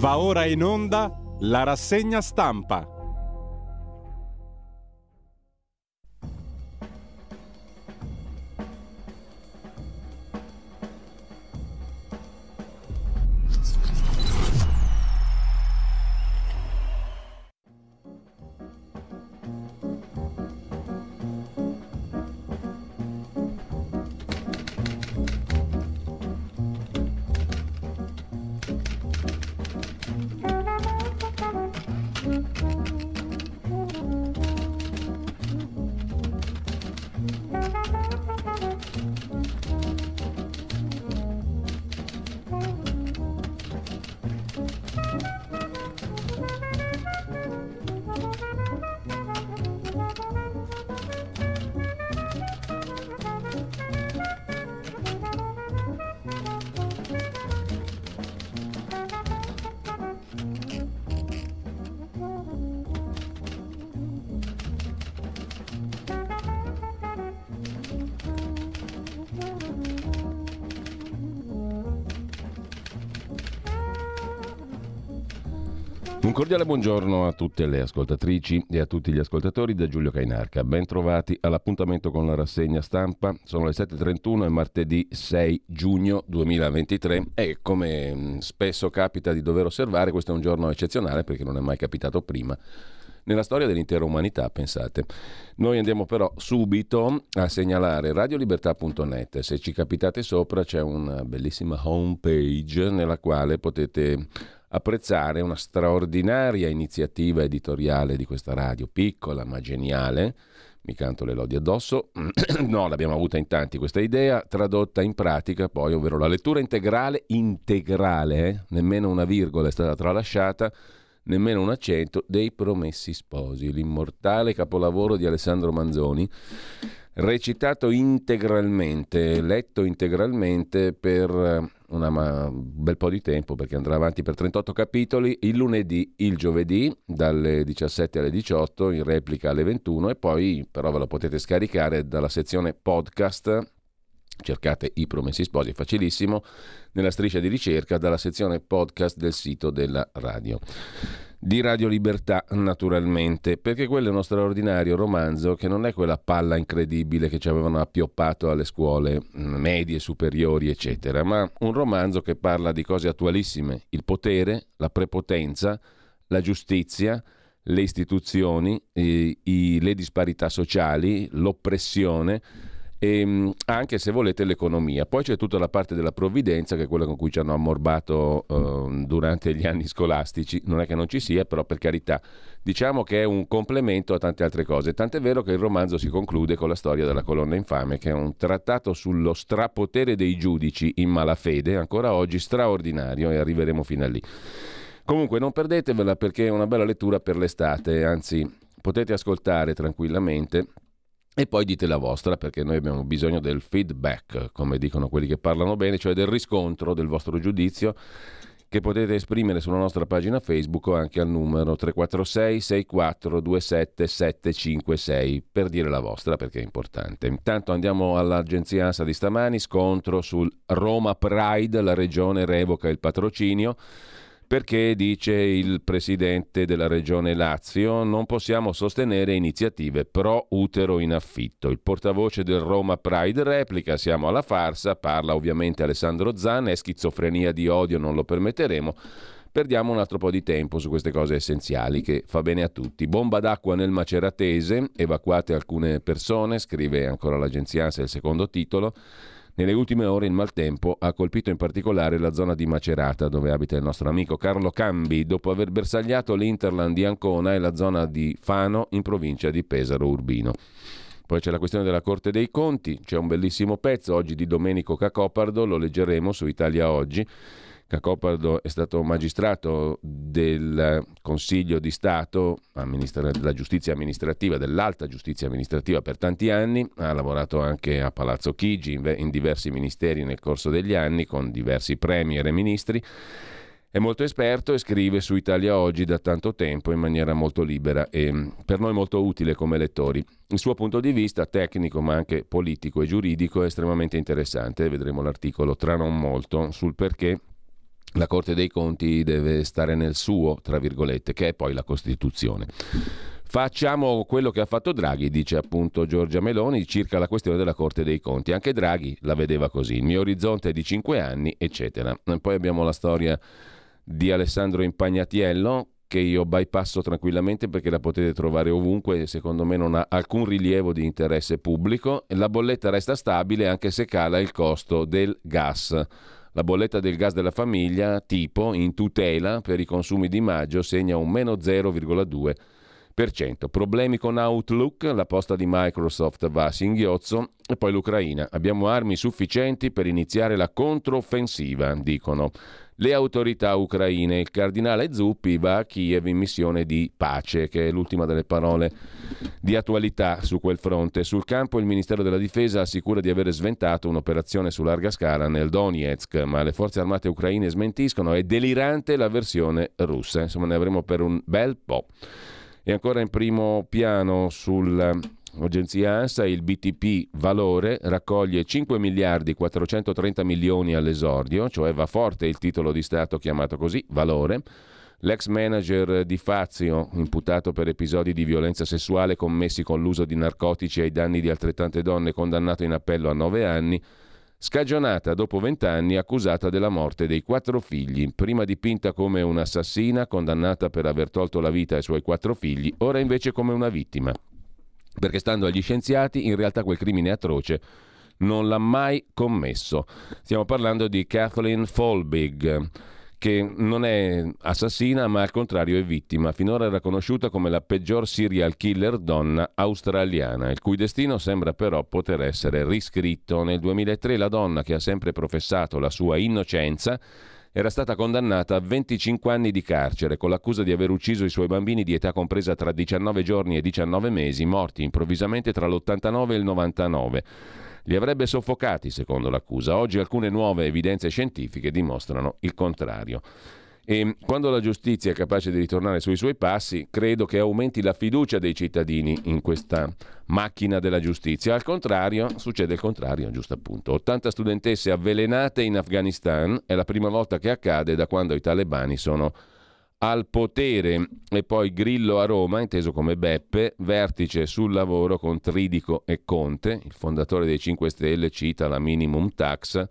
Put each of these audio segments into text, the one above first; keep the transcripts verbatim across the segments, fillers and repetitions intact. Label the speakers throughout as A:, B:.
A: Va ora in onda la rassegna stampa.
B: Un cordiale buongiorno a tutte le ascoltatrici e a tutti gli ascoltatori da Giulio Cainarca. Ben trovati all'appuntamento con la rassegna stampa. Sono le sette e trentuno, è martedì sei giugno duemilaventitré e come spesso capita di dover osservare, questo è un giorno eccezionale perché non è mai capitato prima nella storia dell'intera umanità, pensate. Noi andiamo però subito a segnalare radiolibertà punto net. Se ci capitate sopra c'è una bellissima home page nella quale potete apprezzare una straordinaria iniziativa editoriale di questa radio, piccola ma geniale. Mi canto le lodi addosso. No, l'abbiamo avuta in tanti questa idea, tradotta in pratica poi, ovvero la lettura integrale, integrale, eh? Nemmeno una virgola è stata tralasciata, nemmeno un accento, dei Promessi Sposi, l'immortale capolavoro di Alessandro Manzoni, recitato integralmente, letto integralmente per una, ma, un bel po' di tempo, perché andrà avanti per trentotto capitoli, il lunedì, il giovedì, dalle diciassette alle diciotto, in replica alle ventuno, e poi però ve lo potete scaricare dalla sezione podcast. Cercate I Promessi Sposi, è facilissimo, nella striscia di ricerca dalla sezione podcast del sito della radio. Di Radio Libertà, naturalmente, perché quello è uno straordinario romanzo che non è quella palla incredibile che ci avevano appioppato alle scuole medie, superiori, eccetera, ma un romanzo che parla di cose attualissime: il potere, la prepotenza, la giustizia, le istituzioni, i, i, le disparità sociali, l'oppressione, e anche, se volete, l'economia. Poi c'è tutta la parte della provvidenza, che è quella con cui ci hanno ammorbato eh, durante gli anni scolastici. Non è che non ci sia, però, per carità, diciamo che è un complemento a tante altre cose, tant'è vero che il romanzo si conclude con la storia della colonna infame, che è un trattato sullo strapotere dei giudici in malafede, ancora oggi straordinario, e arriveremo fino a lì. Comunque non perdetevela, perché è una bella lettura per l'estate, anzi potete ascoltare tranquillamente e poi dite la vostra, perché noi abbiamo bisogno del feedback, come dicono quelli che parlano bene, cioè del riscontro del vostro giudizio, che potete esprimere sulla nostra pagina Facebook o anche al numero tre quattro sei sei quattro due sette sette cinque sei per dire la vostra, perché è importante. Intanto andiamo all'agenzia ANSA di stamani, scontro sul Roma Pride, la regione revoca il patrocinio. Perché, dice il presidente della regione Lazio, non possiamo sostenere iniziative pro utero in affitto. Il portavoce del Roma Pride replica: siamo alla farsa, parla ovviamente Alessandro Zan, è schizofrenia di odio, non lo permetteremo. Perdiamo un altro po' di tempo su queste cose essenziali, che fa bene a tutti. Bomba d'acqua nel Maceratese, evacuate alcune persone, scrive ancora l'agenzia ANSA il secondo titolo. Nelle ultime ore il maltempo ha colpito in particolare la zona di Macerata, dove abita il nostro amico Carlo Cambi, dopo aver bersagliato l'Interland di Ancona e la zona di Fano in provincia di Pesaro Urbino. Poi c'è la questione della Corte dei Conti, c'è un bellissimo pezzo oggi di Domenico Cacopardo, lo leggeremo su Italia Oggi. Cacopardo è stato magistrato del Consiglio di Stato, amministra- della giustizia amministrativa, dell'alta giustizia amministrativa per tanti anni, ha lavorato anche a Palazzo Chigi in, in diversi ministeri nel corso degli anni, con diversi premier e ministri. È molto esperto e scrive su Italia Oggi da tanto tempo in maniera molto libera e per noi molto utile come lettori. Il suo punto di vista tecnico, ma anche politico e giuridico, è estremamente interessante. Vedremo l'articolo tra non molto sul perché la Corte dei Conti deve stare nel suo, tra virgolette, che è poi la Costituzione. Facciamo quello che ha fatto Draghi, dice appunto Giorgia Meloni, circa la questione della Corte dei Conti. Anche Draghi la vedeva così, il mio orizzonte è di cinque anni, eccetera. E poi abbiamo la storia di Alessandro Impagnatiello, che io bypasso tranquillamente perché la potete trovare ovunque e secondo me non ha alcun rilievo di interesse pubblico. La bolletta resta stabile anche se cala il costo del gas. La bolletta del gas della famiglia, tipo, in tutela per i consumi di maggio, segna un meno zero virgola due per cento. Problemi con Outlook, la posta di Microsoft va a singhiozzo, e poi l'Ucraina. Abbiamo armi sufficienti per iniziare la controffensiva, dicono le autorità ucraine. Il cardinale Zuppi va a Kiev in missione di pace, che è l'ultima delle parole di attualità su quel fronte. Sul campo il Ministero della Difesa assicura di aver sventato un'operazione su larga scala nel Donetsk, ma le forze armate ucraine smentiscono. È delirante la versione russa, insomma ne avremo per un bel po'. E ancora in primo piano sull'agenzia ANSA il B T P Valore raccoglie cinque miliardi quattrocentotrenta milioni all'esordio, cioè va forte il titolo di Stato chiamato così, Valore. L'ex manager di Fazio, imputato per episodi di violenza sessuale commessi con l'uso di narcotici ai danni di altrettante donne, condannato in appello a nove anni, scagionata dopo vent'anni, accusata della morte dei quattro figli. Prima dipinta come un'assassina, condannata per aver tolto la vita ai suoi quattro figli, ora invece come una vittima. Perché stando agli scienziati, in realtà quel crimine atroce non l'ha mai commesso. Stiamo parlando di Kathleen Folbig, che non è assassina ma al contrario è vittima. Finora era conosciuta come la peggior serial killer donna australiana, il cui destino sembra però poter essere riscritto. Nel duemilatré la donna, che ha sempre professato la sua innocenza, era stata condannata a venticinque anni di carcere con l'accusa di aver ucciso i suoi bambini di età compresa tra diciannove giorni e diciannove mesi, morti improvvisamente tra l'ottantanove e il novantanove. Li avrebbe soffocati, secondo l'accusa. Oggi alcune nuove evidenze scientifiche dimostrano il contrario. E quando la giustizia è capace di ritornare sui suoi passi, credo che aumenti la fiducia dei cittadini in questa macchina della giustizia. Al contrario, succede il contrario, giusto appunto. ottanta studentesse avvelenate in Afghanistan, è la prima volta che accade da quando i talebani sono al potere. E poi Grillo a Roma, inteso come Beppe, vertice sul lavoro con Tridico e Conte, il fondatore dei cinque Stelle cita la minimum tax,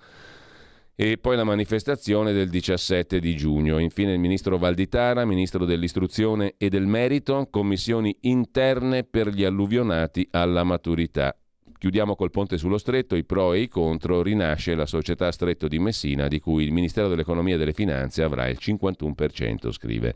B: e poi la manifestazione del diciassette di giugno. Infine il ministro Valditara, ministro dell'istruzione e del merito, commissioni interne per gli alluvionati alla maturità. Chiudiamo col ponte sullo Stretto, i pro e i contro. Rinasce la società Stretto di Messina, di cui il Ministero dell'Economia e delle Finanze avrà il cinquantuno per cento, scrive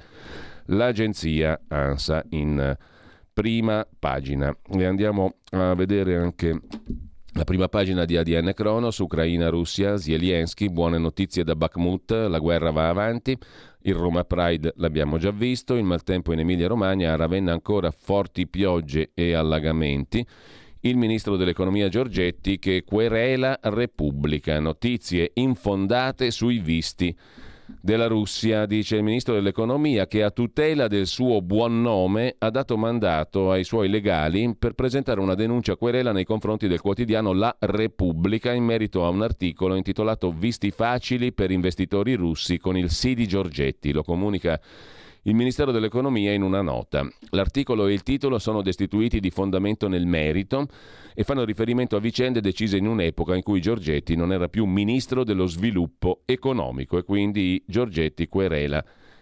B: l'agenzia ANSA in prima pagina. E andiamo a vedere anche la prima pagina di A D N Cronos, Ucraina-Russia, Zelensky, buone notizie da Bakhmut, la guerra va avanti. Il Roma Pride l'abbiamo già visto, il maltempo in Emilia-Romagna, a Ravenna ancora forti piogge e allagamenti. Il ministro dell'economia Giorgetti che querela Repubblica, notizie infondate sui visti della Russia. Dice il ministro dell'economia che a tutela del suo buon nome ha dato mandato ai suoi legali per presentare una denuncia querela nei confronti del quotidiano La Repubblica in merito a un articolo intitolato Visti facili per investitori russi con il sì di Giorgetti. Lo comunica il Ministero dell'Economia in una nota. L'articolo e il titolo sono destituiti di fondamento nel merito e fanno riferimento a vicende decise in un'epoca in cui Giorgetti non era più ministro dello sviluppo economico e quindi Giorgetti querela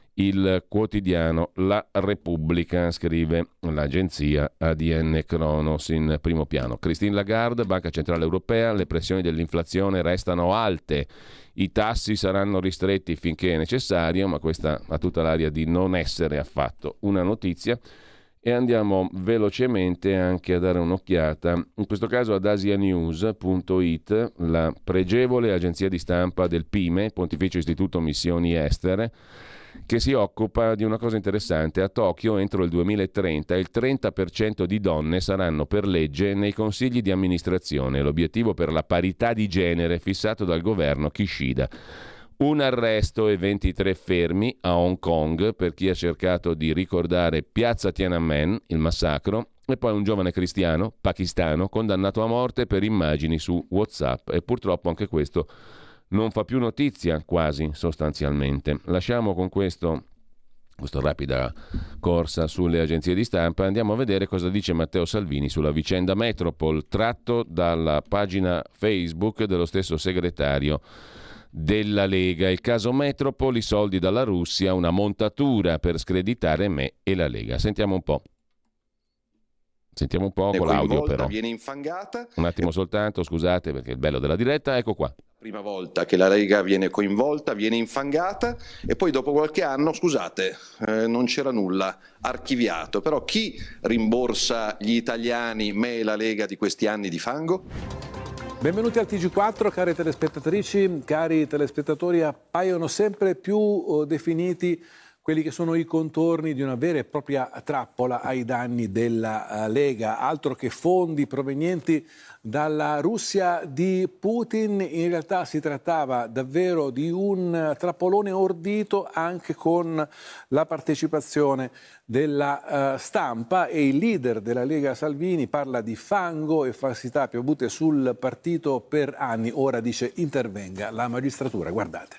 B: il quotidiano La Repubblica, scrive l'agenzia A D N Cronos in primo piano. Christine Lagarde, Banca Centrale Europea, le pressioni dell'inflazione restano alte. I tassi saranno ristretti finché è necessario, ma questa ha tutta l'aria di non essere affatto una notizia. E andiamo velocemente anche a dare un'occhiata, in questo caso ad asianews punto it, la pregevole agenzia di stampa del P I M E, Pontificio Istituto Missioni Estere, che si occupa di una cosa interessante. A Tokyo entro il duemilatrenta il trenta per cento di donne saranno per legge nei consigli di amministrazione, l'obiettivo per la parità di genere fissato dal governo Kishida. Un arresto e ventitré fermi a Hong Kong per chi ha cercato di ricordare Piazza Tiananmen, il massacro, e poi un giovane cristiano pakistano condannato a morte per immagini su WhatsApp, e purtroppo anche questo non fa più notizia quasi sostanzialmente. Lasciamo con questo questa rapida corsa sulle agenzie di stampa, andiamo a vedere cosa dice Matteo Salvini sulla vicenda Metropol, tratto dalla pagina Facebook dello stesso segretario della Lega. Il caso Metropol, i soldi dalla Russia, una montatura per screditare me e la Lega. Sentiamo un po'. Sentiamo un po' con l'audio però.
C: Viene infangata.
B: Un attimo soltanto, scusate, perché è il bello della diretta, ecco qua.
C: Prima volta che la Lega viene coinvolta, viene infangata e poi dopo qualche anno, scusate, eh, non c'era nulla, archiviato. Però chi rimborsa gli italiani, me e la Lega, di questi anni di fango?
D: Benvenuti al T G quattro, care telespettatrici, cari telespettatori. Appaiono sempre più uh, definiti quelli che sono i contorni di una vera e propria trappola ai danni della uh, Lega, altro che fondi provenienti dalla Russia di Putin. In realtà si trattava davvero di un trappolone ordito, anche con la partecipazione della uh, stampa, e il leader della Lega Salvini parla di fango e falsità piovute sul partito per anni. Ora dice intervenga la magistratura. Guardate.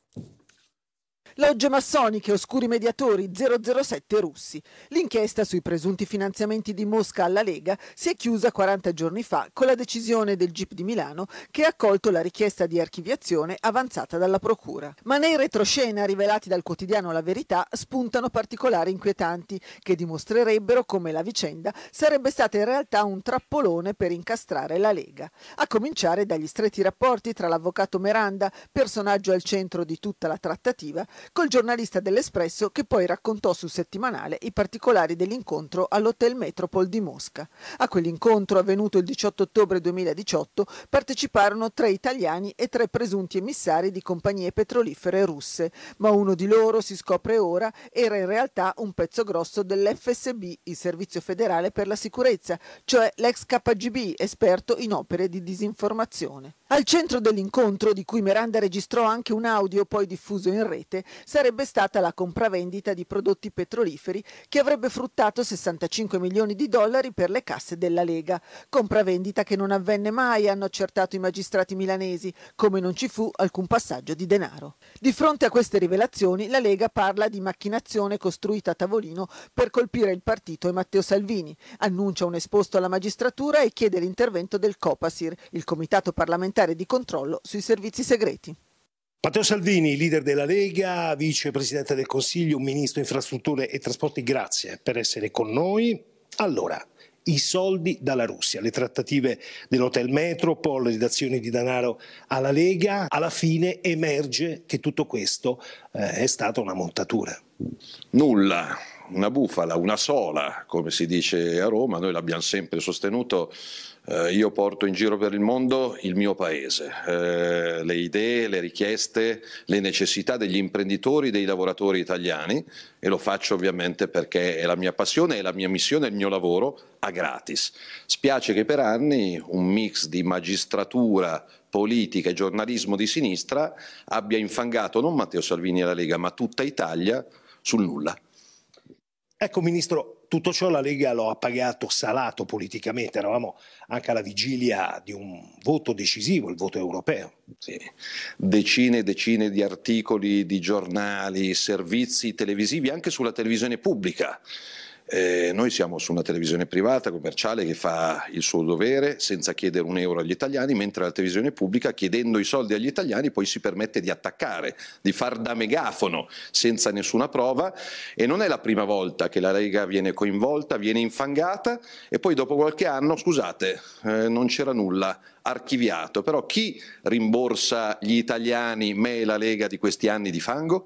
E: Logge massoniche, oscuri mediatori, zero zero sette russi. L'inchiesta sui presunti finanziamenti di Mosca alla Lega si è chiusa quaranta giorni fa con la decisione del G I P di Milano, che ha accolto la richiesta di archiviazione avanzata dalla Procura. Ma nei retroscena rivelati dal quotidiano La Verità spuntano particolari inquietanti che dimostrerebbero come la vicenda sarebbe stata in realtà un trappolone per incastrare la Lega. A cominciare dagli stretti rapporti tra l'avvocato Meranda, personaggio al centro di tutta la trattativa, col giornalista dell'Espresso che poi raccontò sul settimanale i particolari dell'incontro all'Hotel Metropol di Mosca. A quell'incontro, avvenuto il diciotto ottobre duemiladiciotto, parteciparono tre italiani e tre presunti emissari di compagnie petrolifere russe, ma uno di loro, si scopre ora, era in realtà un pezzo grosso dell'F S B, il Servizio Federale per la Sicurezza, cioè l'ex K G B, esperto in opere di disinformazione. Al centro dell'incontro, di cui Meranda registrò anche un audio poi diffuso in rete, sarebbe stata la compravendita di prodotti petroliferi che avrebbe fruttato sessantacinque milioni di dollari per le casse della Lega. Compravendita che non avvenne mai, hanno accertato i magistrati milanesi, come non ci fu alcun passaggio di denaro. Di fronte a queste rivelazioni, la Lega parla di macchinazione costruita a tavolino per colpire il partito e Matteo Salvini, annuncia un esposto alla magistratura e chiede l'intervento del Copasir, il comitato parlamentare di controllo sui servizi segreti.
F: Matteo Salvini, leader della Lega, vicepresidente del Consiglio, ministro infrastrutture e trasporti, grazie per essere con noi. Allora, i soldi dalla Russia, le trattative dell'Hotel Metropol, le dazioni di denaro alla Lega, alla fine emerge che tutto questo eh, è stata una montatura.
C: Nulla, una bufala, una sola, come si dice a Roma. Noi l'abbiamo sempre sostenuto. Eh, io porto in giro per il mondo il mio paese, eh, le idee, le richieste, le necessità degli imprenditori, dei lavoratori italiani, e lo faccio ovviamente perché è la mia passione, è la mia missione, è il mio lavoro a gratis. Spiace che per anni un mix di magistratura, politica e giornalismo di sinistra abbia infangato non Matteo Salvini e la Lega, ma tutta Italia sul nulla.
F: Ecco, Ministro, tutto ciò la Lega lo ha pagato salato politicamente. Eravamo anche alla vigilia di un voto decisivo, il voto europeo.
C: Sì. Decine e decine di articoli di giornali, servizi televisivi, anche sulla televisione pubblica. Eh, noi siamo su una televisione privata, commerciale, che fa il suo dovere senza chiedere un euro agli italiani, mentre la televisione pubblica, chiedendo i soldi agli italiani, poi si permette di attaccare, di far da megafono senza nessuna prova. E non è la prima volta che la Lega viene coinvolta, viene infangata e poi dopo qualche anno, scusate, eh, non c'era nulla, archiviato. Però chi rimborsa gli italiani, me e la Lega, di questi anni di fango?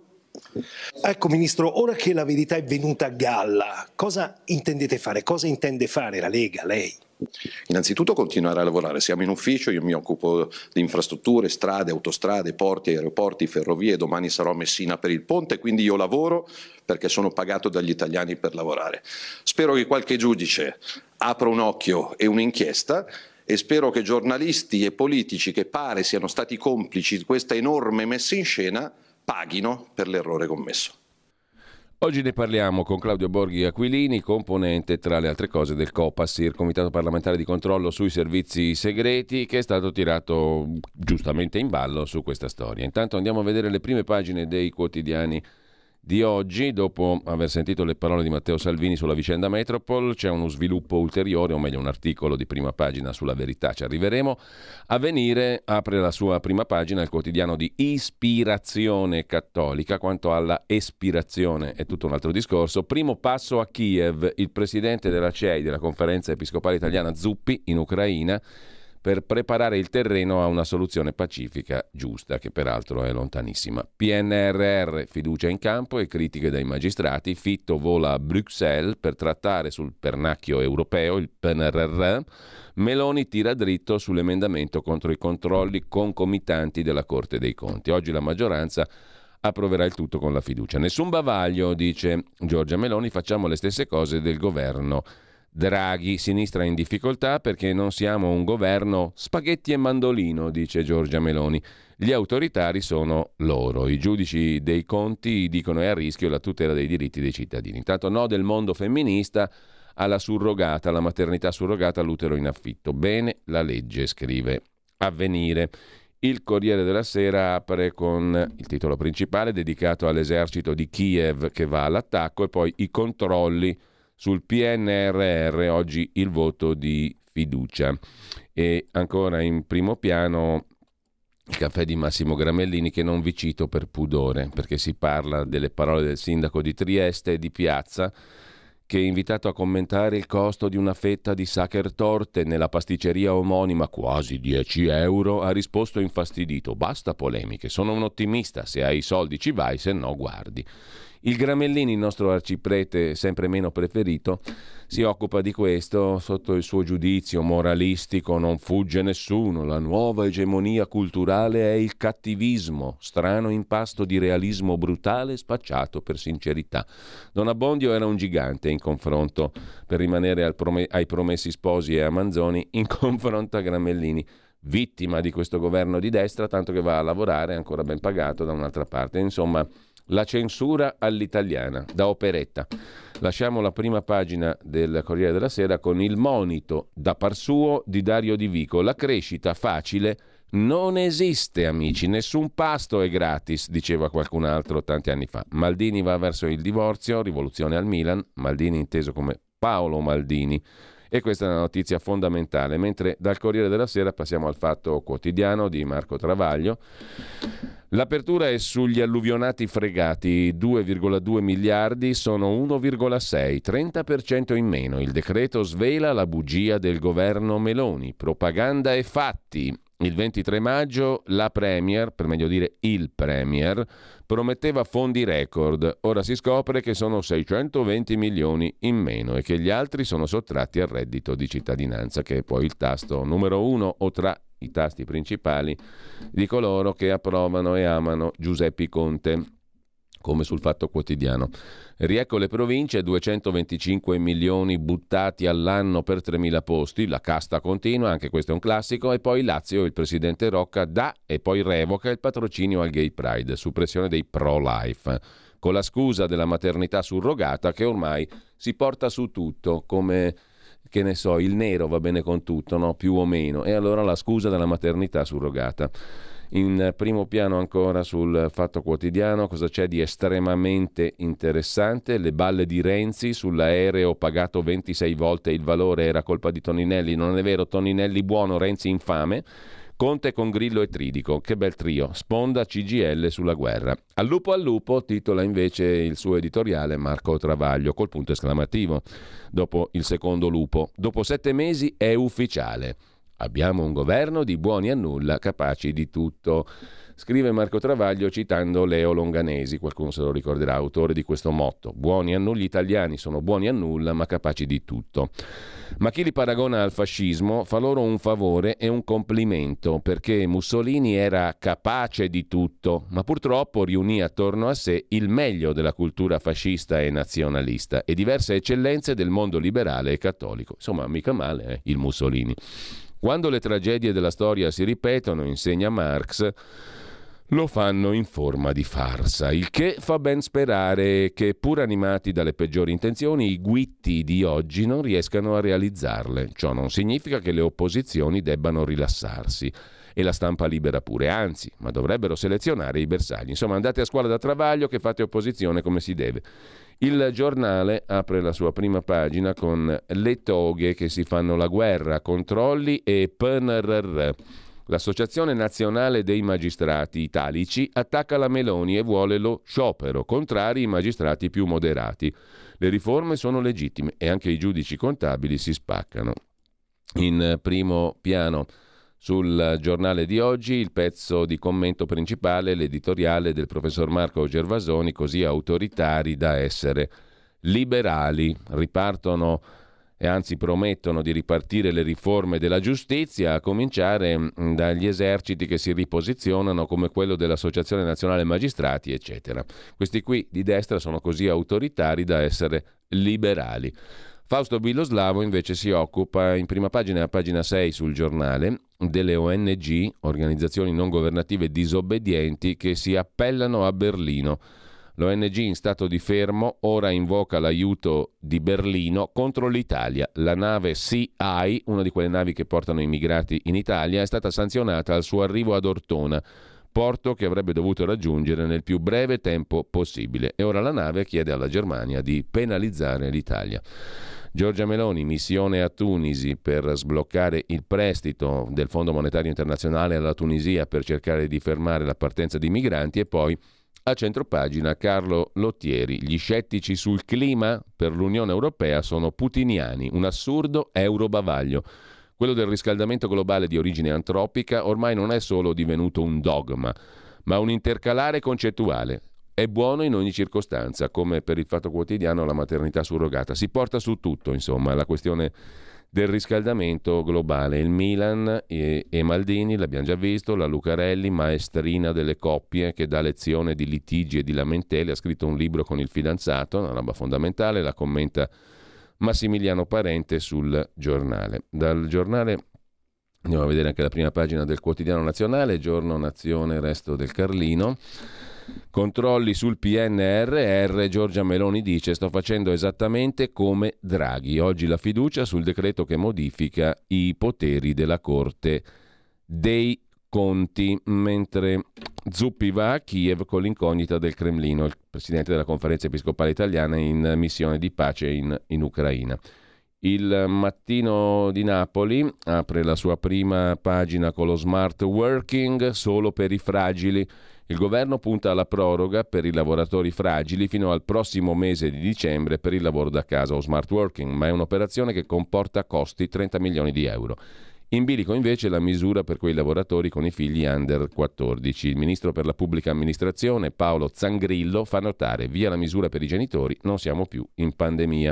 F: Ecco, Ministro, ora che la verità è venuta a galla, cosa intendete fare? Cosa intende fare la Lega, lei?
C: Innanzitutto continuare a lavorare, siamo in ufficio, io mi occupo di infrastrutture, strade, autostrade, porti, aeroporti, ferrovie, domani sarò a Messina per il ponte, quindi io lavoro perché sono pagato dagli italiani per lavorare. Spero che qualche giudice apra un occhio e un'inchiesta e spero che giornalisti e politici che pare siano stati complici di questa enorme messa in scena paghino per l'errore commesso.
B: Oggi ne parliamo con Claudio Borghi Aquilini, componente tra le altre cose del COPASIR, Comitato Parlamentare di Controllo sui Servizi Segreti, che è stato tirato giustamente in ballo su questa storia. Intanto andiamo a vedere le prime pagine dei quotidiani di oggi. Dopo aver sentito le parole di Matteo Salvini sulla vicenda Metropol, c'è uno sviluppo ulteriore, o meglio un articolo di prima pagina sulla Verità, ci arriveremo. Avvenire apre la sua prima pagina, il quotidiano di ispirazione cattolica. Quanto alla espirazione è tutto un altro discorso. Primo passo a Kiev, il presidente della C E I, della Conferenza Episcopale Italiana, Zuppi, in Ucraina, per preparare il terreno a una soluzione pacifica giusta, che peraltro è lontanissima. P N R R, fiducia in campo e critiche dai magistrati. Fitto vola a Bruxelles per trattare sul pernacchio europeo, il P N R R. Meloni tira dritto sull'emendamento contro i controlli concomitanti della Corte dei Conti. Oggi la maggioranza approverà il tutto con la fiducia. Nessun bavaglio, dice Giorgia Meloni, facciamo le stesse cose del governo Draghi. Sinistra in difficoltà perché non siamo un governo spaghetti e mandolino, dice Giorgia Meloni. Gli autoritari sono loro. I giudici dei conti dicono è a rischio la tutela dei diritti dei cittadini. Intanto no del mondo femminista alla surrogata, alla maternità surrogata, all'utero in affitto. Bene la legge, scrive Avvenire. Il Corriere della Sera apre con il titolo principale dedicato all'esercito di Kiev che va all'attacco e poi i controlli sul P N R R, oggi il voto di fiducia. E ancora in primo piano il caffè di Massimo Gramellini, che non vi cito per pudore, perché si parla delle parole del sindaco di Trieste e di Piazza, che è invitato a commentare il costo di una fetta di Sachertorte nella pasticceria omonima, quasi dieci euro, ha risposto infastidito: basta polemiche, sono un ottimista, se hai i soldi ci vai, se no guardi. Il Gramellini, il nostro arciprete sempre meno preferito, si occupa di questo. Sotto il suo giudizio moralistico non fugge nessuno, la nuova egemonia culturale è il cattivismo, strano impasto di realismo brutale spacciato per sincerità. Don Abbondio era un gigante in confronto, per rimanere al prom- ai Promessi Sposi e a Manzoni, in confronto a Gramellini, vittima di questo governo di destra, tanto che va a lavorare ancora ben pagato da un'altra parte. Insomma, la censura all'italiana, da operetta. Lasciamo la prima pagina del Corriere della Sera con il monito da par suo di Dario Di Vico. La crescita facile non esiste, amici, nessun pasto è gratis, diceva qualcun altro tanti anni fa. Maldini va verso il divorzio, rivoluzione al Milan, Maldini inteso come Paolo Maldini. E questa è una notizia fondamentale. Mentre dal Corriere della Sera passiamo al Fatto Quotidiano di Marco Travaglio. L'apertura è sugli alluvionati fregati, due virgola due miliardi sono uno virgola sei, trenta per cento in meno. Il decreto svela la bugia del governo Meloni, propaganda e fatti. Il ventitré maggio la Premier, per meglio dire il Premier, prometteva fondi record. Ora si scopre che sono seicentoventi milioni in meno e che gli altri sono sottratti al reddito di cittadinanza, che è poi il tasto numero uno o tra i tasti principali di coloro che approvano e amano Giuseppe Conte, come sul Fatto Quotidiano. Riecco le province, duecentoventicinque milioni buttati all'anno per tremila posti, la casta continua, anche questo è un classico, e poi Lazio, il presidente Rocca dà e poi revoca il patrocinio al Gay Pride, suppressione dei pro-life, con la scusa della maternità surrogata che ormai si porta su tutto, come, che ne so, il nero va bene con tutto, no? Più o meno, e allora la scusa della maternità surrogata. In primo piano ancora sul Fatto Quotidiano cosa c'è di estremamente interessante? Le balle di Renzi sull'aereo pagato ventisei volte il valore, era colpa di Toninelli. Non è vero, Toninelli buono, Renzi infame. Conte con Grillo e Tridico, che bel trio, sponda C G I L sulla guerra. Al lupo al lupo titola invece il suo editoriale Marco Travaglio, col punto esclamativo dopo il secondo lupo. Dopo sette mesi è ufficiale. Abbiamo un governo di buoni a nulla, capaci di tutto. Scrive Marco Travaglio citando Leo Longanesi, qualcuno se lo ricorderà, autore di questo motto. Buoni a nulla, gli italiani sono buoni a nulla, ma capaci di tutto. Ma chi li paragona al fascismo fa loro un favore e un complimento, perché Mussolini era capace di tutto, ma purtroppo riunì attorno a sé il meglio della cultura fascista e nazionalista e diverse eccellenze del mondo liberale e cattolico. Insomma, mica male, eh, il Mussolini. Quando le tragedie della storia si ripetono, insegna Marx, lo fanno in forma di farsa, il che fa ben sperare che, pur animati dalle peggiori intenzioni, i guitti di oggi non riescano a realizzarle. Ciò non significa che le opposizioni debbano rilassarsi, e la stampa libera pure, anzi, ma dovrebbero selezionare i bersagli. Insomma, andate a scuola da Travaglio che fate opposizione come si deve. Il Giornale apre la sua prima pagina con le toghe che si fanno la guerra, controlli e P N R R. L'Associazione Nazionale dei Magistrati Italici attacca la Meloni e vuole lo sciopero, contrari i magistrati più moderati. Le riforme sono legittime e anche i giudici contabili si spaccano. In primo piano sul Giornale di oggi il pezzo di commento principale, l'editoriale del professor Marco Gervasoni, così autoritari da essere liberali. Ripartono e anzi promettono di ripartire le riforme della giustizia, a cominciare dagli eserciti che si riposizionano come quello dell'Associazione Nazionale Magistrati, eccetera. Questi qui di destra sono così autoritari da essere liberali. Fausto Biloslavo invece si occupa in prima pagina e a pagina sei sul Giornale delle O N G, organizzazioni non governative disobbedienti, che si appellano a Berlino. L'O N G in stato di fermo ora invoca l'aiuto di Berlino contro l'Italia. La nave Sea Eye, una di quelle navi che portano immigrati in Italia, è stata sanzionata al suo arrivo ad Ortona, porto che avrebbe dovuto raggiungere nel più breve tempo possibile. E ora la nave chiede alla Germania di penalizzare l'Italia. Giorgia Meloni, missione a Tunisi per sbloccare il prestito del Fondo Monetario Internazionale alla Tunisia per cercare di fermare la partenza di migranti. E poi a centropagina Carlo Lottieri, gli scettici sul clima per l'Unione Europea sono putiniani, un assurdo eurobavaglio. Quello del riscaldamento globale di origine antropica ormai non è solo divenuto un dogma, ma un intercalare concettuale. È buono in ogni circostanza, come per il Fatto Quotidiano la maternità surrogata. Si porta su tutto, insomma, la questione del riscaldamento globale. Il Milan e, e Maldini, l'abbiamo già visto, la Lucarelli, maestrina delle coppie che dà lezione di litigi e di lamentele, ha scritto un libro con il fidanzato, una roba fondamentale, la commenta Massimiliano Parente sul Giornale. Dal Giornale andiamo a vedere anche la prima pagina del Quotidiano Nazionale, Giorno, Nazione, Resto del Carlino. Controlli sul P N R R, Giorgia Meloni dice: sto facendo esattamente come Draghi. Oggi la fiducia sul decreto che modifica i poteri della Corte dei Conti, mentre Zuppi va a Kiev con l'incognita del Cremlino, il presidente della Conferenza Episcopale Italiana in missione di pace in, in Ucraina. Il Mattino di Napoli apre la sua prima pagina con lo smart working solo per i fragili. Il governo punta alla proroga per i lavoratori fragili fino al prossimo mese di dicembre per il lavoro da casa o smart working, ma è un'operazione che comporta costi trenta milioni di euro. In bilico invece la misura per quei lavoratori con i figli under quattordici. Il ministro per la pubblica amministrazione Paolo Zangrillo fa notare: via la misura per i genitori, non siamo più in pandemia.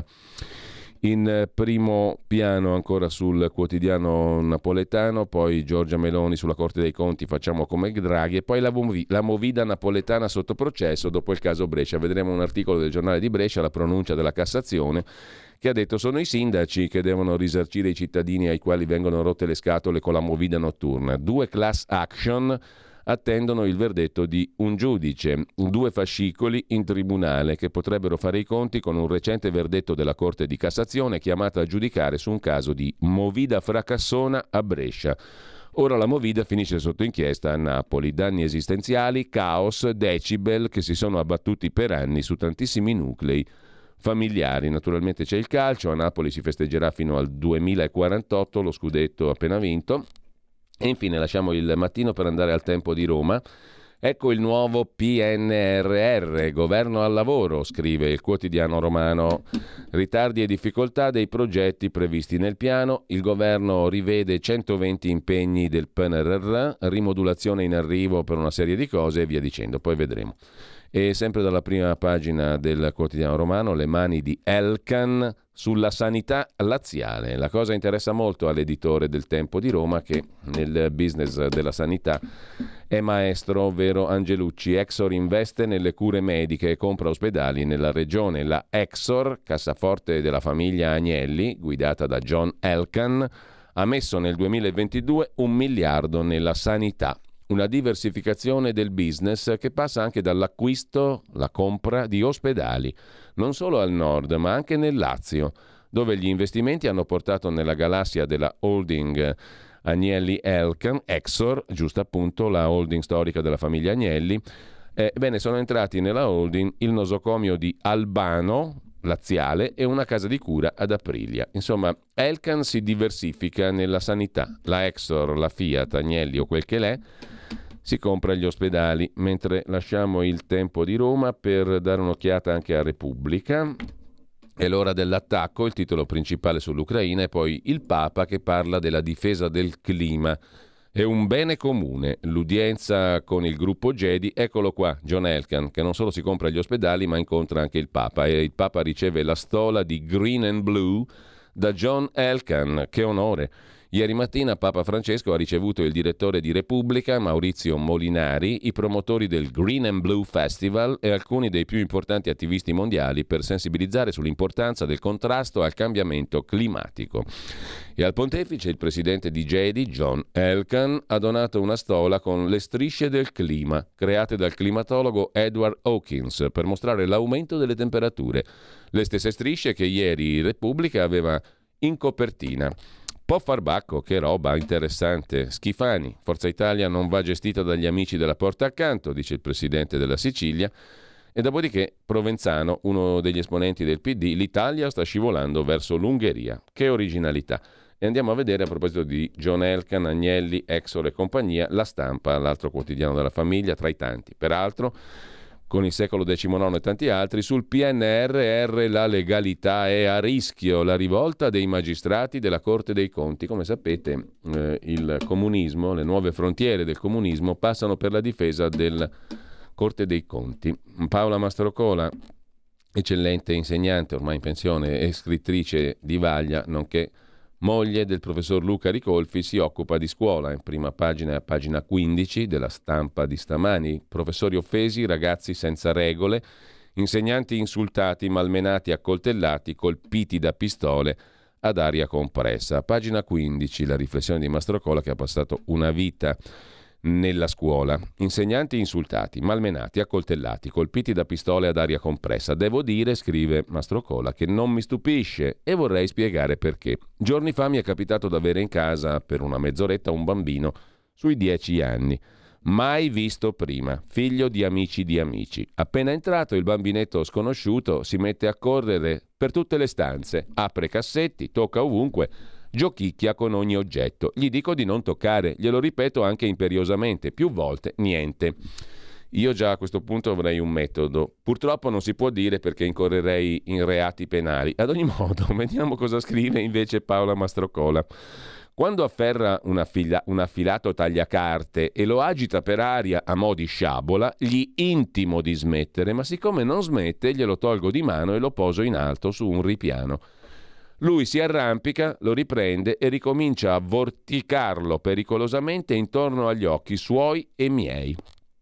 B: In primo piano ancora sul Quotidiano Napoletano, poi Giorgia Meloni sulla Corte dei Conti, facciamo come Draghi, e poi la, movi- la movida napoletana sotto processo dopo il caso Brescia. Vedremo un articolo del Giornale di Brescia, la pronuncia della Cassazione, che ha detto sono i sindaci che devono risarcire i cittadini ai quali vengono rotte le scatole con la movida notturna. Due class action attendono il verdetto di un giudice, due fascicoli in tribunale che potrebbero fare i conti con un recente verdetto della Corte di Cassazione chiamata a giudicare su un caso di movida fracassona a Brescia. Ora la movida finisce sotto inchiesta a Napoli, danni esistenziali, caos, decibel che si sono abbattuti per anni su tantissimi nuclei familiari. Naturalmente c'è il calcio, a Napoli si festeggerà fino al duemilaquarantotto, lo scudetto appena vinto. E infine lasciamo il Mattino per andare al Tempo di Roma. Ecco il nuovo P N R R, governo al lavoro, scrive il quotidiano romano. Ritardi e difficoltà dei progetti previsti nel piano, il governo rivede centoventi impegni del P N R R, rimodulazione in arrivo per una serie di cose e via dicendo, poi vedremo. E sempre dalla prima pagina del quotidiano romano, le mani di Elkann sulla sanità laziale. La cosa interessa molto all'editore del Tempo di Roma, che nel business della sanità è maestro, ovvero Angelucci. Exor investe nelle cure mediche e compra ospedali nella regione. La Exor, cassaforte della famiglia Agnelli, guidata da John Elkann, ha messo nel duemilaventidue un miliardo nella sanità. una diversificazione del business che passa anche dall'acquisto, la compra di ospedali, non solo al nord ma anche nel Lazio, dove gli investimenti hanno portato nella galassia della holding Agnelli Elkann, Exor, giusto appunto la holding storica della famiglia Agnelli. Ebbene, sono entrati nella holding il nosocomio di Albano, laziale, e una casa di cura ad Aprilia. Insomma, Elkann si diversifica nella sanità. La Exor, la Fiat, Agnelli o quel che l'è, si compra gli ospedali, mentre lasciamo il Tempo di Roma per dare un'occhiata anche a Repubblica. È l'ora dell'attacco, il titolo principale sull'Ucraina, e poi il Papa che parla della difesa del clima. È un bene comune, l'udienza con il gruppo Gedi, eccolo qua, John Elkann, che non solo si compra gli ospedali ma incontra anche il Papa, e il Papa riceve la stola di Green and Blue da John Elkann, che onore. Ieri mattina Papa Francesco ha ricevuto il direttore di Repubblica, Maurizio Molinari, i promotori del Green and Blue Festival e alcuni dei più importanti attivisti mondiali per sensibilizzare sull'importanza del contrasto al cambiamento climatico. E al pontefice il presidente di Gedi, John Elkann, ha donato una stola con le strisce del clima, create dal climatologo Edward Hawkins, per mostrare l'aumento delle temperature. Le stesse strisce che ieri Repubblica aveva in copertina. Po' farbacco, che roba interessante. Schifani, Forza Italia non va gestita dagli amici della porta accanto, dice il presidente della Sicilia. E dopodiché Provenzano, uno degli esponenti del P D, l'Italia sta scivolando verso l'Ungheria. Che originalità. E andiamo a vedere, a proposito di John Elkann, Agnelli, Exor e compagnia, La Stampa, l'altro quotidiano della famiglia, tra i tanti. Peraltro, con il Secolo diciannove e tanti altri, sul P N R R la legalità è a rischio, la rivolta dei magistrati della Corte dei Conti. Come sapete, eh, il comunismo, le nuove frontiere del comunismo passano per la difesa della Corte dei Conti. Paola Mastrocola, eccellente insegnante, ormai in pensione, e scrittrice di Vaglia, nonché moglie del professor Luca Ricolfi, si occupa di scuola. In prima pagina, pagina quindici della Stampa di stamani, professori offesi, ragazzi senza regole, insegnanti insultati, malmenati, accoltellati, colpiti da pistole ad aria compressa. Pagina quindici, la riflessione di Mastrocola, che ha passato una vita nella scuola. Insegnanti insultati, malmenati, accoltellati, colpiti da pistole ad aria compressa. Devo dire, scrive Mastrocola, che non mi stupisce e vorrei spiegare perché. Giorni fa mi è capitato d'avere in casa per una mezz'oretta un bambino sui dieci anni. Mai visto prima, figlio di amici di amici. Appena entrato il bambinetto sconosciuto si mette a correre per tutte le stanze, apre cassetti, tocca ovunque, giochicchia con ogni oggetto. Gli dico di non toccare, glielo ripeto anche imperiosamente, più volte, niente. Io già a questo punto avrei un metodo. Purtroppo non si può dire perché incorrerei in reati penali. Ad ogni modo, vediamo cosa scrive invece Paola Mastrocola. Quando afferra un, affila- un affilato tagliacarte e lo agita per aria a mo' di sciabola, gli intimo di smettere, ma siccome non smette, glielo tolgo di mano e lo poso in alto su un ripiano. Lui si arrampica, lo riprende e ricomincia a vorticarlo pericolosamente intorno agli occhi suoi e miei.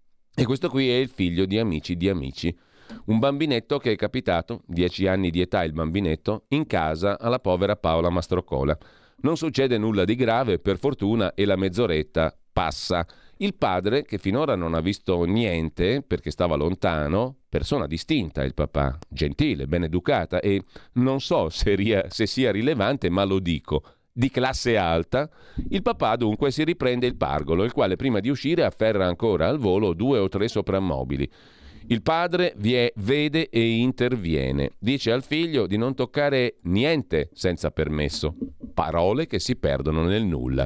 B: E questo qui è il figlio di amici di amici. Un bambinetto che è capitato, dieci anni di età il bambinetto, in casa alla povera Paola Mastrocola. Non succede nulla di grave, per fortuna, e la mezz'oretta passa. Il padre, che finora non ha visto niente perché stava lontano, persona distinta il papà, gentile, ben educata e non so se, ria, se sia rilevante, ma lo dico, di classe alta, il papà dunque si riprende il pargolo, il quale prima di uscire afferra ancora al volo due o tre soprammobili. Il padre vie, vede e interviene, dice al figlio di non toccare niente senza permesso, parole che si perdono nel nulla.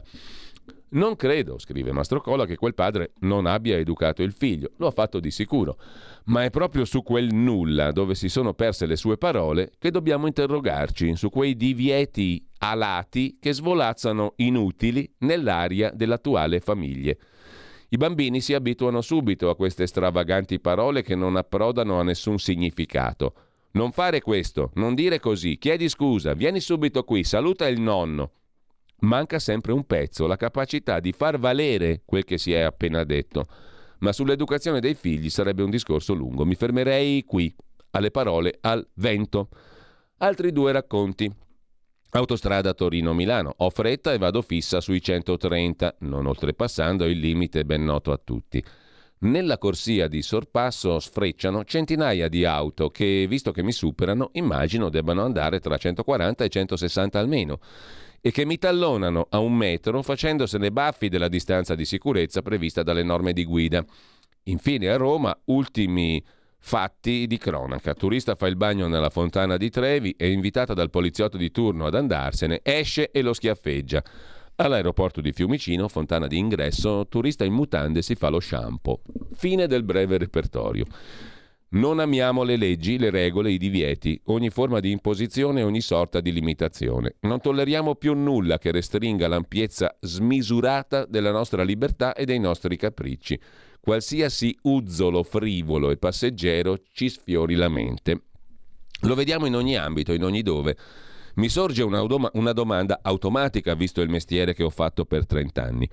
B: Non credo, scrive Mastrocola, che quel padre non abbia educato il figlio, lo ha fatto di sicuro, ma è proprio su quel nulla dove si sono perse le sue parole che dobbiamo interrogarci, su quei divieti alati che svolazzano inutili nell'aria dell'attuale famiglie. I bambini si abituano subito a queste stravaganti parole che non approdano a nessun significato. Non fare questo, non dire così, chiedi scusa, vieni subito qui, saluta il nonno. Manca sempre un pezzo, la capacità di far valere quel che si è appena detto. Ma sull'educazione dei figli sarebbe un discorso lungo. Mi fermerei qui, alle parole al vento. Altri due racconti. Autostrada Torino-Milano, ho fretta e vado fissa sui centotrenta, non oltrepassando il limite ben noto a tutti. Nella corsia di sorpasso sfrecciano centinaia di auto che, visto che mi superano, immagino debbano andare tra centoquaranta e centosessanta almeno, e che mi tallonano a un metro facendosene baffi della distanza di sicurezza prevista dalle norme di guida. Infine a Roma, ultimi fatti di cronaca. Turista fa il bagno nella fontana di Trevi, è invitata dal poliziotto di turno ad andarsene, esce e lo schiaffeggia. All'aeroporto di Fiumicino, fontana di ingresso, turista in mutande si fa lo shampoo. Fine del breve repertorio. Non amiamo le leggi, le regole, i divieti, ogni forma di imposizione e ogni sorta di limitazione. Non tolleriamo più nulla che restringa l'ampiezza smisurata della nostra libertà e dei nostri capricci. Qualsiasi uzzolo, frivolo e passeggero ci sfiori la mente. Lo vediamo in ogni ambito, in ogni dove. Mi sorge una, doma- una domanda automatica, visto il mestiere che ho fatto per trent'anni.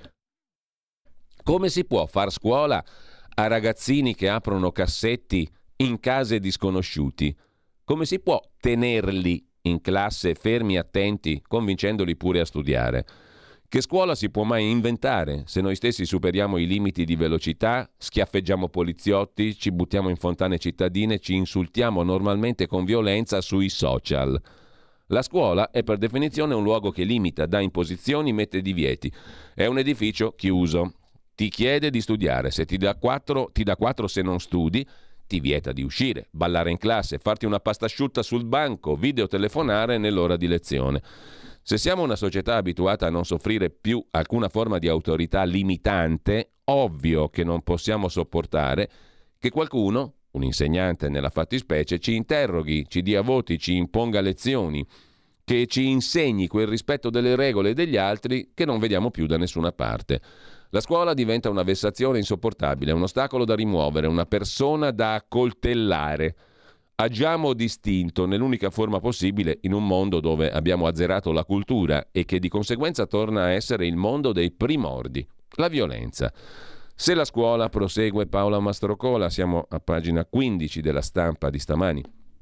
B: Come si può far scuola a ragazzini che aprono cassetti in case di sconosciuti? Come si può tenerli in classe fermi, attenti, convincendoli pure a studiare? Che scuola si può mai inventare se noi stessi superiamo i limiti di velocità, schiaffeggiamo poliziotti, ci buttiamo in fontane cittadine, ci insultiamo normalmente con violenza sui social? La scuola è per definizione un luogo che limita, dà imposizioni, mette divieti. È un edificio chiuso. Ti chiede di studiare, se ti dà quattro, ti dà quattro se non studi, ti vieta di uscire, ballare in classe, farti una pasta asciutta sul banco, videotelefonare nell'ora di lezione. Se siamo una società abituata a non soffrire più alcuna forma di autorità limitante, ovvio che non possiamo sopportare che qualcuno, un insegnante nella fattispecie, ci interroghi, ci dia voti, ci imponga lezioni, che ci insegni quel rispetto delle regole e degli altri che non vediamo più da nessuna parte. La scuola diventa una vessazione insopportabile, un ostacolo da rimuovere, una persona da accoltellare. Agiamo distinto nell'unica forma possibile in un mondo dove abbiamo azzerato la cultura e che di conseguenza torna a essere il mondo dei primordi, la violenza. Se la scuola, prosegue Paola Mastrocola, siamo a pagina quindici della Stampa di stamani,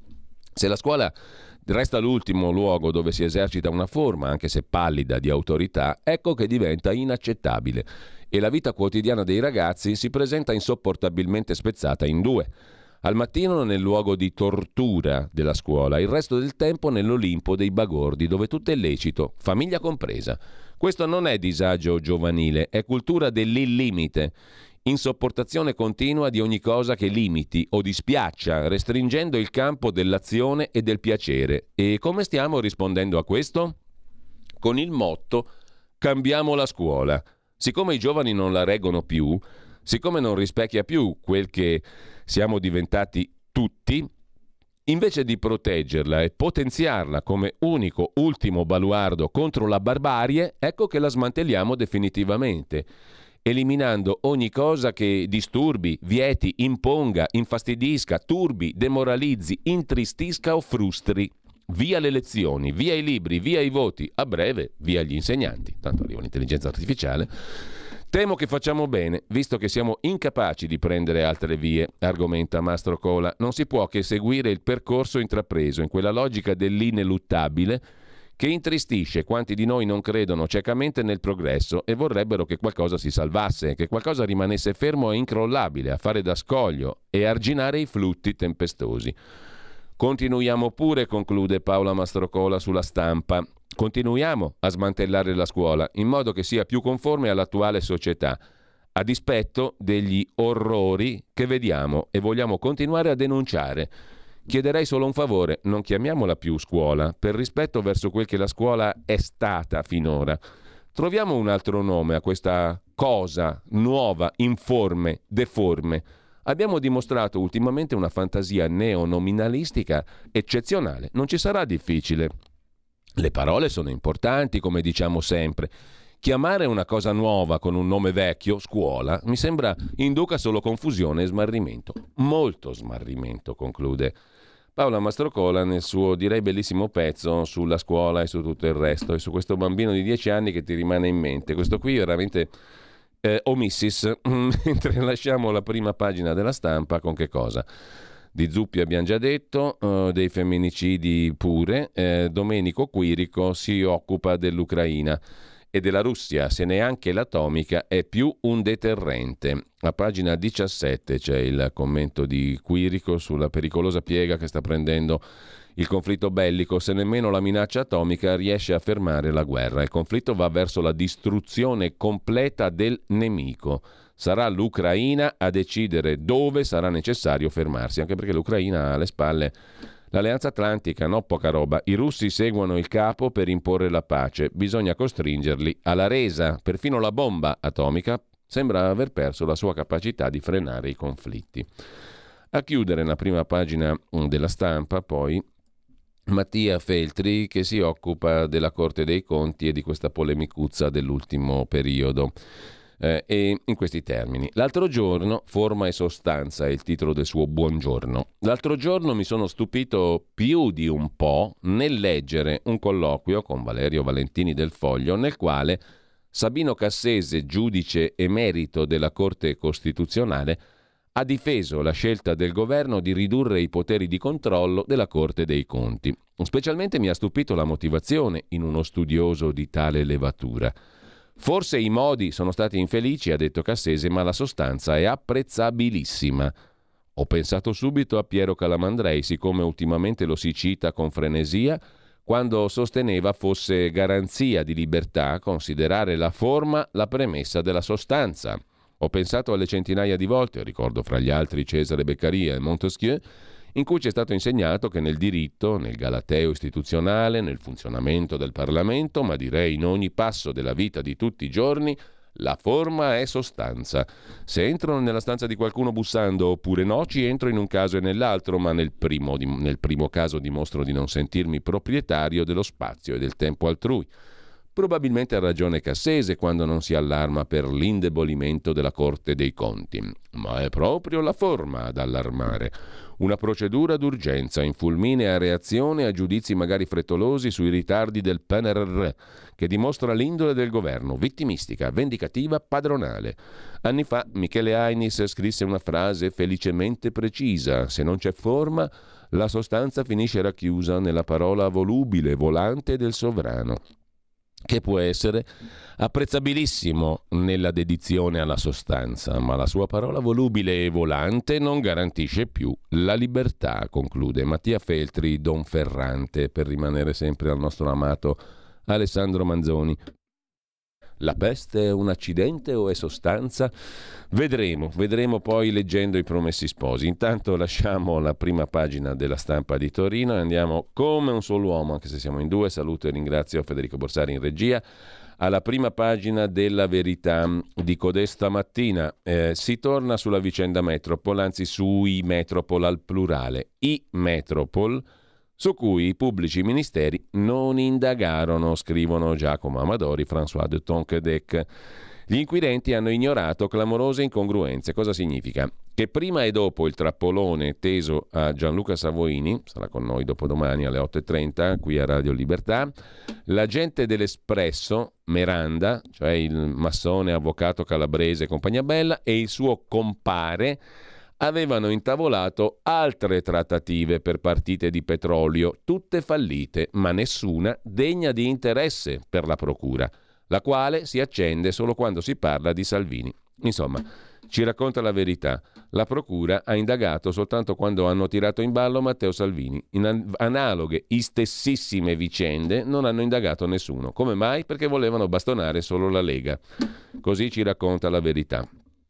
B: se la scuola resta l'ultimo luogo dove si esercita una forma, anche se pallida, di autorità, ecco che diventa inaccettabile e la vita quotidiana dei ragazzi si presenta insopportabilmente spezzata in due. Al mattino nel luogo di tortura della scuola, il resto del tempo nell'Olimpo dei bagordi, dove tutto è lecito, famiglia compresa. Questo non è disagio giovanile, è cultura dell'illimite, insopportazione continua di ogni cosa che limiti o dispiaccia, restringendo il campo dell'azione e del piacere. E come stiamo rispondendo a questo? Con il motto «Cambiamo la scuola». Siccome i giovani non la reggono più, siccome non rispecchia più quel che siamo diventati tutti, invece di proteggerla e potenziarla come unico ultimo baluardo contro la barbarie, ecco che la smantelliamo definitivamente, eliminando ogni cosa che disturbi, vieti, imponga, infastidisca, turbi, demoralizzi, intristisca o frustri. Via le lezioni, via i libri, via i voti, a breve via gli insegnanti. Tanto arriva l'intelligenza artificiale. Temo che facciamo bene, visto che siamo incapaci di prendere altre vie, argomenta Mastrocola. Non si può che seguire il percorso intrapreso in quella logica dell'ineluttabile che intristisce quanti di noi non credono ciecamente nel progresso e vorrebbero che qualcosa si salvasse, che qualcosa rimanesse fermo e incrollabile, a fare da scoglio e arginare i flutti tempestosi. Continuiamo pure, conclude Paola Mastrocola sulla Stampa, continuiamo a smantellare la scuola in modo che sia più conforme all'attuale società, a dispetto degli orrori che vediamo e vogliamo continuare a denunciare. Chiederei solo un favore, non chiamiamola più scuola, per rispetto verso quel che la scuola è stata finora. Troviamo un altro nome a questa cosa nuova, informe, deforme. Abbiamo dimostrato ultimamente una fantasia neonominalistica eccezionale. Non ci sarà difficile. Le parole sono importanti, come diciamo sempre. Chiamare una cosa nuova con un nome vecchio, scuola, mi sembra induca solo confusione e smarrimento. Molto smarrimento, conclude Paola Mastrocola nel suo direi bellissimo pezzo sulla scuola e su tutto il resto e su questo bambino di dieci anni che ti rimane in mente. Questo qui veramente... Eh, o missis, mentre lasciamo la prima pagina della Stampa con che cosa? Di Zuppi abbiamo già detto, uh, dei femminicidi pure. Eh, Domenico Quirico si occupa dell'Ucraina e della Russia, se neanche l'atomica è più un deterrente. A pagina diciassette c'è il commento di Quirico sulla pericolosa piega che sta prendendo il conflitto bellico. Se nemmeno la minaccia atomica riesce a fermare la guerra, il conflitto va verso la distruzione completa del nemico. Sarà l'Ucraina a decidere dove sarà necessario fermarsi, anche perché l'Ucraina ha alle spalle l'Alleanza Atlantica, no poca roba. I russi seguono il capo per imporre la pace, bisogna costringerli alla resa. Perfino la bomba atomica sembra aver perso la sua capacità di frenare i conflitti. A chiudere la prima pagina della Stampa, poi, Mattia Feltri, che si occupa della Corte dei Conti e di questa polemicuzza dell'ultimo periodo. Eh, e in questi termini: l'altro giorno, forma e sostanza è il titolo del suo buongiorno. L'altro giorno mi sono stupito più di un po' nel leggere un colloquio con Valerio Valentini del Foglio, nel quale Sabino Cassese, giudice emerito della Corte Costituzionale, ha difeso la scelta del governo di ridurre i poteri di controllo della Corte dei Conti. Specialmente mi ha stupito la motivazione in uno studioso di tale levatura. Forse i modi sono stati infelici, ha detto Cassese, ma la sostanza è apprezzabilissima. Ho pensato subito a Piero Calamandrei, siccome ultimamente lo si cita con frenesia, quando sosteneva fosse garanzia di libertà considerare la forma la premessa della sostanza. Ho pensato alle centinaia di volte, ricordo fra gli altri Cesare Beccaria e Montesquieu, in cui ci è stato insegnato che nel diritto, nel galateo istituzionale, nel funzionamento del Parlamento, ma direi in ogni passo della vita di tutti i giorni, la forma è sostanza. Se entro nella stanza di qualcuno bussando oppure no, ci entro in un caso e nell'altro, ma nel primo, nel primo caso dimostro di non sentirmi proprietario dello spazio e del tempo altrui. Probabilmente ha ragione Cassese quando non si allarma per l'indebolimento della Corte dei Conti, ma è proprio la forma ad allarmare. Una procedura d'urgenza in fulminea reazione a giudizi magari frettolosi sui ritardi del P N R R, che dimostra l'indole del governo, vittimistica, vendicativa, padronale. Anni fa Michele Ainis scrisse una frase felicemente precisa: se non c'è forma, la sostanza finisce racchiusa nella parola volubile, volante del sovrano, che può essere apprezzabilissimo nella dedizione alla sostanza, ma la sua parola volubile e volante non garantisce più la libertà, conclude Mattia Feltri Donferrante, per rimanere sempre al nostro amato Alessandro Manzoni. La peste è un accidente o è sostanza? Vedremo, vedremo poi leggendo I Promessi Sposi. Intanto lasciamo la prima pagina della Stampa di Torino e andiamo come un solo uomo, anche se siamo in due. Saluto e ringrazio Federico Borsari in regia. Alla prima pagina della Verità di codesta mattina eh, si torna sulla vicenda Metropol, anzi sui Metropol al plurale, i Metropol, su cui i pubblici ministeri non indagarono, scrivono Giacomo Amadori, François de Tonquedec. Gli inquirenti hanno ignorato clamorose incongruenze. Cosa significa? Che prima e dopo il trappolone teso a Gianluca Savoini, sarà con noi dopodomani alle otto e trenta qui a Radio Libertà, l'agente dell'Espresso, Meranda, cioè il massone avvocato calabrese compagnia bella, e il suo compare avevano intavolato altre trattative per partite di petrolio, tutte fallite, ma nessuna degna di interesse per la procura, la quale si accende solo quando si parla di Salvini. Insomma, ci racconta la Verità. La procura ha indagato soltanto quando hanno tirato in ballo Matteo Salvini. In analoghe, istessissime vicende non hanno indagato nessuno. Come mai? Perché volevano bastonare solo la Lega. Così ci racconta la Verità.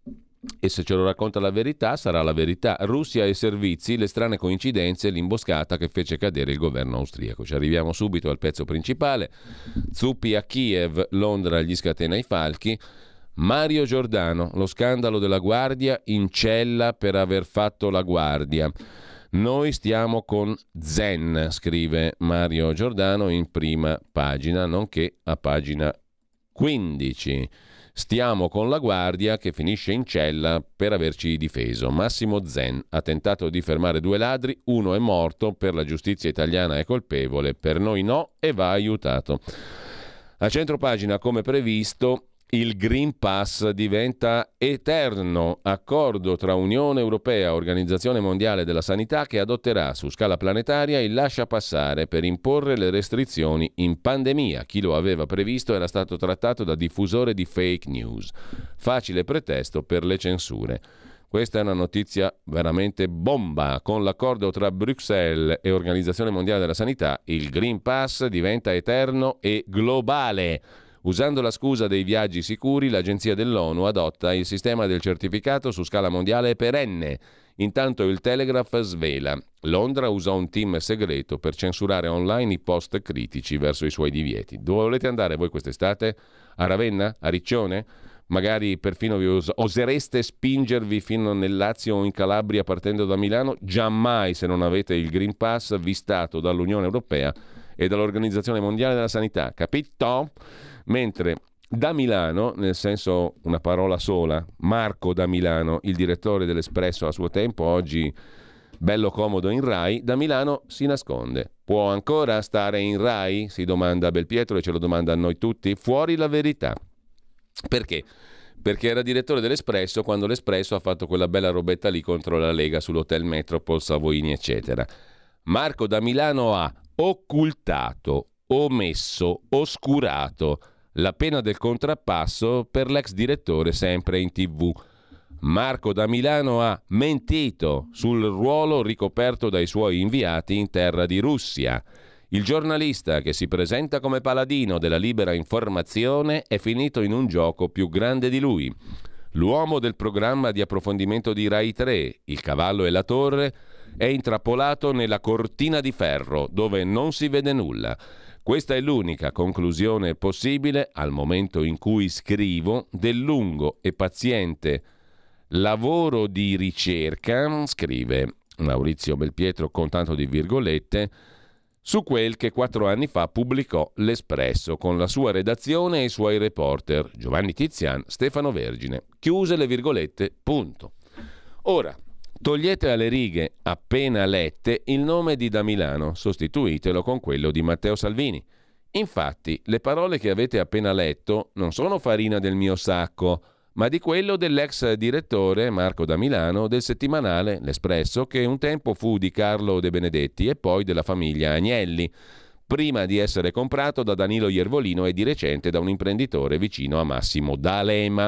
B: E se ce lo racconta la Verità, sarà la verità. Russia e servizi, le strane coincidenze, l'imboscata che fece cadere il governo austriaco. Ci arriviamo subito al pezzo principale. Zuppi a Kiev, Londra gli scatena i falchi. Mario Giordano, lo scandalo della Guardia, in cella per aver fatto la guardia. Noi stiamo con Zen, scrive Mario Giordano in prima pagina, nonché a pagina quindici. Stiamo con la Guardia che finisce in cella per averci difeso. Massimo Zen ha tentato di fermare due ladri, uno è morto, per la giustizia italiana è colpevole, per noi no e va aiutato. A centropagina, come previsto, Il Green Pass diventa eterno. Accordo tra Unione Europea e Organizzazione Mondiale della Sanità che adotterà su scala planetaria il lasciapassare per imporre le restrizioni in pandemia. Chi lo aveva previsto era stato trattato da diffusore di fake news. Facile pretesto per le censure. Questa è una notizia veramente bomba. Con l'accordo tra Bruxelles e Organizzazione Mondiale della Sanità, il Green Pass diventa eterno e globale. Usando la scusa dei viaggi sicuri, l'agenzia dell'ONU adotta il sistema del certificato su scala mondiale perenne. Intanto il Telegraph svela. Londra usò un team segreto per censurare online i post critici verso i suoi divieti. Dove volete andare voi quest'estate? A Ravenna? A Riccione? Magari perfino vi os- osereste spingervi fino nel Lazio o in Calabria partendo da Milano? Giammai se non avete il Green Pass vistato dall'Unione Europea e dall'Organizzazione Mondiale della Sanità. Capito? Mentre da Milano, nel senso una parola sola, Marco da Milano, il direttore dell'Espresso a suo tempo, oggi bello comodo in Rai, da Milano si nasconde. Può ancora stare in Rai? Si domanda Belpietro e ce lo domanda a noi tutti. Fuori la verità. Perché? Perché era direttore dell'Espresso quando l'Espresso ha fatto quella bella robetta lì contro la Lega sull'Hotel Metropol, Savoini, eccetera. Marco da Milano ha occultato, omesso, oscurato la pena del contrappasso per l'ex direttore sempre in tivù. Marco da Milano ha mentito sul ruolo ricoperto dai suoi inviati in terra di Russia. Il giornalista che si presenta come paladino della libera informazione è finito in un gioco più grande di lui. L'uomo del programma di approfondimento di Rai tre, Il Cavallo e la Torre, è intrappolato nella cortina di ferro dove non si vede nulla. Questa è l'unica conclusione possibile al momento in cui scrivo del lungo e paziente lavoro di ricerca, scrive Maurizio Belpietro con tanto di virgolette, su quel che quattro anni fa pubblicò l'Espresso con la sua redazione e i suoi reporter Giovanni Tizian, Stefano Vergine. Chiuse le virgolette, punto. Ora, togliete alle righe appena lette il nome di Da Milano, sostituitelo con quello di Matteo Salvini. Infatti, le parole che avete appena letto non sono farina del mio sacco, ma di quello dell'ex direttore Marco Da Milano del settimanale L'Espresso, che un tempo fu di Carlo De Benedetti e poi della famiglia Agnelli, prima di essere comprato da Danilo Iervolino e di recente da un imprenditore vicino a Massimo D'Alema.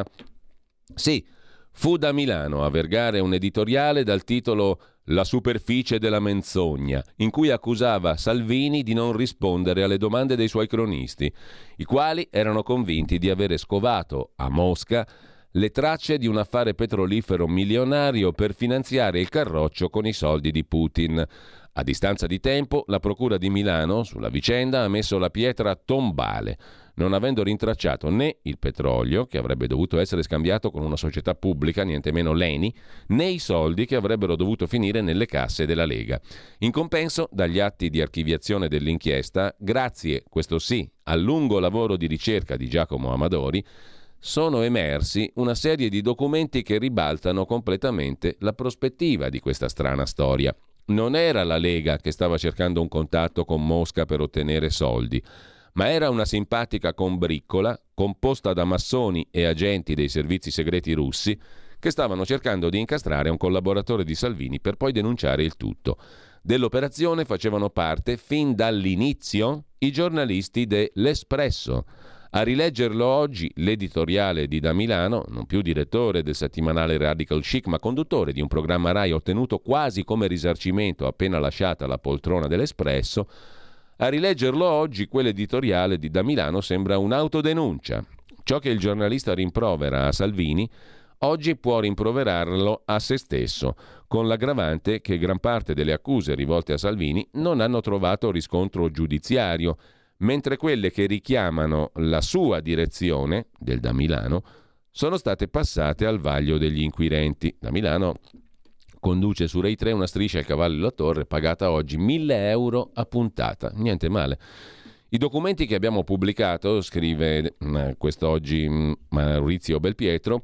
B: Sì, fu Da Milano a vergare un editoriale dal titolo La superficie della menzogna, in cui accusava Salvini di non rispondere alle domande dei suoi cronisti, i quali erano convinti di avere scovato a Mosca le tracce di un affare petrolifero milionario per finanziare il carroccio con i soldi di Putin. A distanza di tempo, la Procura di Milano sulla vicenda ha messo la pietra tombale, non avendo rintracciato né il petrolio, che avrebbe dovuto essere scambiato con una società pubblica, niente meno l'Eni, né i soldi che avrebbero dovuto finire nelle casse della Lega. In compenso, dagli atti di archiviazione dell'inchiesta, grazie, questo sì, al lungo lavoro di ricerca di Giacomo Amadori, sono emersi una serie di documenti che ribaltano completamente la prospettiva di questa strana storia. Non era la Lega che stava cercando un contatto con Mosca per ottenere soldi, ma era una simpatica combriccola composta da massoni e agenti dei servizi segreti russi che stavano cercando di incastrare un collaboratore di Salvini per poi denunciare il tutto. Dell'operazione facevano parte fin dall'inizio i giornalisti dell'Espresso. A rileggerlo oggi, l'editoriale di Da Milano, non più direttore del settimanale Radical Chic, ma conduttore di un programma Rai ottenuto quasi come risarcimento appena lasciata la poltrona dell'Espresso, a rileggerlo oggi quell'editoriale di Da Milano sembra un'autodenuncia. Ciò che il giornalista rimprovera a Salvini, oggi può rimproverarlo a se stesso, con l'aggravante che gran parte delle accuse rivolte a Salvini non hanno trovato riscontro giudiziario, mentre quelle che richiamano la sua direzione, del Da Milano, sono state passate al vaglio degli inquirenti. Da Milano conduce su Rai tre una striscia Il Cavallo e la Torre pagata oggi mille euro a puntata, niente male. I documenti che abbiamo pubblicato, scrive eh, quest'oggi Maurizio Belpietro,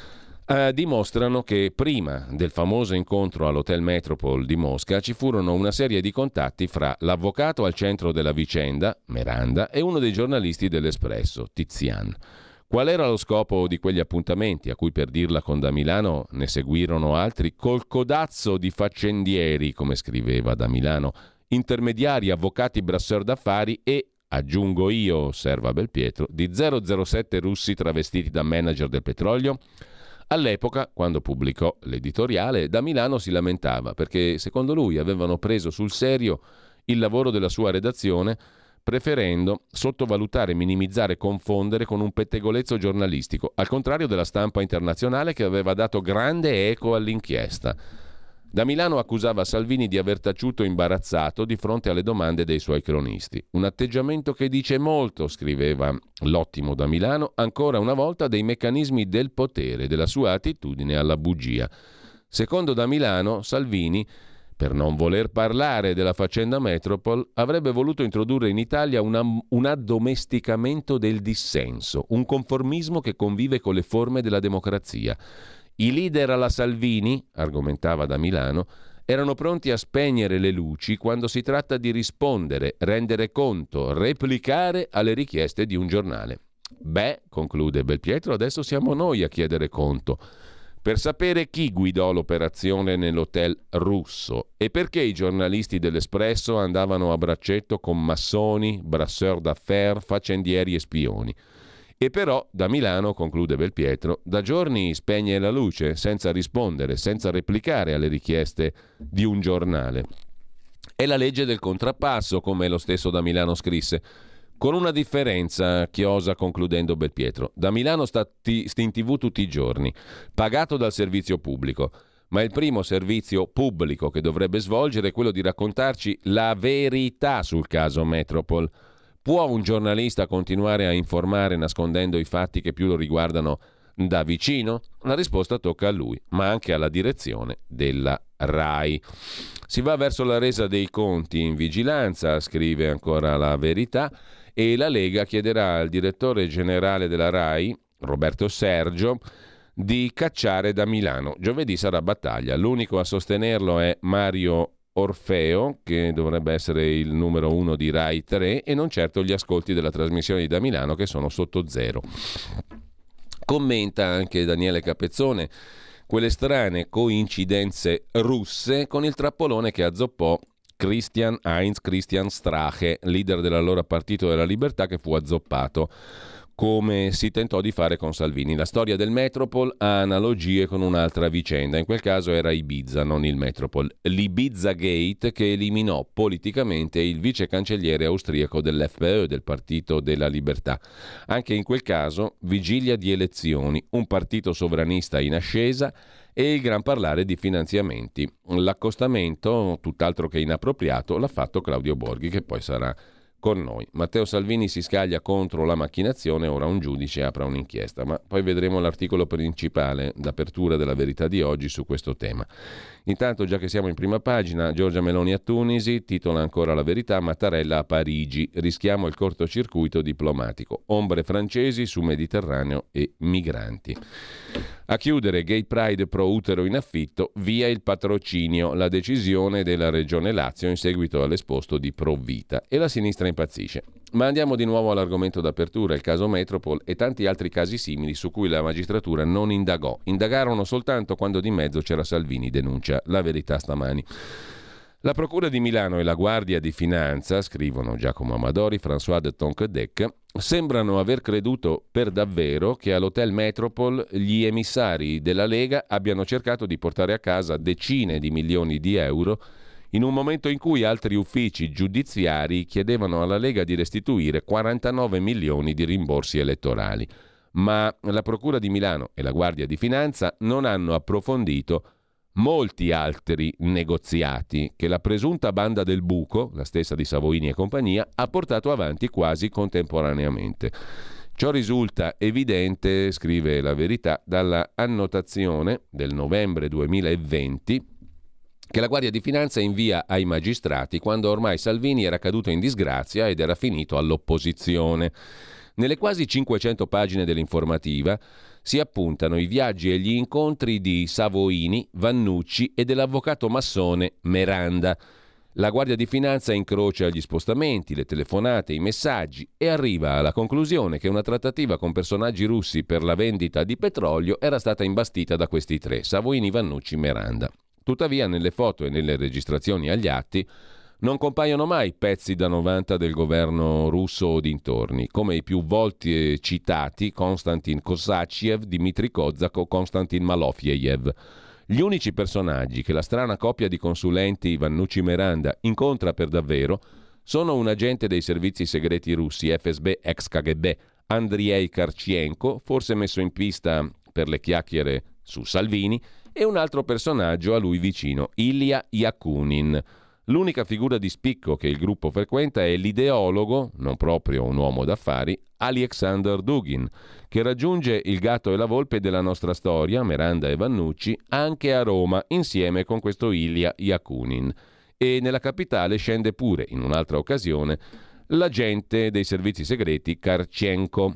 B: eh, dimostrano che prima del famoso incontro all'Hotel Metropol di Mosca ci furono una serie di contatti fra l'avvocato al centro della vicenda, Meranda, e uno dei giornalisti dell'Espresso, Tizian. Qual era lo scopo di quegli appuntamenti, a cui per dirla con Da Milano ne seguirono altri, col codazzo di faccendieri, come scriveva Da Milano, intermediari, avvocati, brasseur d'affari e, aggiungo io, osserva Belpietro, di zero zero sette russi travestiti da manager del petrolio? All'epoca, quando pubblicò l'editoriale, Da Milano si lamentava perché, secondo lui, avevano preso sul serio il lavoro della sua redazione, preferendo sottovalutare, minimizzare, confondere con un pettegolezzo giornalistico, al contrario della stampa internazionale che aveva dato grande eco all'inchiesta. Da Milano accusava Salvini di aver taciuto imbarazzato di fronte alle domande dei suoi cronisti. Un atteggiamento che dice molto, scriveva l'ottimo Da Milano, ancora una volta dei meccanismi del potere, della sua attitudine alla bugia. Secondo Da Milano, Salvini, per non voler parlare della faccenda Metropol, avrebbe voluto introdurre in Italia una, un addomesticamento del dissenso, un conformismo che convive con le forme della democrazia. I leader alla Salvini, argomentava Da Milano, erano pronti a spegnere le luci quando si tratta di rispondere, rendere conto, replicare alle richieste di un giornale. Beh, conclude Belpietro, adesso siamo noi a chiedere conto. Per sapere chi guidò l'operazione nell'hotel russo e perché i giornalisti dell'Espresso andavano a braccetto con massoni, brasseur d'affaires, faccendieri e spioni. E però da Milano, conclude Belpietro, da giorni spegne la luce senza rispondere, senza replicare alle richieste di un giornale. È la legge del contrappasso, come lo stesso Da Milano scrisse. Con una differenza, chiosa concludendo Belpietro. Da Milano sta, t- sta in tv tutti i giorni, pagato dal servizio pubblico. Ma il primo servizio pubblico che dovrebbe svolgere è quello di raccontarci la verità sul caso Metropol. Può un giornalista continuare a informare nascondendo i fatti che più lo riguardano da vicino? La risposta tocca a lui, ma anche alla direzione della RAI. Si va verso la resa dei conti in vigilanza, scrive ancora La Verità, e la Lega chiederà al direttore generale della RAI, Roberto Sergio, di cacciare Da Milano. Giovedì sarà battaglia. L'unico a sostenerlo è Mario Orfeo, che dovrebbe essere il numero uno di Rai tre, e non certo gli ascolti della trasmissione di Da Milano, che sono sotto zero. Commenta anche Daniele Capezzone quelle strane coincidenze russe con il trappolone che azzoppò Christian Heinz Christian Strache, leader dell'allora Partito della Libertà, che fu azzoppato, come si tentò di fare con Salvini. La storia del Metropol ha analogie con un'altra vicenda, in quel caso era Ibiza, non il Metropol. L'Ibiza Gate, che eliminò politicamente il vice cancelliere austriaco dell'F P Ö, del Partito della Libertà. Anche in quel caso, vigilia di elezioni, un partito sovranista in ascesa e il gran parlare di finanziamenti. L'accostamento, tutt'altro che inappropriato, l'ha fatto Claudio Borghi, che poi sarà con noi. Matteo Salvini si scaglia contro la macchinazione, ora un giudice apre un'inchiesta, ma poi vedremo l'articolo principale d'apertura della Verità di oggi su questo tema. Intanto, già che siamo in prima pagina, Giorgia Meloni a Tunisi, titola ancora La Verità, Mattarella a Parigi, rischiamo il cortocircuito diplomatico, ombre francesi su Mediterraneo e migranti. A chiudere, Gay Pride pro utero in affitto, via il patrocinio, la decisione della Regione Lazio in seguito all'esposto di Pro Vita, e la sinistra impazzisce. Ma andiamo di nuovo all'argomento d'apertura, il caso Metropol e tanti altri casi simili su cui la magistratura non indagò. Indagarono soltanto quando di mezzo c'era Salvini, denuncia La Verità stamani. La Procura di Milano e la Guardia di Finanza, scrivono Giacomo Amadori, François de Tonquedec, sembrano aver creduto per davvero che all'Hotel Metropol gli emissari della Lega abbiano cercato di portare a casa decine di milioni di euro in un momento in cui altri uffici giudiziari chiedevano alla Lega di restituire quarantanove milioni di rimborsi elettorali. Ma la Procura di Milano e la Guardia di Finanza non hanno approfondito molti altri negoziati che la presunta banda del buco, la stessa di Savoini e compagnia, ha portato avanti quasi contemporaneamente. Ciò risulta evidente, scrive La Verità, dalla annotazione del novembre duemilaventi che la Guardia di Finanza invia ai magistrati quando ormai Salvini era caduto in disgrazia ed era finito all'opposizione. Nelle quasi cinquecento pagine dell'informativa si appuntano i viaggi e gli incontri di Savoini, Vannucci e dell'avvocato massone Meranda. La Guardia di Finanza incrocia gli spostamenti, le telefonate, i messaggi e arriva alla conclusione che una trattativa con personaggi russi per la vendita di petrolio era stata imbastita da questi tre, Savoini, Vannucci, Meranda. Tuttavia, nelle foto e nelle registrazioni agli atti non compaiono mai pezzi da novanta del governo russo o dintorni, come i più volte citati Konstantin Kosachiev, Dmitry Kozak o Konstantin Malofejev. Gli unici personaggi che la strana coppia di consulenti Vannucci-Meranda incontra per davvero sono un agente dei servizi segreti russi, F S B ex K G B, Andriy Karchenko, forse messo in pista per le chiacchiere su Salvini, e un altro personaggio a lui vicino, Ilya Yakunin. L'unica figura di spicco che il gruppo frequenta è l'ideologo, non proprio un uomo d'affari, Alexander Dugin, che raggiunge il gatto e la volpe della nostra storia, Meranda e Vannucci, anche a Roma, insieme con questo Ilya Yakunin. E nella capitale scende pure, in un'altra occasione, l'agente dei servizi segreti Karchenko.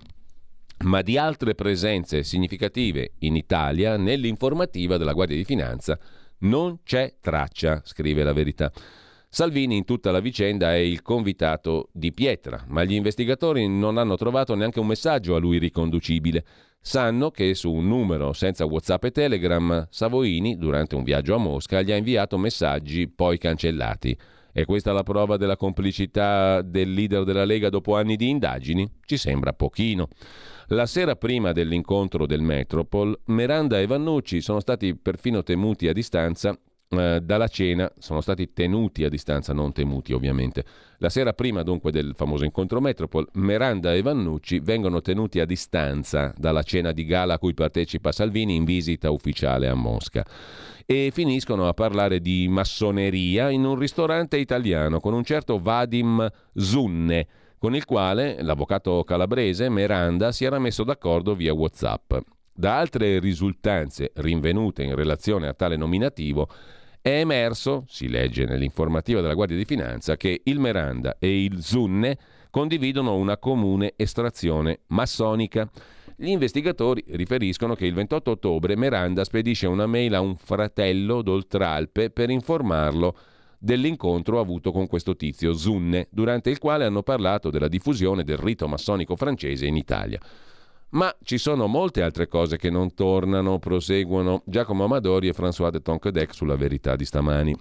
B: Ma di altre presenze significative in Italia, nell'informativa della Guardia di Finanza, non c'è traccia, scrive La Verità. Salvini in tutta la vicenda è il convitato di pietra, ma gli investigatori non hanno trovato neanche un messaggio a lui riconducibile. Sanno che su un numero senza WhatsApp e Telegram, Savoini, durante un viaggio a Mosca, gli ha inviato messaggi poi cancellati. È questa la prova della complicità del leader della Lega dopo anni di indagini? Ci sembra pochino. La sera prima dell'incontro del Metropol, Meranda e Vannucci sono stati perfino temuti a distanza eh, dalla cena, sono stati tenuti a distanza, non temuti ovviamente. La sera prima dunque del famoso incontro Metropol, Meranda e Vannucci vengono tenuti a distanza dalla cena di gala a cui partecipa Salvini in visita ufficiale a Mosca. E finiscono a parlare di massoneria in un ristorante italiano con un certo Vadim Zunne, con il quale l'avvocato calabrese Meranda si era messo d'accordo via WhatsApp. Da altre risultanze rinvenute in relazione a tale nominativo è emerso, si legge nell'informativa della Guardia di Finanza, che il Meranda e il Zunne condividono una comune estrazione massonica. Gli investigatori riferiscono che il ventotto ottobre Meranda spedisce una mail a un fratello d'Oltralpe per informarlo dell'incontro avuto con questo tizio Zunne, durante il quale hanno parlato della diffusione del rito massonico francese in Italia. Ma ci sono molte altre cose che non tornano, proseguono Giacomo Amadori e François de Tonquedec sulla Verità di stamani.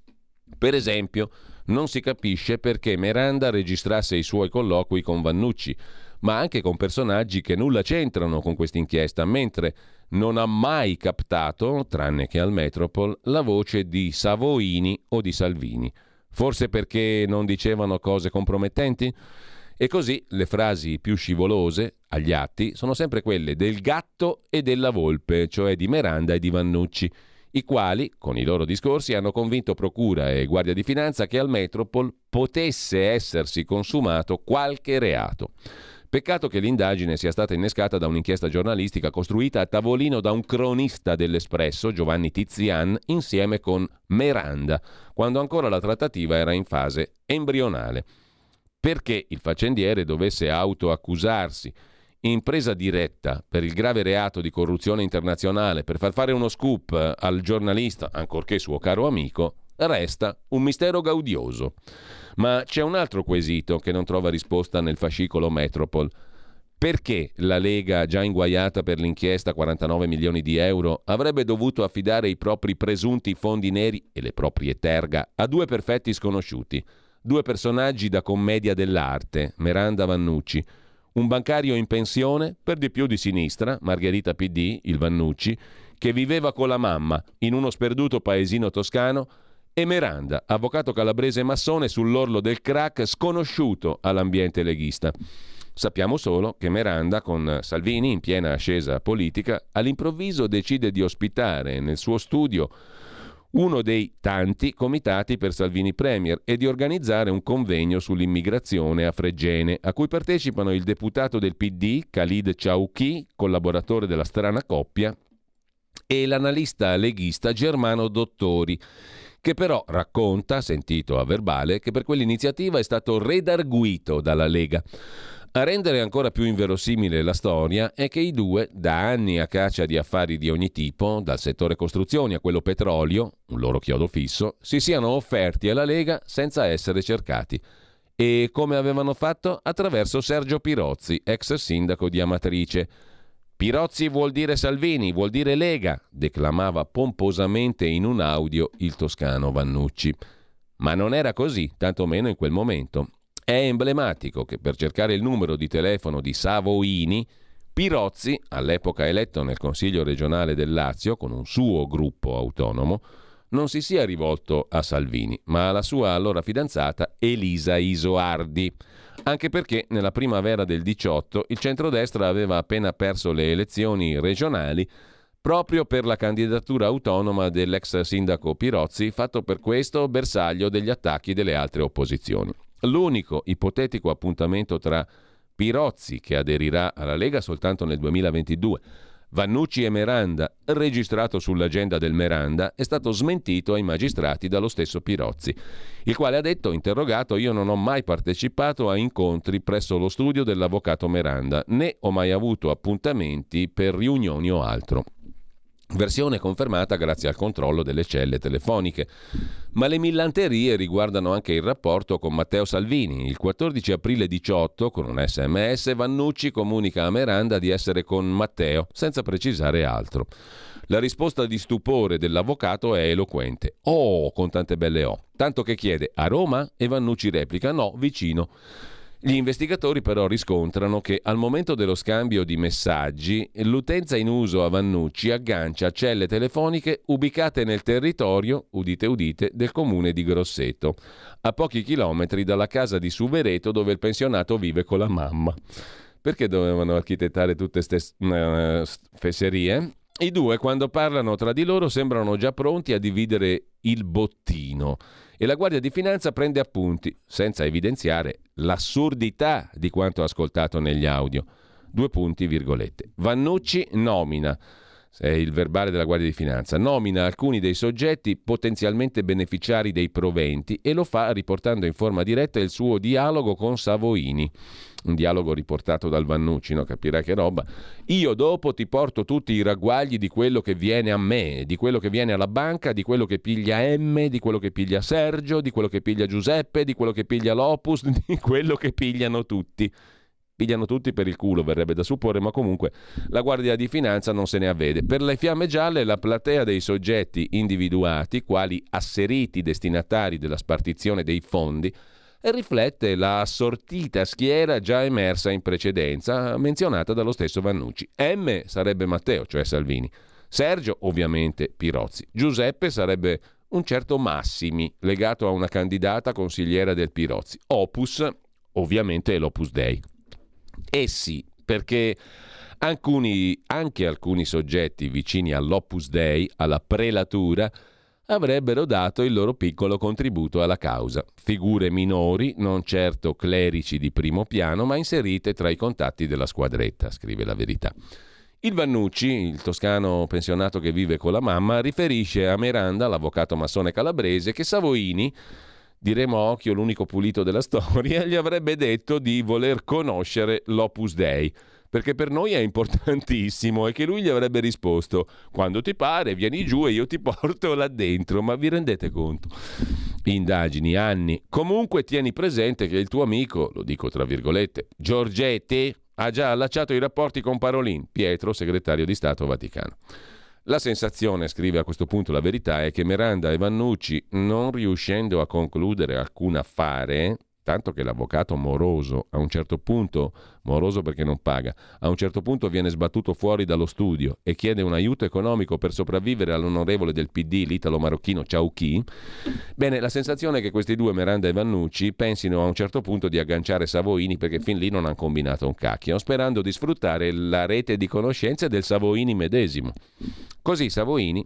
B: Per esempio, non si capisce perché Meranda registrasse i suoi colloqui con Vannucci, ma anche con personaggi che nulla c'entrano con questa inchiesta, mentre non ha mai captato, tranne che al Metropol, la voce di Savoini o di Salvini. Forse perché non dicevano cose compromettenti? E così le frasi più scivolose agli atti sono sempre quelle del gatto e della volpe, cioè di Meranda e di Vannucci, i quali, con i loro discorsi, hanno convinto Procura e Guardia di Finanza che al Metropol potesse essersi consumato qualche reato. Peccato che l'indagine sia stata innescata da un'inchiesta giornalistica costruita a tavolino da un cronista dell'Espresso, Giovanni Tizian, insieme con Meranda, quando ancora la trattativa era in fase embrionale. Perché il faccendiere dovesse autoaccusarsi in presa diretta per il grave reato di corruzione internazionale per far fare uno scoop al giornalista, ancorché suo caro amico, resta un mistero gaudioso. Ma c'è un altro quesito che non trova risposta nel fascicolo Metropol. Perché la Lega, già inguaiata per l'inchiesta quarantanove milioni di euro, avrebbe dovuto affidare i propri presunti fondi neri e le proprie terga a due perfetti sconosciuti, due personaggi da commedia dell'arte, Meranda Vannucci, un bancario in pensione, per di più di sinistra, Margherita P D, il Vannucci, che viveva con la mamma in uno sperduto paesino toscano, e Meranda, avvocato calabrese massone sull'orlo del crack, sconosciuto all'ambiente leghista. Sappiamo solo che Meranda, con Salvini in piena ascesa politica, all'improvviso decide di ospitare nel suo studio uno dei tanti comitati per Salvini Premier e di organizzare un convegno sull'immigrazione a Fregene, a cui partecipano il deputato del P D, Khalid Chauki, collaboratore della strana coppia, e l'analista leghista Germano Dottori, che però racconta, sentito a verbale, che per quell'iniziativa è stato redarguito dalla Lega. A rendere ancora più inverosimile la storia è che i due, da anni a caccia di affari di ogni tipo, dal settore costruzioni a quello petrolio, un loro chiodo fisso, si siano offerti alla Lega senza essere cercati. E come avevano fatto? Attraverso Sergio Pirozzi, ex sindaco di Amatrice. Pirozzi vuol dire Salvini, vuol dire Lega, declamava pomposamente in un audio il toscano Vannucci. Ma non era così, tantomeno in quel momento. È emblematico che per cercare il numero di telefono di Savoini, Pirozzi, all'epoca eletto nel Consiglio regionale del Lazio con un suo gruppo autonomo, non si sia rivolto a Salvini, ma alla sua allora fidanzata Elisa Isoardi, anche perché nella primavera del diciotto il centrodestra aveva appena perso le elezioni regionali proprio per la candidatura autonoma dell'ex sindaco Pirozzi, fatto per questo bersaglio degli attacchi delle altre opposizioni. L'unico ipotetico appuntamento tra Pirozzi, che aderirà alla Lega soltanto nel duemilaventidue, Vannucci e Meranda, registrato sull'agenda del Meranda, è stato smentito ai magistrati dallo stesso Pirozzi, il quale ha detto, interrogato: io non ho mai partecipato a incontri presso lo studio dell'avvocato Meranda, né ho mai avuto appuntamenti per riunioni o altro. Versione confermata grazie al controllo delle celle telefoniche. Ma le millanterie riguardano anche il rapporto con Matteo Salvini. Il quattordici aprile diciotto, con un sms, Vannucci comunica a Meranda di essere con Matteo, senza precisare altro. La risposta di stupore dell'avvocato è eloquente. Oh, con tante belle O. Tanto che chiede: a Roma? E Vannucci replica: no, vicino. Gli investigatori però riscontrano che al momento dello scambio di messaggi l'utenza in uso a Vannucci aggancia celle telefoniche ubicate nel territorio, udite udite, del comune di Grosseto, a pochi chilometri dalla casa di Suvereto dove il pensionato vive con la mamma. Perché dovevano architettare tutte queste uh, fesserie? I due, quando parlano tra di loro, sembrano già pronti a dividere il bottino. E la Guardia di Finanza prende appunti, senza evidenziare l'assurdità di quanto ascoltato negli audio. Due punti, virgolette. Vannucci nomina, è il verbale della Guardia di Finanza, nomina alcuni dei soggetti potenzialmente beneficiari dei proventi e lo fa riportando in forma diretta il suo dialogo con Savoini. Un dialogo riportato dal Vannucci, no? Capirà che roba. Io dopo ti porto tutti i ragguagli di quello che viene a me, di quello che viene alla banca, di quello che piglia M, di quello che piglia Sergio, di quello che piglia Giuseppe, di quello che piglia l'Opus, di quello che pigliano tutti. Pigliano tutti per il culo, verrebbe da supporre, ma comunque la Guardia di Finanza non se ne avvede. Per le fiamme gialle la platea dei soggetti individuati, quali asseriti destinatari della spartizione dei fondi, riflette la assortita schiera già emersa in precedenza, menzionata dallo stesso Vannucci. M sarebbe Matteo, cioè Salvini. Sergio, ovviamente, Pirozzi. Giuseppe sarebbe un certo Massimi, legato a una candidata consigliera del Pirozzi. Opus, ovviamente, è l'Opus Dei. Eh sì, perché alcuni, anche alcuni soggetti vicini all'Opus Dei, alla prelatura, avrebbero dato il loro piccolo contributo alla causa. Figure minori, non certo clerici di primo piano, ma inserite tra i contatti della squadretta, scrive La Verità. Il Vannucci, il toscano pensionato che vive con la mamma, riferisce a Meranda, l'avvocato massone calabrese, che Savoini, diremo a occhio l'unico pulito della storia, gli avrebbe detto di voler conoscere l'Opus Dei, perché per noi è importantissimo, e che lui gli avrebbe risposto: quando ti pare vieni giù e io ti porto là dentro. Ma vi rendete conto? Indagini, anni. Comunque tieni presente che il tuo amico, lo dico tra virgolette, Giorgetti, ha già allacciato i rapporti con Parolin, Pietro, segretario di Stato Vaticano. La sensazione, scrive a questo punto La Verità, è che Meranda e Vannucci, non riuscendo a concludere alcun affare, tanto che l'avvocato moroso a un certo punto, moroso perché non paga, a un certo punto viene sbattuto fuori dallo studio e chiede un aiuto economico per sopravvivere all'onorevole del P D, l'italo-marocchino Ciauchi. Bene, la sensazione è che questi due, Meranda e Vannucci, pensino a un certo punto di agganciare Savoini, perché fin lì non hanno combinato un cacchio, sperando di sfruttare la rete di conoscenze del Savoini medesimo. Così Savoini,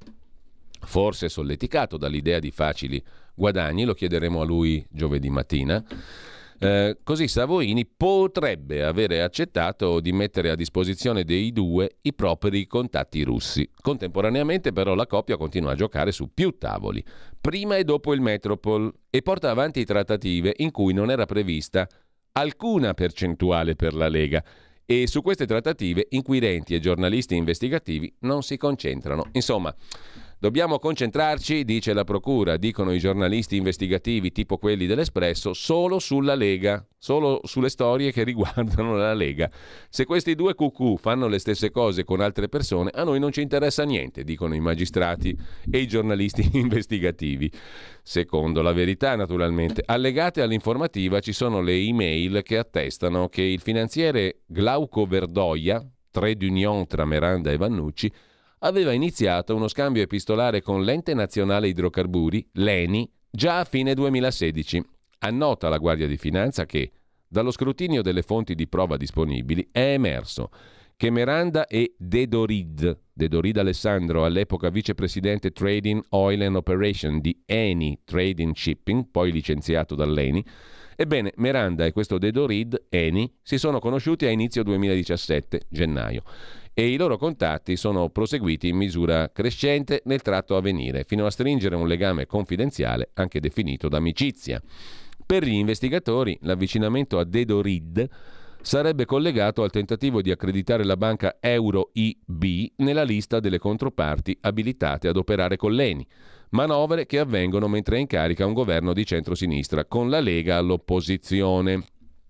B: forse solleticato dall'idea di facili guadagni, lo chiederemo a lui giovedì mattina, eh, così Savoini potrebbe avere accettato di mettere a disposizione dei due i propri contatti russi. Contemporaneamente però la coppia continua a giocare su più tavoli, prima e dopo il Metropol, e porta avanti trattative in cui non era prevista alcuna percentuale per la Lega. E su queste trattative inquirenti e giornalisti investigativi non si concentrano. Insomma, dobbiamo concentrarci, dice la procura, dicono i giornalisti investigativi tipo quelli dell'Espresso, solo sulla Lega, solo sulle storie che riguardano la Lega. Se questi due cucù fanno le stesse cose con altre persone, a noi non ci interessa niente, dicono i magistrati e i giornalisti investigativi. Secondo la Verità, naturalmente. Allegate all'informativa ci sono le email che attestano che il finanziere Glauco Verdoia, trade union tra Meranda e Vannucci, aveva iniziato uno scambio epistolare con l'Ente Nazionale Idrocarburi, l'E N I, già a fine duemilasedici. Annota la Guardia di Finanza che, dallo scrutinio delle fonti di prova disponibili, è emerso che Meranda e Dedorid, Dedorid Alessandro, all'epoca vicepresidente Trading Oil and Operation di Eni Trading Shipping, poi licenziato dall'Eni, ebbene Meranda e questo Dedorid, Eni, si sono conosciuti a inizio duemiladiciassette, gennaio, e i loro contatti sono proseguiti in misura crescente nel tratto a venire, fino a stringere un legame confidenziale anche definito d'amicizia. Per gli investigatori, l'avvicinamento a Dedorid sarebbe collegato al tentativo di accreditare la banca Euro I B nella lista delle controparti abilitate ad operare con l'Eni. Manovre che avvengono mentre è in carica un governo di centrosinistra, con la Lega all'opposizione.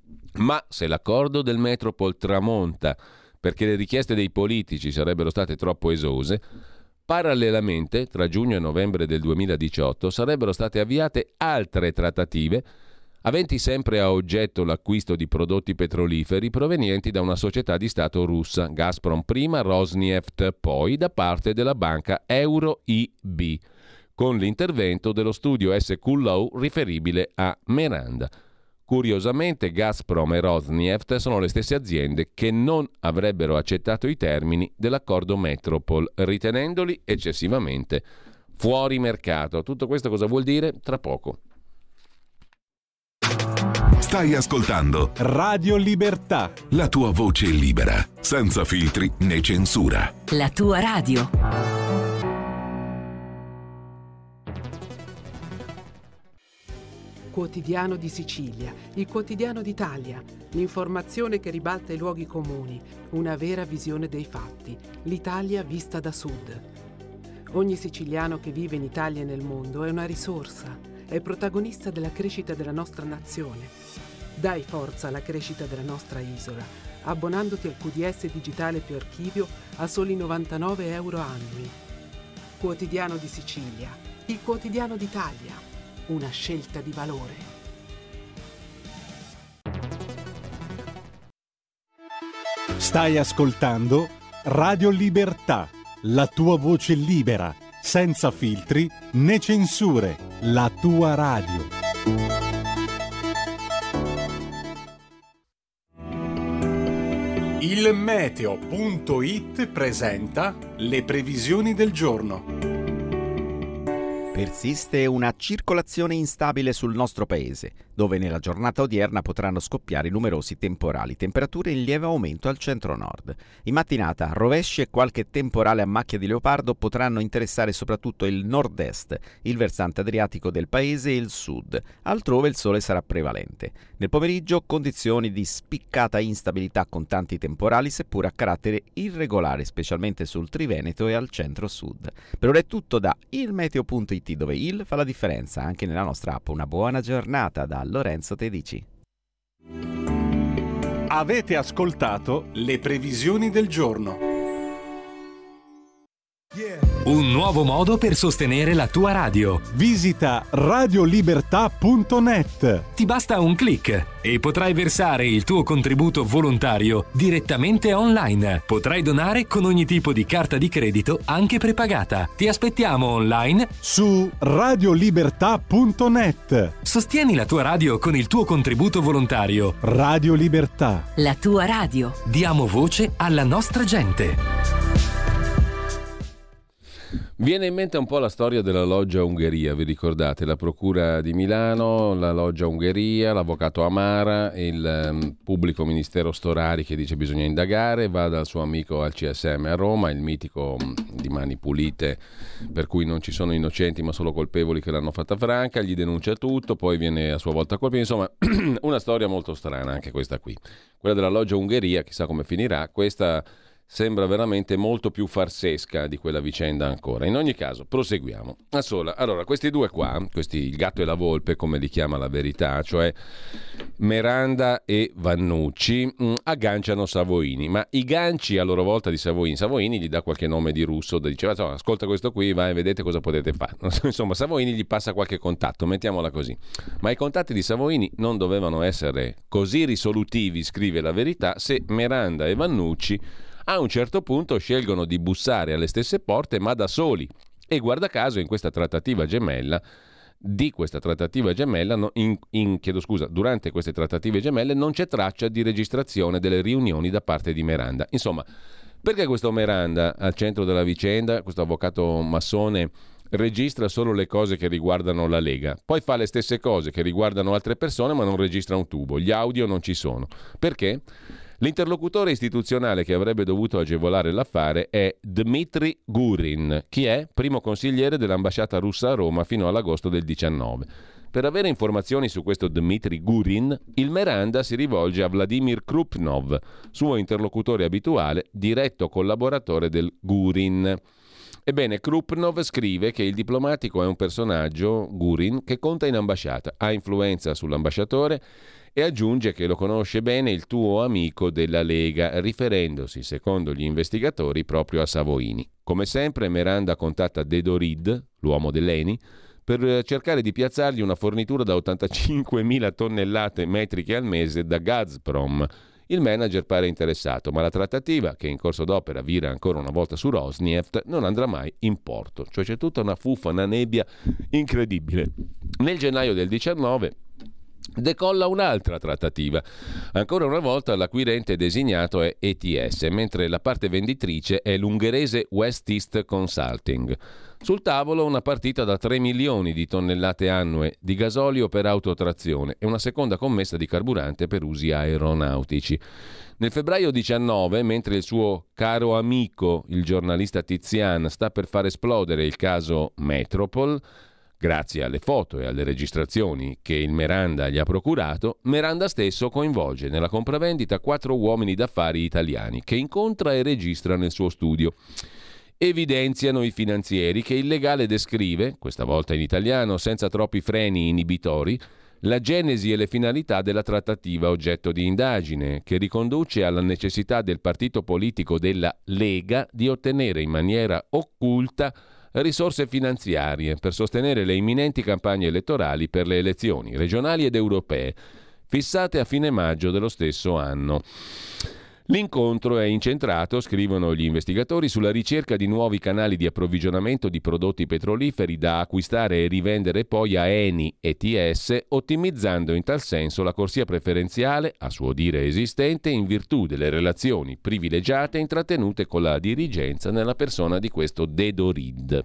B: Ma se l'accordo del Metropol tramonta perché le richieste dei politici sarebbero state troppo esose, parallelamente, tra giugno e novembre del duemiladiciotto, sarebbero state avviate altre trattative aventi sempre a oggetto l'acquisto di prodotti petroliferi provenienti da una società di Stato russa, Gazprom prima, Rosneft poi, da parte della banca Euro I B, con l'intervento dello studio S Q Law riferibile a Meranda. Curiosamente Gazprom e Rosneft sono le stesse aziende che non avrebbero accettato i termini dell'accordo Metropol, ritenendoli eccessivamente fuori mercato. Tutto questo cosa vuol dire? Tra poco.
G: Stai ascoltando
A: Radio Libertà,
G: la tua voce libera, senza filtri né censura.
H: La tua radio.
I: Quotidiano di Sicilia, il quotidiano d'Italia, l'informazione che ribalta i luoghi comuni, una vera visione dei fatti, l'Italia vista da sud. Ogni siciliano che vive in Italia e nel mondo è una risorsa, è protagonista della crescita della nostra nazione. Dai forza alla crescita della nostra isola, abbonandoti al Q D S digitale più archivio a soli novantanove euro annui. Quotidiano di Sicilia, il quotidiano d'Italia, una scelta di valore.
A: Stai ascoltando Radio Libertà, la tua voce libera, senza filtri né censure, la tua radio. Il meteo punto it presenta le previsioni del giorno.
J: Persiste una circolazione instabile sul nostro paese, dove nella giornata odierna potranno scoppiare numerosi temporali, temperature in lieve aumento al centro-nord. In mattinata rovesci e qualche temporale a macchia di leopardo potranno interessare soprattutto il nord-est, il versante adriatico del paese e il sud. Altrove il sole sarà prevalente. Nel pomeriggio condizioni di spiccata instabilità con tanti temporali, seppur a carattere irregolare, specialmente sul Triveneto e al centro-sud. Per ora è tutto da il meteo punto it, dove il fa la differenza anche nella nostra app. Una buona giornata da Lorenzo Tedici.
A: Avete ascoltato le previsioni del giorno.
K: Un nuovo modo per sostenere la tua radio.
A: Visita radiolibertà punto net.
K: Ti basta un click e potrai versare il tuo contributo volontario direttamente online. Potrai donare con ogni tipo di carta di credito, anche prepagata. Ti aspettiamo online
A: su radiolibertà punto net.
K: Sostieni la tua radio con il tuo contributo volontario.
A: Radio Libertà.
H: La tua radio.
K: Diamo voce alla nostra gente.
B: Viene in mente un po' la storia della loggia Ungheria, vi ricordate? La procura di Milano, la loggia Ungheria, l'avvocato Amara, il um, pubblico ministero Storari che dice bisogna indagare, va dal suo amico al C S M a Roma, il mitico um, di Mani Pulite, per cui non ci sono innocenti ma solo colpevoli che l'hanno fatta franca, gli denuncia tutto, poi viene a sua volta colpito, insomma una storia molto strana anche questa qui. Quella della loggia Ungheria, chissà come finirà, questa sembra veramente molto più farsesca di quella vicenda ancora. In ogni caso, proseguiamo. A sola. Allora, questi due qua, questi il gatto e la volpe, come li chiama La Verità, cioè Meranda e Vannucci, mh, agganciano Savoini. Ma i ganci a loro volta di Savoini, Savoini gli dà qualche nome di russo, diceva, oh, ascolta questo qui, vai, vedete cosa potete fare. Insomma, Savoini gli passa qualche contatto, mettiamola così. Ma i contatti di Savoini non dovevano essere così risolutivi, scrive La Verità, se Meranda e Vannucci a un certo punto scelgono di bussare alle stesse porte, ma da soli. E guarda caso in questa trattativa gemella, di questa trattativa gemella, no, in, in, chiedo scusa, durante queste trattative gemelle non c'è traccia di registrazione delle riunioni da parte di Meranda. Insomma, perché questo Meranda al centro della vicenda, questo avvocato massone, registra solo le cose che riguardano la Lega, poi fa le stesse cose che riguardano altre persone ma non registra un tubo, gli audio non ci sono. Perché? L'interlocutore istituzionale che avrebbe dovuto agevolare l'affare è Dmitry Gurin, chi è primo consigliere dell'ambasciata russa a Roma fino all'agosto del diciannove. Per avere informazioni su questo Dmitry Gurin, il Meranda si rivolge a Vladimir Krupnov, suo interlocutore abituale, diretto collaboratore del Gurin. Ebbene, Krupnov scrive che il diplomatico è un personaggio, Gurin, che conta in ambasciata, ha influenza sull'ambasciatore e aggiunge che lo conosce bene il tuo amico della Lega, riferendosi, secondo gli investigatori, proprio a Savoini. Come sempre, Meranda contatta Dedorid, l'uomo dell'Eni, per cercare di piazzargli una fornitura da ottantacinquemila tonnellate metriche al mese da Gazprom. Il manager pare interessato, ma la trattativa, che in corso d'opera vira ancora una volta su Rosneft, non andrà mai in porto. Cioè c'è tutta una fuffa, una nebbia incredibile. Nel gennaio del diciannove decolla un'altra trattativa. Ancora una volta l'acquirente designato è E T S, mentre la parte venditrice è l'ungherese West East Consulting. Sul tavolo una partita da tre milioni di tonnellate annue di gasolio per autotrazione e una seconda commessa di carburante per usi aeronautici. Nel febbraio diciannove, mentre il suo caro amico, il giornalista Tizian, sta per far esplodere il caso Metropol, grazie alle foto e alle registrazioni che il Meranda gli ha procurato, Meranda stesso coinvolge nella compravendita quattro uomini d'affari italiani che incontra e registra nel suo studio. Evidenziano i finanzieri che il legale descrive, questa volta in italiano senza troppi freni inibitori, la genesi e le finalità della trattativa oggetto di indagine, che riconduce alla necessità del partito politico della Lega di ottenere in maniera occulta risorse finanziarie per sostenere le imminenti campagne elettorali per le elezioni regionali ed europee, fissate a fine maggio dello stesso anno. L'incontro è incentrato, scrivono gli investigatori, sulla ricerca di nuovi canali di approvvigionamento di prodotti petroliferi da acquistare e rivendere poi a Eni e T S, ottimizzando in tal senso la corsia preferenziale, a suo dire esistente, in virtù delle relazioni privilegiate intrattenute con la dirigenza nella persona di questo Dedorid.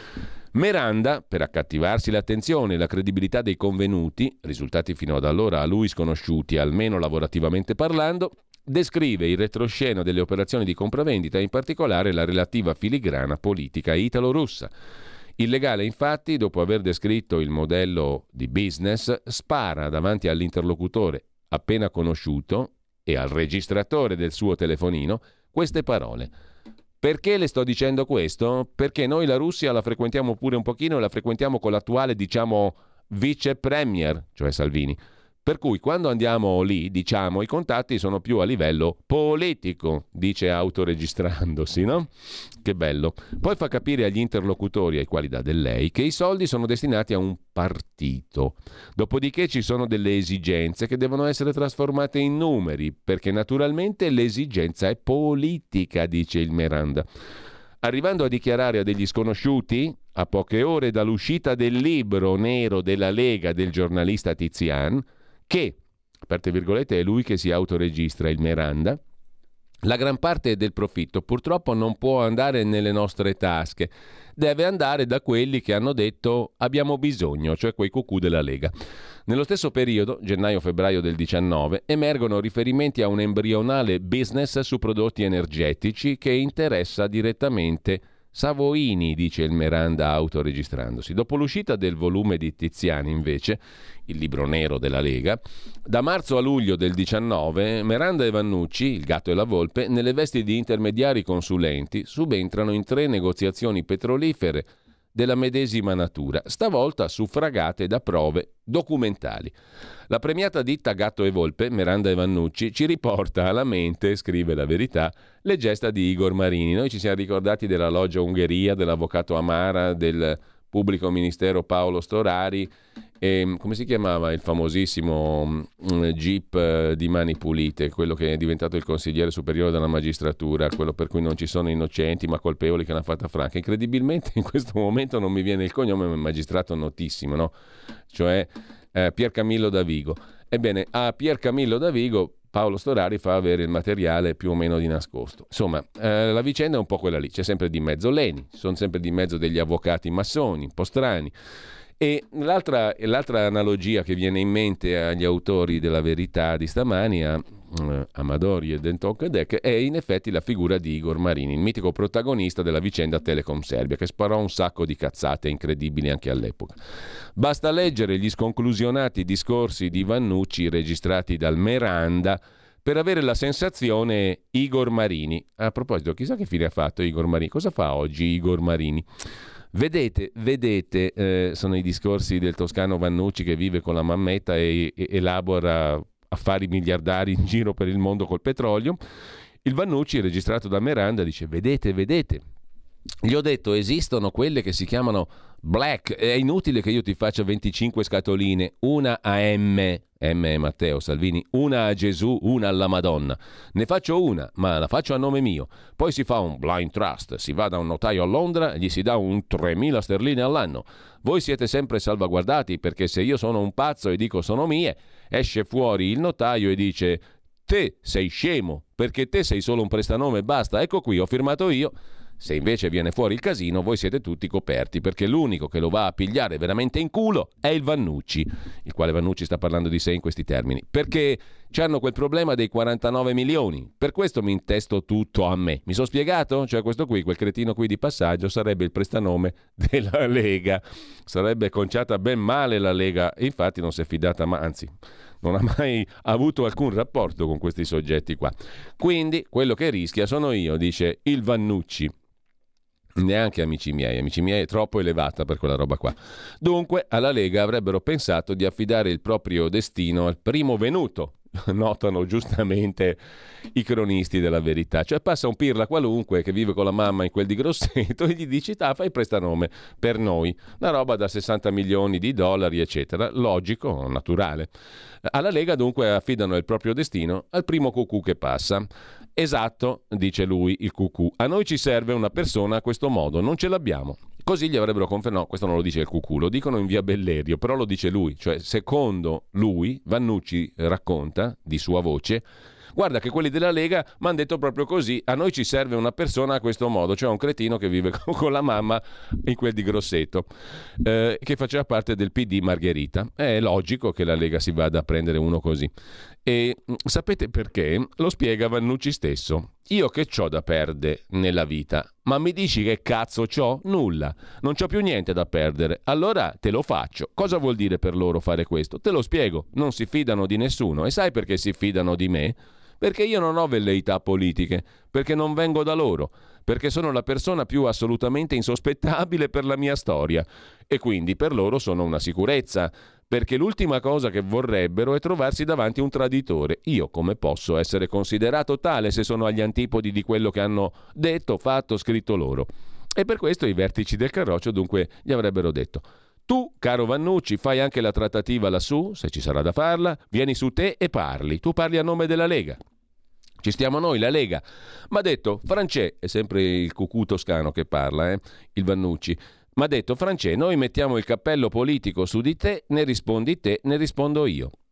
B: Meranda, per accattivarsi l'attenzione e la credibilità dei convenuti, risultati fino ad allora a lui sconosciuti, almeno lavorativamente parlando, descrive il retroscena delle operazioni di compravendita, in particolare la relativa filigrana politica italo-russa. Il legale, infatti, dopo aver descritto il modello di business, spara davanti all'interlocutore appena conosciuto e al registratore del suo telefonino queste parole. Perché le sto dicendo questo? Perché noi la Russia la frequentiamo pure un pochino e la frequentiamo con l'attuale, diciamo, vice premier, cioè Salvini. Per cui quando andiamo lì, diciamo, i contatti sono più a livello politico, dice autoregistrandosi, no? Che bello. Poi fa capire agli interlocutori ai quali dà del lei che i soldi sono destinati a un partito. Dopodiché ci sono delle esigenze che devono essere trasformate in numeri, perché naturalmente l'esigenza è politica, dice il Meranda. Arrivando a dichiarare a degli sconosciuti, a poche ore dall'uscita del libro nero della Lega del giornalista Tizian, che, aperte virgolette, è lui che si autoregistra, il Meranda, La gran parte del profitto purtroppo non può andare nelle nostre tasche, deve andare da quelli che hanno detto abbiamo bisogno, cioè quei cucù della Lega. Nello stesso periodo, gennaio-febbraio del diciannove, emergono riferimenti a un embrionale business su prodotti energetici che interessa direttamente Savoini, dice il Meranda autoregistrandosi. Dopo l'uscita del volume di Tiziani, invece, il libro nero della Lega, da marzo a luglio del diciannove, Meranda e Vannucci, il gatto e la volpe, nelle vesti di intermediari consulenti, subentrano in tre negoziazioni petrolifere della medesima natura, stavolta suffragate da prove documentali. La premiata ditta Gatto e Volpe, Meranda e Vannucci, ci riporta alla mente, scrive La Verità, le gesta di Igor Marini. Noi ci siamo ricordati della loggia Ungheria, dell'avvocato Amara, del pubblico ministero Paolo Storari e come si chiamava il famosissimo um, Jeep uh, di Mani Pulite, quello che è diventato il consigliere superiore della magistratura, quello per cui non ci sono innocenti ma colpevoli che l'hanno fatta franca. Incredibilmente in questo momento non mi viene il cognome, ma è un magistrato notissimo, no? Cioè eh, Pier Camillo Davigo. Ebbene, a Pier Camillo Davigo Paolo Storari fa avere il materiale più o meno di nascosto. Insomma, eh, la vicenda è un po' quella lì. C'è sempre di mezzo Leni, sono sempre di mezzo degli avvocati massoni, un po' strani. E l'altra, l'altra analogia che viene in mente agli autori della Verità di stamani, a uh, Amadori e Dentok-Dek, è in effetti la figura di Igor Marini, il mitico protagonista della vicenda Telecom Serbia, che sparò un sacco di cazzate incredibili anche all'epoca. Basta leggere gli sconclusionati discorsi di Vannucci registrati dal Meranda per avere la sensazione Igor Marini. A proposito, chissà che fine ha fatto Igor Marini. Cosa fa oggi Igor Marini? Vedete, vedete, eh, sono i discorsi del toscano Vannucci che vive con la mammetta e, e elabora affari miliardari in giro per il mondo col petrolio. Il Vannucci, registrato da Meranda, dice: vedete, vedete, gli ho detto esistono quelle che si chiamano black, è inutile che io ti faccia venticinque scatoline, una a M, M è Matteo Salvini, una a Gesù, una alla Madonna. Ne faccio una, ma la faccio a nome mio. Poi si fa un blind trust, si va da un notaio a Londra e gli si dà un tremila sterline all'anno. Voi siete sempre salvaguardati, perché se io sono un pazzo e dico sono mie, esce fuori il notaio e dice: te sei scemo, perché te sei solo un prestanome e basta, ecco qui, ho firmato io. Se invece viene fuori il casino, voi siete tutti coperti, perché l'unico che lo va a pigliare veramente in culo è il Vannucci, il quale Vannucci sta parlando di sé in questi termini, perché c'hanno quel problema dei quarantanove milioni, per questo mi intesto tutto a me. Mi sono spiegato? Cioè questo qui, quel cretino qui di passaggio, sarebbe il prestanome della Lega, sarebbe conciata ben male la Lega, e infatti non si è fidata, ma anzi non ha mai avuto alcun rapporto con questi soggetti qua. Quindi quello che rischia sono io, dice il Vannucci. Neanche amici miei, amici miei è troppo elevata per quella roba qua. Dunque alla Lega avrebbero pensato di affidare il proprio destino al primo venuto, notano giustamente i cronisti della Verità. Cioè passa un pirla qualunque che vive con la mamma in quel di Grosseto e gli dici: ta, fai prestanome per noi, una roba da sessanta milioni di dollari eccetera. Logico, naturale. Alla Lega dunque affidano il proprio destino al primo cucù che passa. Esatto, dice lui, il cucù. A noi ci serve una persona a questo modo, non ce l'abbiamo. Così gli avrebbero confermato, no, questo non lo dice il cucù, lo dicono in via Bellerio, però lo dice lui. Cioè, secondo lui, Vannucci racconta di sua voce: guarda che quelli della Lega mi hanno detto proprio così, a noi ci serve una persona a questo modo, cioè un cretino che vive con la mamma in quel di Grosseto, eh, che faceva parte del P D Margherita. È logico che la Lega si vada a prendere uno così. E sapete perché? Lo spiega Vannucci stesso. Io che c'ho da perdere nella vita? Ma mi dici che cazzo c'ho? Nulla. Non c'ho più niente da perdere. Allora te lo faccio. Cosa vuol dire per loro fare questo? Te lo spiego. Non si fidano di nessuno. E sai perché si fidano di me? Perché io non ho velleità politiche, perché non vengo da loro, perché sono la persona più assolutamente insospettabile per la mia storia e quindi per loro sono una sicurezza, perché l'ultima cosa che vorrebbero è trovarsi davanti un traditore. Io come posso essere considerato tale se sono agli antipodi di quello che hanno detto, fatto, scritto loro? E per questo i vertici del Carroccio dunque gli avrebbero detto: tu, caro Vannucci, fai anche la trattativa lassù, se ci sarà da farla, vieni su te e parli. Tu parli a nome della Lega. Ci stiamo noi, la Lega. Ma ha detto, Francè, è sempre il cucù toscano che parla, eh, il Vannucci, ma ha detto, Francè, noi mettiamo il cappello politico su di te, ne rispondi te, ne rispondo io.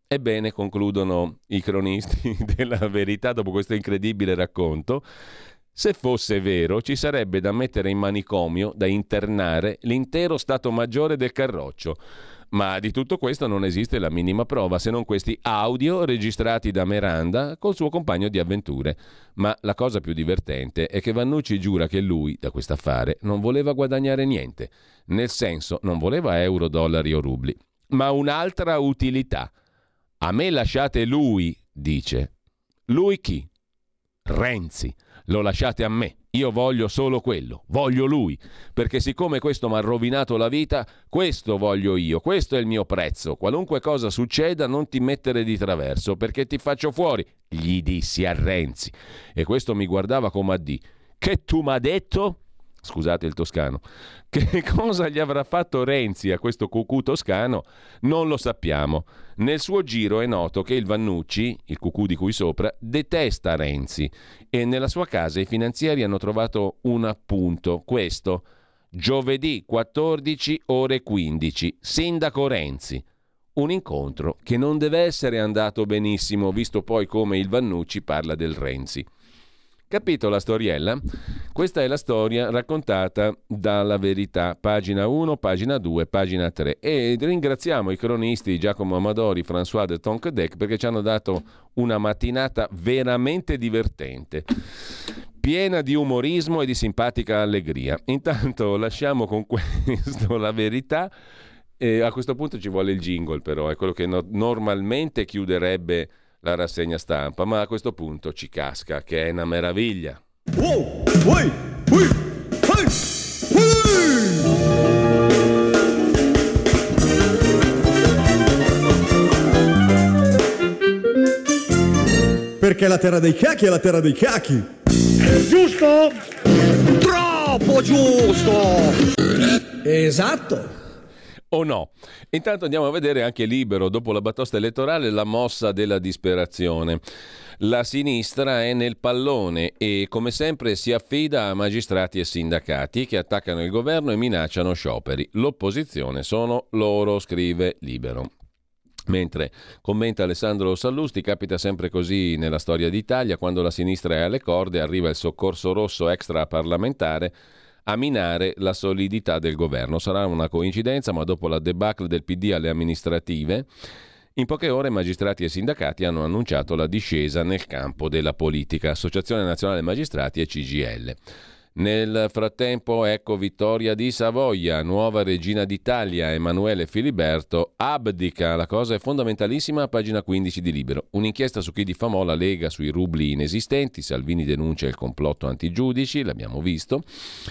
B: Ebbene, concludono i cronisti della Verità dopo questo incredibile racconto, se fosse vero ci sarebbe da mettere in manicomio, da internare l'intero Stato Maggiore del Carroccio. Ma di tutto questo non esiste la minima prova, se non questi audio registrati da Miranda col suo compagno di avventure. Ma la cosa più divertente è che Vannucci giura che lui, da quest'affare, non voleva guadagnare niente. Nel senso, non voleva euro, dollari o rubli, ma un'altra utilità. A me lasciate lui, dice. Lui chi? Renzi. Lo lasciate a me. Io voglio solo quello, voglio lui, perché siccome questo mi ha rovinato la vita, questo voglio io, questo è il mio prezzo. Qualunque cosa succeda non ti mettere di traverso, perché ti faccio fuori, gli dissi a Renzi. E questo mi guardava come a di, che tu m'ha detto? Scusate il toscano. Che cosa gli avrà fatto Renzi a questo cucù toscano? Non lo sappiamo. Nel suo giro è noto che il Vannucci, il cucù di cui sopra, detesta Renzi e nella sua casa i finanzieri hanno trovato un appunto, questo: giovedì quattordici ore quindici, sindaco Renzi. Un incontro che non deve essere andato benissimo, visto poi come il Vannucci parla del Renzi. Capito la storiella? Questa è la storia raccontata dalla Verità, pagina uno, pagina due, pagina tre. E ringraziamo i cronisti Giacomo Amadori, François de Tonquedec, perché ci hanno dato una mattinata veramente divertente, piena di umorismo e di simpatica allegria. Intanto lasciamo con questo la Verità. E a questo punto ci vuole il jingle, però, è quello che no- normalmente chiuderebbe la rassegna stampa, ma a questo punto ci casca, che è una meraviglia.
L: Oh, uy, uy, uy, uy. Perché la terra dei cacchi è la terra dei cacchi. Giusto? Troppo giusto! Esatto.
B: O no? Intanto andiamo a vedere anche Libero, dopo la batosta elettorale, la mossa della disperazione. La sinistra è nel pallone e, come sempre, si affida a magistrati e sindacati che attaccano il governo e minacciano scioperi. L'opposizione sono loro, scrive Libero. Mentre commenta Alessandro Sallusti, capita sempre così nella storia d'Italia: quando la sinistra è alle corde arriva il soccorso rosso extraparlamentare a minare la solidità del governo. Sarà una coincidenza, ma dopo la debacle del P D alle amministrative, in poche ore magistrati e sindacati hanno annunciato la discesa nel campo della politica. Associazione Nazionale Magistrati e C G I L. Nel frattempo, ecco vittoria di Savoia, nuova regina d'Italia, Emanuele Filiberto abdica. La cosa è fondamentalissima, a pagina quindici di Libero. Un'inchiesta su chi diffamò la Lega sui rubli inesistenti, Salvini denuncia il complotto antigiudici, l'abbiamo visto.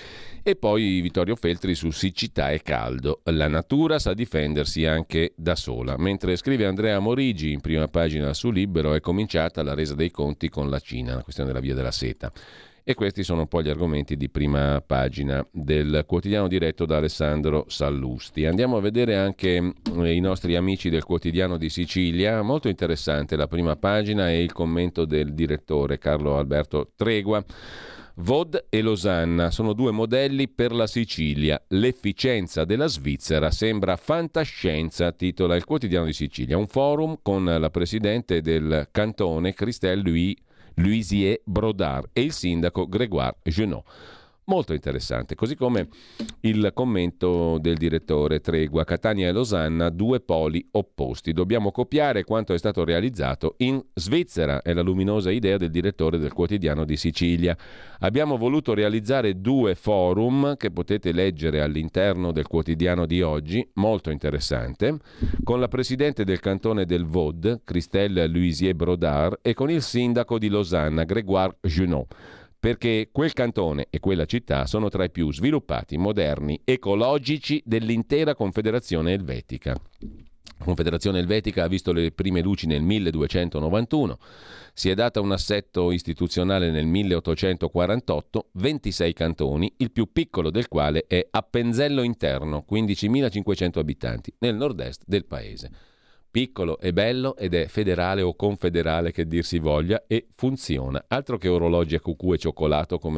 B: E poi Vittorio Feltri su siccità e caldo. La natura sa difendersi anche da sola. Mentre scrive Andrea Morigi in prima pagina su Libero, è cominciata la resa dei conti con la Cina, la questione della via della seta. E questi sono un po' gli argomenti di prima pagina del quotidiano diretto da Alessandro Sallusti. Andiamo a vedere anche i nostri amici del quotidiano di Sicilia. Molto interessante la prima pagina e il commento del direttore Carlo Alberto Tregua. V O D e Losanna sono due modelli per la Sicilia. L'efficienza della Svizzera sembra fantascienza, titola il quotidiano di Sicilia. Un forum con la presidente del cantone Christelle Louis Louisier Brodard e il sindaco Grégoire Genot. Molto interessante, così come il commento del direttore Tregua. Catania e Losanna, due poli opposti. Dobbiamo copiare quanto è stato realizzato in Svizzera, è la luminosa idea del direttore del quotidiano di Sicilia. Abbiamo voluto realizzare due forum che potete leggere all'interno del quotidiano di oggi, molto interessante, con la presidente del cantone del Vaud, Christelle Louisier Brodard, e con il sindaco di Losanna, Grégoire Genot. Perché quel cantone e quella città sono tra i più sviluppati, moderni, ecologici dell'intera Confederazione Elvetica. La Confederazione Elvetica ha visto le prime luci nel milleduecentonovantuno, si è data un assetto istituzionale nel milleottocentoquarantotto, ventisei cantoni, il più piccolo del quale è Appenzello Interno, quindicimilacinquecento abitanti, nel nord-est del paese. Piccolo e bello ed è federale o confederale che dir si voglia e funziona. Altro che orologi a cucù e cioccolato come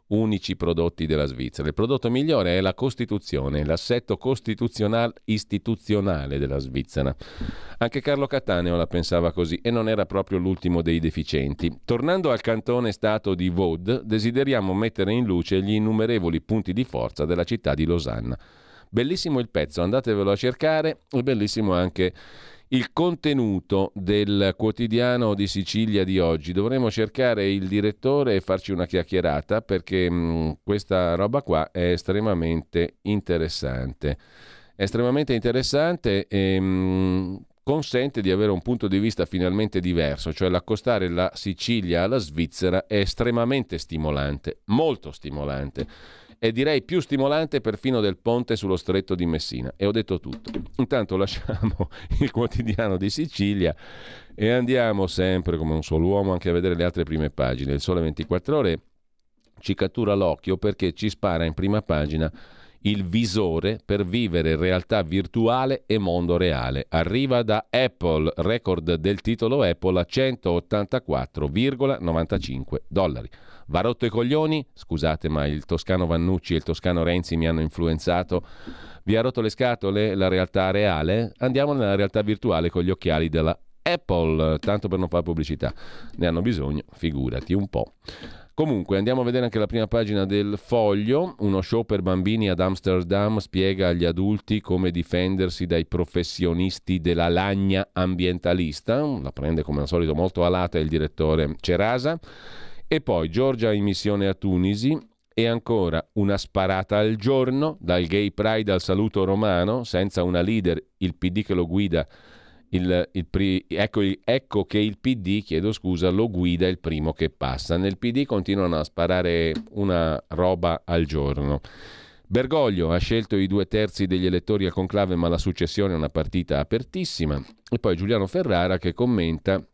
B: unici prodotti della Svizzera. Il prodotto migliore è la Costituzione, l'assetto costituzionale istituzionale della Svizzera. Anche Carlo Cattaneo la pensava così e non era proprio l'ultimo dei deficienti. Tornando al cantone stato di Vaud, desideriamo mettere in luce gli innumerevoli punti di forza della città di Losanna. Bellissimo il pezzo, andatevelo a cercare, è bellissimo anche il contenuto del quotidiano di Sicilia di oggi. Dovremo cercare il direttore e farci una chiacchierata perché mh, questa roba qua è estremamente interessante. È estremamente interessante e mh, consente di avere un punto di vista finalmente diverso, cioè l'accostare la Sicilia alla Svizzera è estremamente stimolante, molto stimolante. E direi più stimolante perfino del ponte sullo stretto di Messina. E ho detto tutto. Intanto lasciamo il quotidiano di Sicilia e andiamo sempre come un solo uomo anche a vedere le altre prime pagine. Il Sole ventiquattro Ore ci cattura l'occhio perché ci spara in prima pagina il visore per vivere realtà virtuale e mondo reale. Arriva da Apple, record del titolo Apple a centottantaquattro virgola novantacinque dollari. Va rotto i coglioni? Scusate, ma il toscano Vannucci e il toscano Renzi mi hanno influenzato. Vi ha rotto le scatole la realtà reale? Andiamo nella realtà virtuale con gli occhiali della Apple, tanto per non fare pubblicità. Ne hanno bisogno, figurati un po'. Comunque andiamo a vedere anche la prima pagina del Foglio. Uno show per bambini ad Amsterdam spiega agli adulti come difendersi dai professionisti della lagna ambientalista. La prende come al solito molto alata il direttore Cerasa. E poi Giorgia in missione a Tunisi e ancora una sparata al giorno, dal Gay Pride al saluto romano, senza una leader, il P D che lo guida, il, il pri, ecco, ecco che il P D, chiedo scusa, lo guida il primo che passa. Nel P D continuano a sparare una roba al giorno. Bergoglio ha scelto i due terzi degli elettori al conclave, ma la successione è una partita apertissima. E poi Giuliano Ferrara che commenta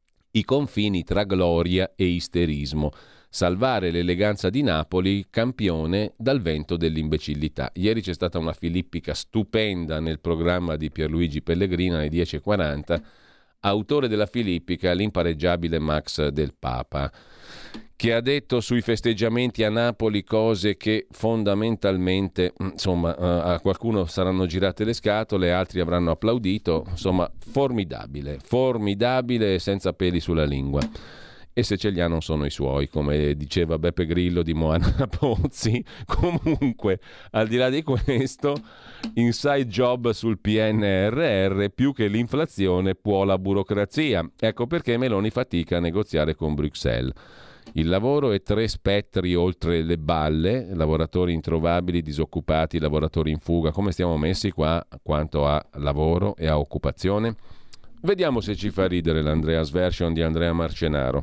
B: i confini tra gloria e isterismo. Salvare l'eleganza di Napoli, campione dal vento dell'imbecillità. Ieri c'è stata una filippica stupenda nel programma di Pierluigi Pellegrino alle dieci e quaranta, autore della filippica l'impareggiabile Max Del Papa, che ha detto sui festeggiamenti a Napoli cose che fondamentalmente, insomma, a qualcuno saranno girate le scatole, altri avranno applaudito, insomma, formidabile, formidabile senza peli sulla lingua. E se ce li ha non sono i suoi, come diceva Beppe Grillo di Moana Pozzi. Comunque, al di là di questo, inside job sul P N R R, più che l'inflazione può la burocrazia. Ecco perché Meloni fatica a negoziare con Bruxelles. Il lavoro e tre spettri oltre le balle, lavoratori introvabili, disoccupati, lavoratori in fuga. Come stiamo messi qua quanto a lavoro e a occupazione? Vediamo se ci fa ridere l'Andreas Version di Andrea Marcenaro.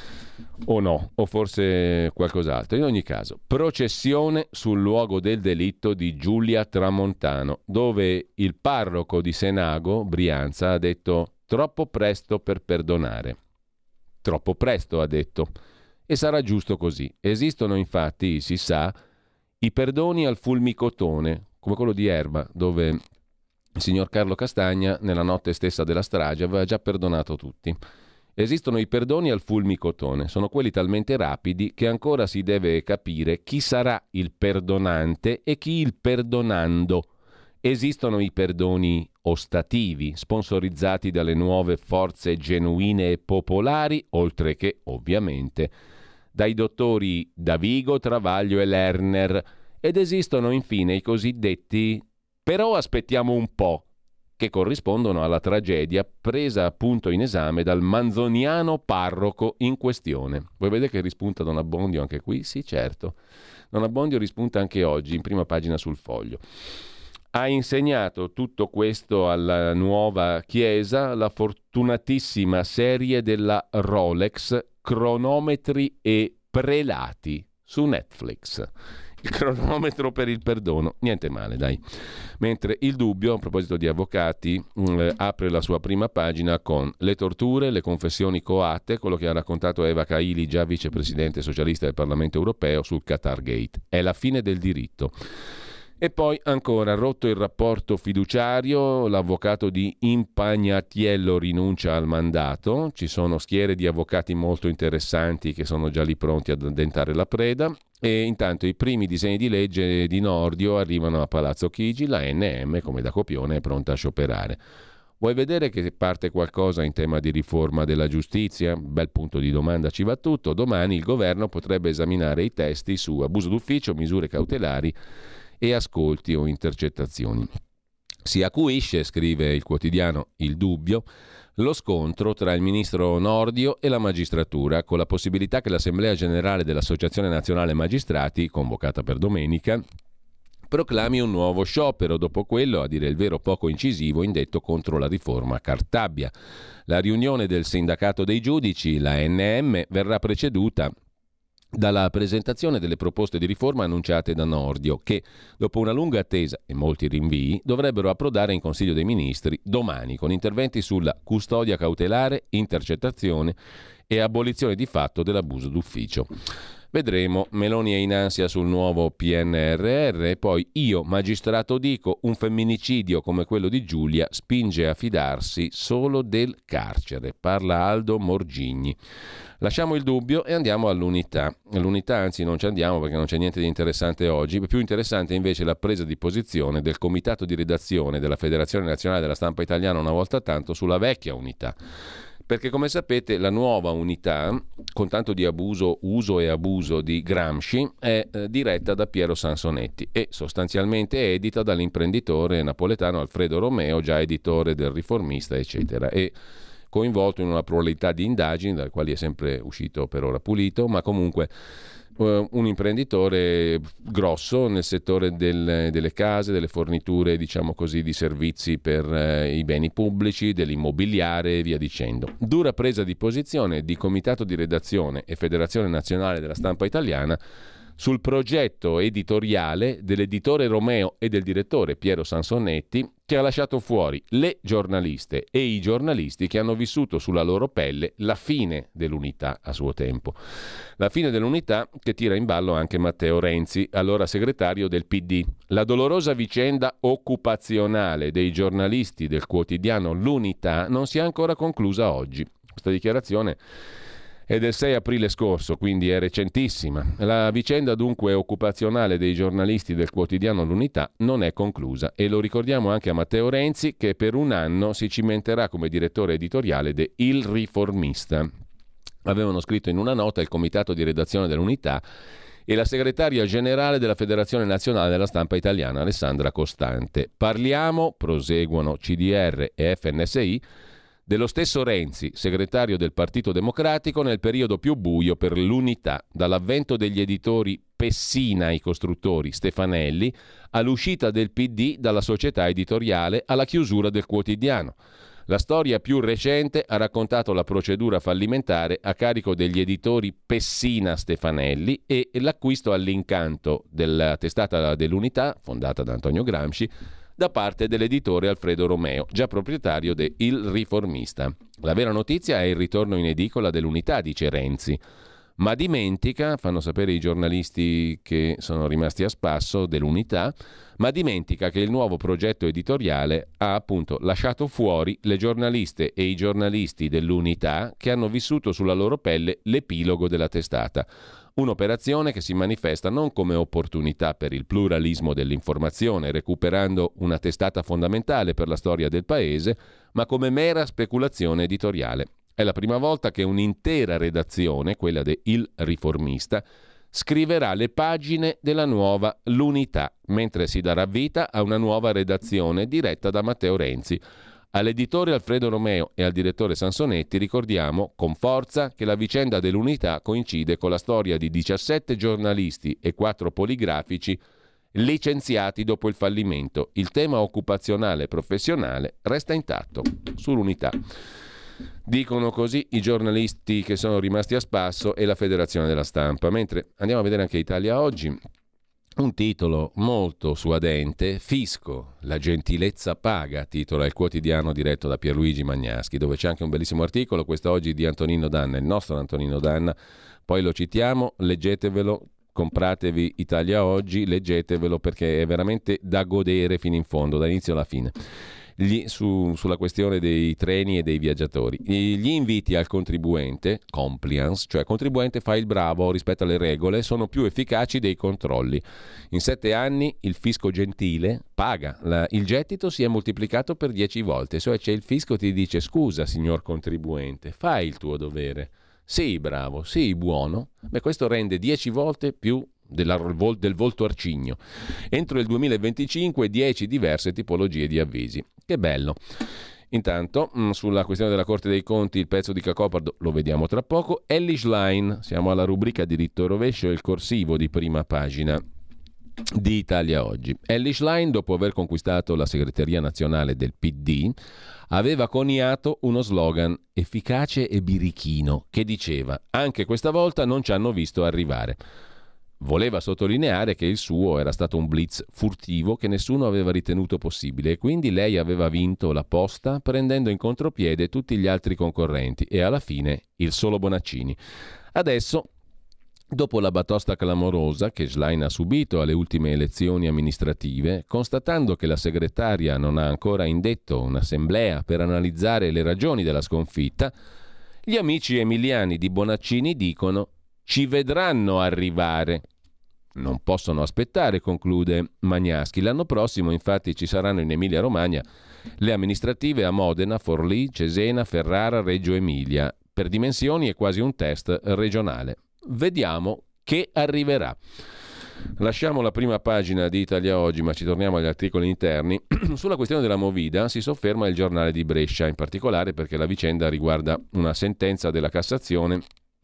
B: O no, o forse qualcos'altro. In ogni caso, processione sul luogo del delitto di Giulia Tramontano, dove il parroco di Senago, Brianza, ha detto troppo presto per perdonare. Troppo presto, ha detto. E sarà giusto così. Esistono infatti, si sa, i perdoni al fulmicotone, come quello di Erba, dove il signor Carlo Castagna, nella notte stessa della strage, aveva già perdonato tutti. Esistono i perdoni al fulmicotone, sono quelli talmente rapidi che ancora si deve capire chi sarà il perdonante e chi il perdonando. Esistono i perdoni ostativi, sponsorizzati dalle nuove forze genuine e popolari, oltre che, ovviamente, dai dottori Davigo, Travaglio e Lerner. Ed esistono infine i cosiddetti «però aspettiamo un po'», che corrispondono alla tragedia presa appunto in esame dal manzoniano parroco in questione. Voi vedete che rispunta Don Abbondio anche qui? Sì, certo. Don Abbondio rispunta anche oggi, in prima pagina sul Foglio. Ha insegnato tutto questo alla nuova Chiesa la fortunatissima serie della Rolex, Cronometri e Prelati, su Netflix. Il cronometro per il perdono, niente male, dai. Mentre Il Dubbio, a proposito di avvocati, eh, apre la sua prima pagina con le torture, le confessioni coatte, quello che ha raccontato Eva Kaili, già vicepresidente socialista del Parlamento europeo, sul Qatar Gate. È la fine del diritto. E poi ancora, rotto il rapporto fiduciario, l'avvocato di Impagnatiello rinuncia al mandato, ci sono schiere di avvocati molto interessanti che sono già lì pronti ad addentare la preda e intanto i primi disegni di legge di Nordio arrivano a Palazzo Chigi, la N M come da copione è pronta a scioperare. Vuoi vedere che parte qualcosa in tema di riforma della giustizia? Bel punto di domanda, ci va tutto. Domani il governo potrebbe esaminare i testi su abuso d'ufficio, misure cautelari e ascolti o intercettazioni. Si acuisce, scrive il quotidiano Il Dubbio, lo scontro tra il ministro Nordio e la magistratura, con la possibilità che l'Assemblea Generale dell'Associazione Nazionale Magistrati, convocata per domenica, proclami un nuovo sciopero, dopo quello, a dire il vero, poco incisivo, indetto contro la riforma Cartabia. La riunione del sindacato dei giudici, la N M, verrà preceduta dalla presentazione delle proposte di riforma annunciate da Nordio, che, dopo una lunga attesa e molti rinvii, dovrebbero approdare in Consiglio dei Ministri domani, con interventi sulla custodia cautelare, intercettazione e abolizione di fatto dell'abuso d'ufficio. Vedremo, Meloni è in ansia sul nuovo P N R R e poi io, magistrato dico, un femminicidio come quello di Giulia spinge a fidarsi solo del carcere, parla Aldo Morgigni. Lasciamo Il Dubbio e andiamo all'Unità. All'Unità anzi non ci andiamo perché non c'è niente di interessante oggi, più interessante invece la presa di posizione del comitato di redazione della Federazione Nazionale della Stampa Italiana una volta tanto sulla vecchia Unità. Perché come sapete la nuova Unità, con tanto di abuso, uso e abuso di Gramsci, è eh, diretta da Piero Sansonetti e sostanzialmente edita dall'imprenditore napoletano Alfredo Romeo, già editore del Riformista, eccetera, e coinvolto in una pluralità di indagini, dalle quali è sempre uscito per ora pulito, ma comunque uh, un imprenditore grosso nel settore del, delle case, delle forniture, diciamo così, di servizi per uh, i beni pubblici, dell'immobiliare e via dicendo. Dura presa di posizione di Comitato di Redazione e Federazione Nazionale della Stampa Italiana sul progetto editoriale dell'editore Romeo e del direttore Piero Sansonetti, che ha lasciato fuori le giornaliste e i giornalisti che hanno vissuto sulla loro pelle la fine dell'Unità a suo tempo. La fine dell'Unità che tira in ballo anche Matteo Renzi, allora segretario del P D. La dolorosa vicenda occupazionale dei giornalisti del quotidiano L'Unità non si è ancora conclusa oggi. Questa dichiarazione è del sei aprile scorso, quindi è recentissima. La vicenda dunque occupazionale dei giornalisti del quotidiano L'Unità non è conclusa e lo ricordiamo anche a Matteo Renzi, che per un anno si cimenterà come direttore editoriale de Il Riformista. Avevano scritto in una nota il comitato di redazione dell'Unità e la segretaria generale della Federazione Nazionale della Stampa Italiana, Alessandra Costante. Parliamo, proseguono C D R e F N S I, dello stesso Renzi, segretario del Partito Democratico nel periodo più buio per l'Unità, dall'avvento degli editori Pessina ai costruttori Stefanelli, all'uscita del P D dalla società editoriale, alla chiusura del quotidiano. La storia più recente ha raccontato la procedura fallimentare a carico degli editori Pessina Stefanelli e l'acquisto all'incanto della testata dell'Unità, fondata da Antonio Gramsci, da parte dell'editore Alfredo Romeo, già proprietario de Il Riformista. La vera notizia è il ritorno in edicola dell'Unità, dice Renzi, ma dimentica, fanno sapere i giornalisti che sono rimasti a spasso dell'Unità, ma dimentica che il nuovo progetto editoriale ha appunto lasciato fuori le giornaliste e i giornalisti dell'Unità che hanno vissuto sulla loro pelle l'epilogo della testata. Un'operazione che si manifesta non come opportunità per il pluralismo dell'informazione, recuperando una testata fondamentale per la storia del paese, ma come mera speculazione editoriale. È la prima volta che un'intera redazione, quella de Il Riformista, scriverà le pagine della nuova L'Unità, mentre si darà vita a una nuova redazione diretta da Matteo Renzi. All'editore Alfredo Romeo e al direttore Sansonetti ricordiamo con forza che la vicenda dell'Unità coincide con la storia di diciassette giornalisti e quattro poligrafici licenziati dopo il fallimento. Il tema occupazionale e professionale resta intatto sull'Unità. Dicono così i giornalisti che sono rimasti a spasso e la Federazione della Stampa. Mentre andiamo a vedere anche Italia Oggi. Un titolo molto suadente, Fisco, la gentilezza paga, titola il quotidiano diretto da Pierluigi Magnaschi, dove c'è anche un bellissimo articolo, questo oggi di Antonino Danna, il nostro Antonino Danna, poi lo citiamo, leggetevelo compratevi Italia Oggi, leggetevelo perché è veramente da godere fino in fondo, da inizio alla fine. Gli, su, sulla questione dei treni e dei viaggiatori. Gli inviti al contribuente, compliance, cioè contribuente fa il bravo rispetto alle regole, sono più efficaci dei controlli. In sette anni il fisco gentile paga, la, il gettito si è moltiplicato per dieci volte, cioè c'è il fisco che ti dice scusa signor contribuente, fai il tuo dovere, sii bravo, sii buono, beh questo rende dieci volte più Della, del volto arcigno. Entro il duemilaventicinque dieci diverse tipologie di avvisi. Che bello. Intanto mh, sulla questione della Corte dei Conti il pezzo di Cacopardo lo vediamo tra poco. Elly Schlein, siamo alla rubrica diritto rovescio, il corsivo di prima pagina di Italia Oggi. Elly Schlein, dopo aver conquistato la segreteria nazionale del P D, aveva coniato uno slogan efficace e birichino che diceva anche questa volta non ci hanno visto arrivare. Voleva sottolineare che il suo era stato un blitz furtivo che nessuno aveva ritenuto possibile e quindi lei aveva vinto la posta prendendo in contropiede tutti gli altri concorrenti e alla fine il solo Bonaccini. Adesso, dopo la batosta clamorosa che Schlein ha subito alle ultime elezioni amministrative, constatando che la segretaria non ha ancora indetto un'assemblea per analizzare le ragioni della sconfitta, gli amici emiliani di Bonaccini dicono ci vedranno arrivare. Non possono aspettare, conclude Magnaschi. L'anno prossimo, infatti, ci saranno in Emilia-Romagna le amministrative a Modena, Forlì, Cesena, Ferrara, Reggio Emilia. Per dimensioni è quasi un test regionale. Vediamo che arriverà. Lasciamo la prima pagina di Italia Oggi, ma ci torniamo agli articoli interni. Sulla questione della Movida si sofferma il giornale di Brescia, in particolare perché la vicenda riguarda una sentenza della Cassazione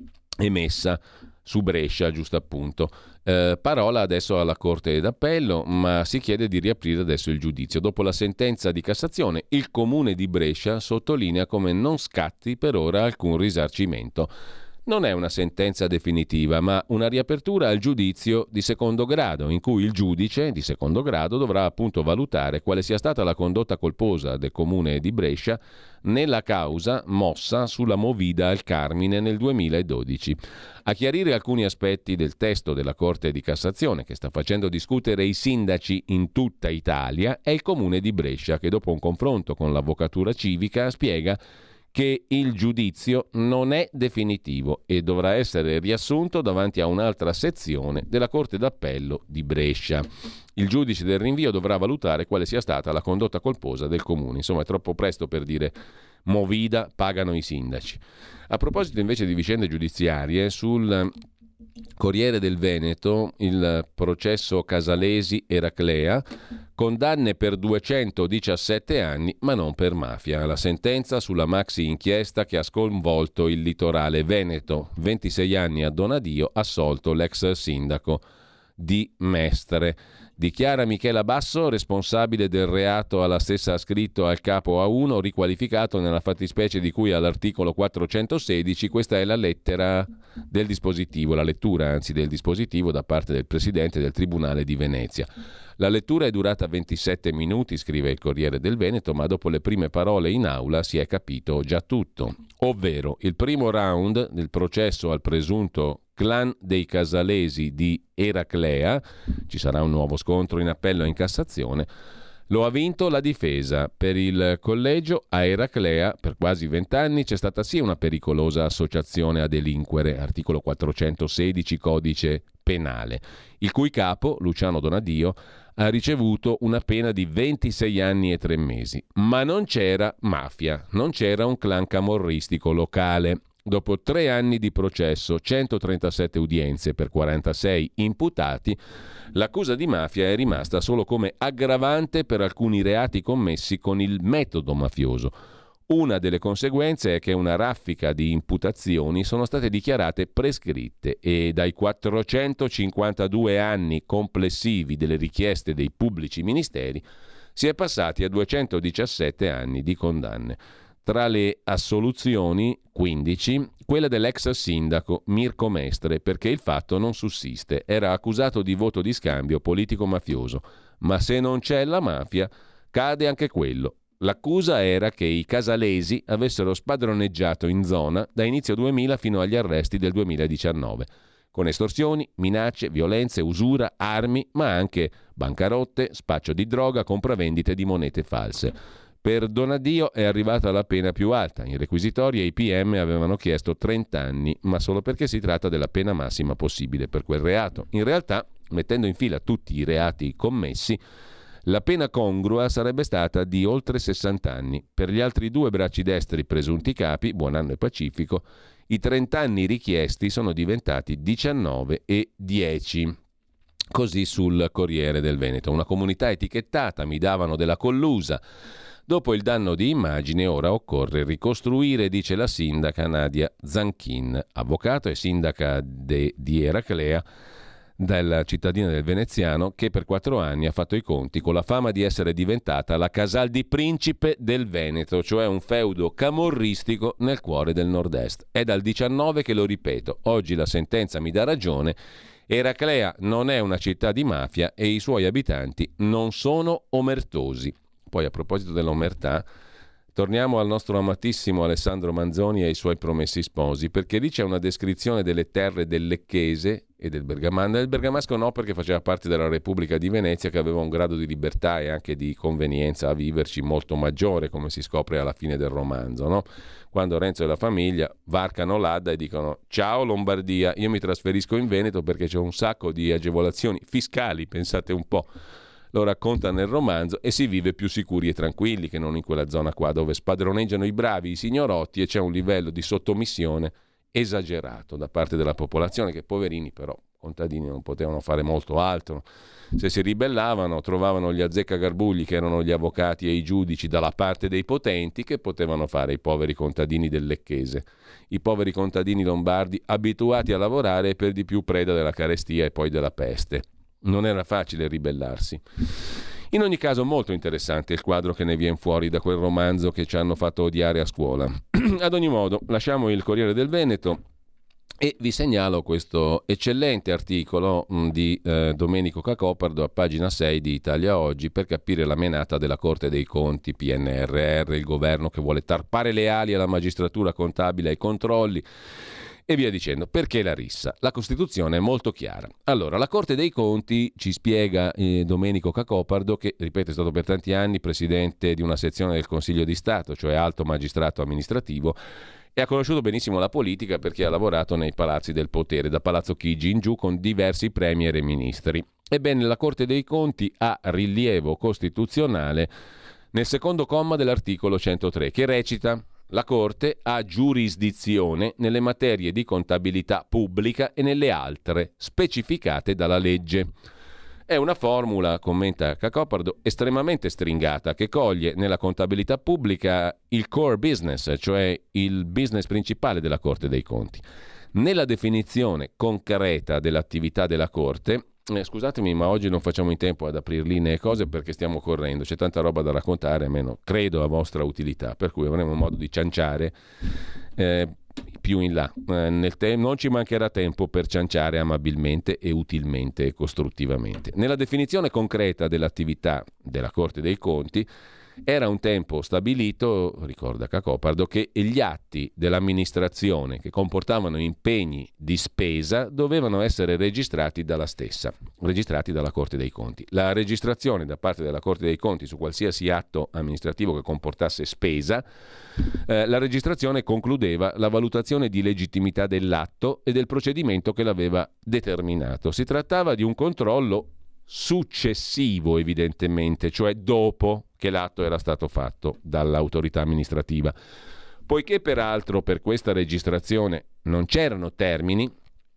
B: emessa su Brescia, giusto appunto. Eh, parola adesso alla Corte d'Appello, ma si chiede di riaprire adesso il giudizio. Dopo la sentenza di Cassazione, il Comune di Brescia sottolinea come non scatti per ora alcun risarcimento. Non è una sentenza definitiva, ma una riapertura al giudizio di secondo grado, in cui il giudice di secondo grado dovrà appunto valutare quale sia stata la condotta colposa del Comune di Brescia nella causa mossa sulla Movida al Carmine nel duemiladodici. A chiarire alcuni aspetti del testo della Corte di Cassazione, che sta facendo discutere i sindaci in tutta Italia, è il Comune di Brescia, che dopo un confronto con l'Avvocatura Civica spiega che il giudizio non è definitivo e dovrà essere riassunto davanti a un'altra sezione della Corte d'Appello di Brescia. Il giudice del rinvio dovrà valutare quale sia stata la condotta colposa del Comune. Insomma, è troppo presto per dire Movida, pagano i sindaci. A proposito invece di vicende giudiziarie, sul Corriere del Veneto, il processo Casalesi-Eraclea, condanne per duecentodiciassette anni, ma non per mafia. La sentenza sulla maxi inchiesta che ha sconvolto il litorale veneto. ventisei anni a Donadio, assolto l'ex sindaco di Mestre. Dichiara Michela Basso, responsabile del reato alla stessa ascritto al capo A uno, riqualificato nella fattispecie di cui all'articolo quattrocentosedici. Questa è la lettera del dispositivo, la lettura anzi del dispositivo da parte del Presidente del Tribunale di Venezia. La lettura è durata ventisette minuti, scrive il Corriere del Veneto, ma dopo le prime parole in aula si è capito già tutto. Ovvero, il primo round del processo al presunto clan dei Casalesi di Eraclea, ci sarà un nuovo scontro in appello e in Cassazione, lo ha vinto la difesa. Per il collegio a Eraclea per quasi vent'anni c'è stata sì una pericolosa associazione a delinquere, articolo quattrocentosedici codice penale, il cui capo, Luciano Donadio, ha ricevuto una pena di ventisei anni e tre mesi. Ma non c'era mafia, non c'era un clan camorristico locale. Dopo tre anni di processo, centotrentasette udienze per quarantasei imputati, l'accusa di mafia è rimasta solo come aggravante per alcuni reati commessi con il metodo mafioso. Una delle conseguenze è che una raffica di imputazioni sono state dichiarate prescritte e dai quattrocentocinquantadue anni complessivi delle richieste dei pubblici ministeri si è passati a duecentodiciassette anni di condanne. Tra le assoluzioni, quindici, quella dell'ex sindaco Mirko Mestre, perché il fatto non sussiste, era accusato di voto di scambio politico-mafioso, ma se non c'è la mafia, cade anche quello. L'accusa era che i Casalesi avessero spadroneggiato in zona da inizio duemila fino agli arresti del duemiladiciannove. con estorsioni, minacce, violenze, usura, armi, ma anche bancarotte, spaccio di droga, compravendite di monete false. Per Donadio è arrivata la pena più alta. In requisitoria i P M avevano chiesto trenta anni, ma solo perché si tratta della pena massima possibile per quel reato. In realtà, mettendo in fila tutti i reati commessi, la pena congrua sarebbe stata di oltre sessanta anni. Per gli altri due bracci destri presunti capi, Buonanno e Pacifico, i trenta anni richiesti sono diventati diciannove e dieci. Così sul Corriere del Veneto. Una comunità etichettata, mi davano della collusa. Dopo il danno di immagine ora occorre ricostruire, dice la sindaca Nadia Zanchin, avvocato e sindaca de, di Eraclea, della cittadina del Veneziano, che per quattro anni ha fatto i conti con la fama di essere diventata la Casal di Principe del Veneto, cioè un feudo camorristico nel cuore del nord-est. È dal diciannove che lo ripeto, oggi la sentenza mi dà ragione, Eraclea non è una città di mafia e i suoi abitanti non sono omertosi. Poi a proposito dell'omertà, torniamo al nostro amatissimo Alessandro Manzoni e ai suoi promessi sposi, perché lì c'è una descrizione delle terre del Lecchese e del Bergamasco. Del Bergamasco no, perché faceva parte della Repubblica di Venezia, che aveva un grado di libertà e anche di convenienza a viverci molto maggiore, come si scopre alla fine del romanzo, no? Quando Renzo e la famiglia varcano l'Adda e dicono ciao Lombardia, io mi trasferisco in Veneto perché c'è un sacco di agevolazioni fiscali, pensate un po'. Lo racconta nel romanzo e si vive più sicuri e tranquilli che non in quella zona qua dove spadroneggiano i bravi, i signorotti, e c'è un livello di sottomissione esagerato da parte della popolazione, che poverini però contadini non potevano fare molto altro. Se si ribellavano trovavano gli azzeccagarbugli, che erano gli avvocati e i giudici, dalla parte dei potenti, che potevano fare i poveri contadini del Lecchese, i poveri contadini lombardi abituati a lavorare e per di più preda della carestia e poi della peste. Non era facile ribellarsi. In ogni caso molto interessante il quadro che ne viene fuori da quel romanzo che ci hanno fatto odiare a scuola. Ad ogni modo, lasciamo il Corriere del Veneto e vi segnalo questo eccellente articolo di eh, Domenico Cacopardo a pagina sei di Italia Oggi, per capire la menata della Corte dei Conti, P N R R, il governo che vuole tarpare le ali alla magistratura contabile e ai controlli, e via dicendo. Perché la rissa? La Costituzione è molto chiara. Allora, la Corte dei Conti, ci spiega eh, Domenico Cacopardo, che, ripeto, è stato per tanti anni presidente di una sezione del Consiglio di Stato, cioè alto magistrato amministrativo, e ha conosciuto benissimo la politica perché ha lavorato nei palazzi del potere, da Palazzo Chigi in giù, con diversi premier e ministri. Ebbene, la Corte dei Conti ha rilievo costituzionale nel secondo comma dell'articolo centotré, che recita: la Corte ha giurisdizione nelle materie di contabilità pubblica e nelle altre specificate dalla legge. È una formula, commenta Cacopardo, estremamente stringata, che coglie nella contabilità pubblica il core business, cioè il business principale della Corte dei Conti. Nella definizione concreta dell'attività della Corte, Eh, scusatemi, ma oggi non facciamo in tempo ad aprir linee e cose perché stiamo correndo, c'è tanta roba da raccontare, almeno credo a vostra utilità, per cui avremo modo di cianciare eh, più in là. Eh, nel te- non ci mancherà tempo per cianciare amabilmente e utilmente e costruttivamente. Nella definizione concreta dell'attività della Corte dei Conti era un tempo stabilito, ricorda Cacopardo, che gli atti dell'amministrazione che comportavano impegni di spesa dovevano essere registrati dalla stessa, registrati dalla Corte dei Conti. La registrazione da parte della Corte dei Conti su qualsiasi atto amministrativo che comportasse spesa, eh, la registrazione concludeva la valutazione di legittimità dell'atto e del procedimento che l'aveva determinato. Si trattava di un controllo successivo, evidentemente, cioè dopo che l'atto era stato fatto dall'autorità amministrativa. Poiché peraltro per questa registrazione non c'erano termini,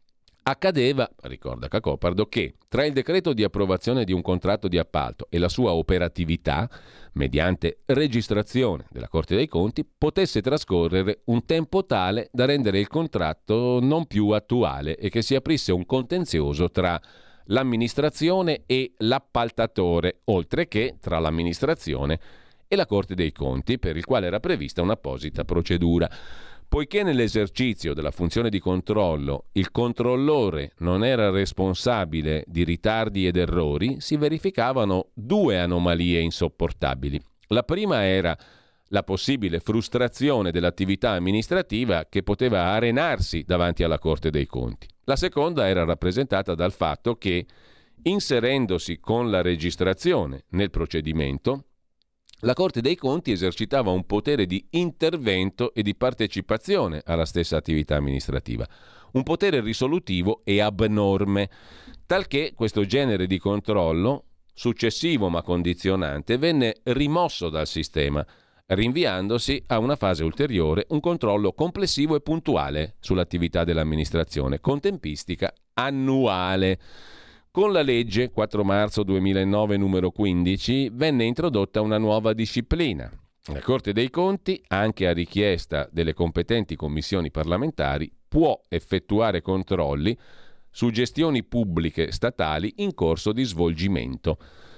B: accadeva, ricorda Cacopardo, che tra il decreto di approvazione di un contratto di appalto e la sua operatività, mediante registrazione della Corte dei Conti, potesse trascorrere un tempo tale da rendere il contratto non più attuale e che si aprisse un contenzioso tra l'amministrazione e l'appaltatore, oltre che tra l'amministrazione e la Corte dei Conti, per il quale era prevista un'apposita procedura. Poiché nell'esercizio della funzione di controllo il controllore non era responsabile di ritardi ed errori, si verificavano due anomalie insopportabili. La prima era la possibile frustrazione dell'attività amministrativa che poteva arenarsi davanti alla Corte dei Conti. La seconda era rappresentata dal fatto che, inserendosi con la registrazione nel procedimento, la Corte dei Conti esercitava un potere di intervento e di partecipazione alla stessa attività amministrativa, un potere risolutivo e abnorme, talché questo genere di controllo, successivo ma condizionante, venne rimosso dal sistema, rinviandosi a una fase ulteriore un controllo complessivo e puntuale sull'attività dell'amministrazione, con tempistica annuale. Con la legge quattro marzo duemilanove numero quindici venne introdotta una nuova disciplina. La Corte dei Conti, anche a richiesta delle competenti commissioni parlamentari, può effettuare controlli su gestioni pubbliche statali in corso di svolgimento.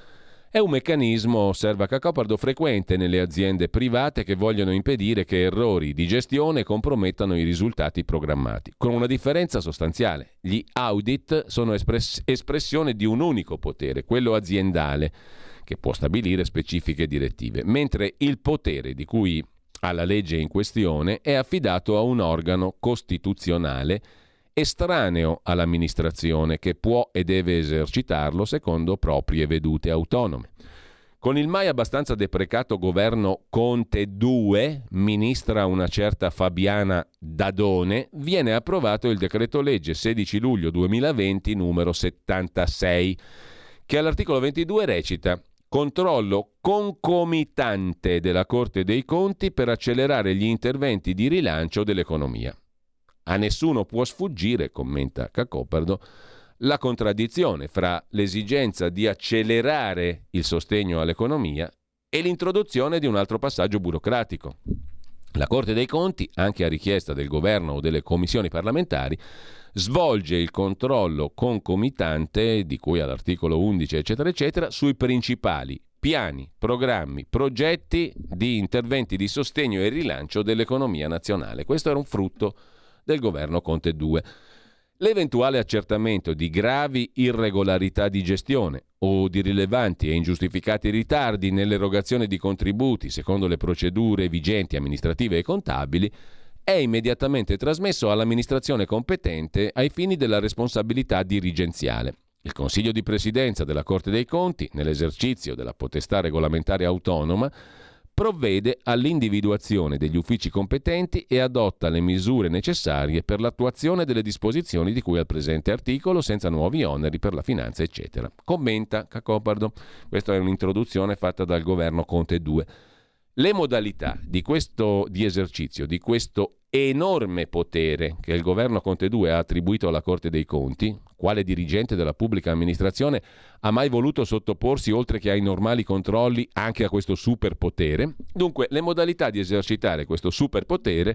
B: È un meccanismo, osserva Cacopardo, frequente nelle aziende private che vogliono impedire che errori di gestione compromettano i risultati programmati, con una differenza sostanziale. Gli audit sono espress- espressione di un unico potere, quello aziendale, che può stabilire specifiche direttive, mentre il potere di cui ha la legge in questione è affidato a un organo costituzionale estraneo all'amministrazione che può e deve esercitarlo secondo proprie vedute autonome. Con il mai abbastanza deprecato governo Conte due, ministra una certa Fabiana Dadone, viene approvato il decreto legge sedici luglio duemilaventi numero settantasei, che all'articolo ventidue recita: controllo concomitante della Corte dei Conti per accelerare gli interventi di rilancio dell'economia. A nessuno può sfuggire, commenta Cacopardo, la contraddizione fra l'esigenza di accelerare il sostegno all'economia e l'introduzione di un altro passaggio burocratico. La Corte dei Conti, anche a richiesta del governo o delle commissioni parlamentari, svolge il controllo concomitante, di cui all'articolo undici, eccetera, eccetera, sui principali piani, programmi, progetti di interventi di sostegno e rilancio dell'economia nazionale. Questo era un frutto del governo Conte due. L'eventuale accertamento di gravi irregolarità di gestione o di rilevanti e ingiustificati ritardi nell'erogazione di contributi secondo le procedure vigenti amministrative e contabili è immediatamente trasmesso all'amministrazione competente ai fini della responsabilità dirigenziale. Il Consiglio di Presidenza della Corte dei Conti, nell'esercizio della potestà regolamentare autonoma, provvede all'individuazione degli uffici competenti e adotta le misure necessarie per l'attuazione delle disposizioni di cui al presente articolo senza nuovi oneri per la finanza, eccetera. Commenta Cacopardo. Questa è un'introduzione fatta dal governo Conte due. Le modalità di questo di esercizio di questo enorme potere che il governo Conte due ha attribuito alla Corte dei Conti, quale dirigente della pubblica amministrazione ha mai voluto sottoporsi, oltre che ai normali controlli, anche a questo superpotere? Dunque, le modalità di esercitare questo superpotere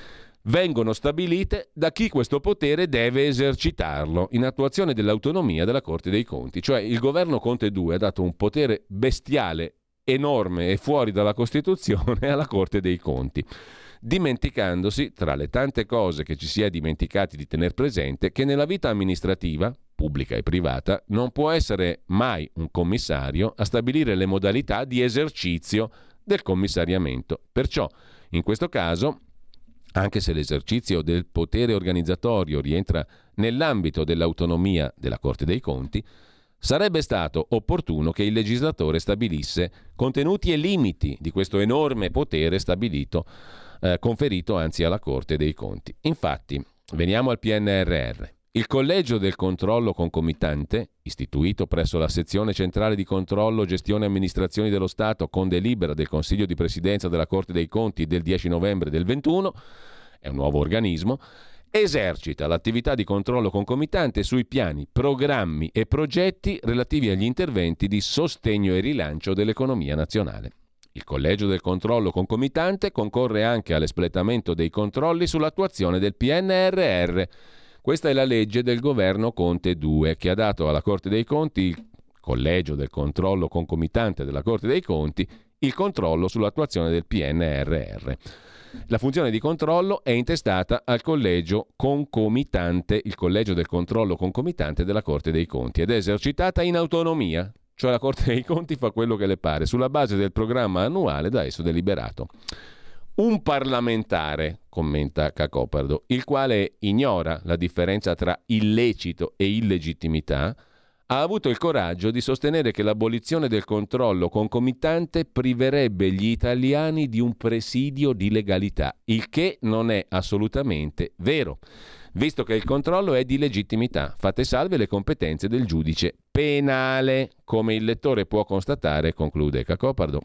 B: vengono stabilite da chi questo potere deve esercitarlo, in attuazione dell'autonomia della Corte dei Conti. Cioè, il governo Conte due ha dato un potere bestiale, enorme e fuori dalla Costituzione alla Corte dei Conti, dimenticandosi, tra le tante cose che ci si è dimenticati di tener presente, che nella vita amministrativa, pubblica e privata, non può essere mai un commissario a stabilire le modalità di esercizio del commissariamento. Perciò, in questo caso, anche se l'esercizio del potere organizzatorio rientra nell'ambito dell'autonomia della Corte dei Conti, sarebbe stato opportuno che il legislatore stabilisse contenuti e limiti di questo enorme potere stabilito, eh, conferito anzi alla Corte dei Conti. Infatti, veniamo al P N R R. Il collegio del controllo concomitante, istituito presso la sezione centrale di controllo gestione e amministrazioni dello Stato con delibera del Consiglio di Presidenza della Corte dei Conti del dieci novembre del ventuno, è un nuovo organismo, esercita l'attività di controllo concomitante sui piani, programmi e progetti relativi agli interventi di sostegno e rilancio dell'economia nazionale. Il collegio del controllo concomitante concorre anche all'espletamento dei controlli sull'attuazione del P N R R. Questa è la legge del governo Conte due, che ha dato alla Corte dei Conti, il collegio del controllo concomitante della Corte dei Conti, il controllo sull'attuazione del P N R R. La funzione di controllo è intestata al collegio concomitante, il collegio del controllo concomitante della Corte dei Conti, ed è esercitata in autonomia cioè la Corte dei Conti fa quello che le pare, sulla base del programma annuale da esso deliberato. Un parlamentare, commenta Cacopardo, il quale ignora la differenza tra illecito e illegittimità, ha avuto il coraggio di sostenere che l'abolizione del controllo concomitante priverebbe gli italiani di un presidio di legalità, il che non è assolutamente vero, visto che il controllo è di legittimità, fatte salve le competenze del giudice penale. Come il lettore può constatare, conclude Cacopardo,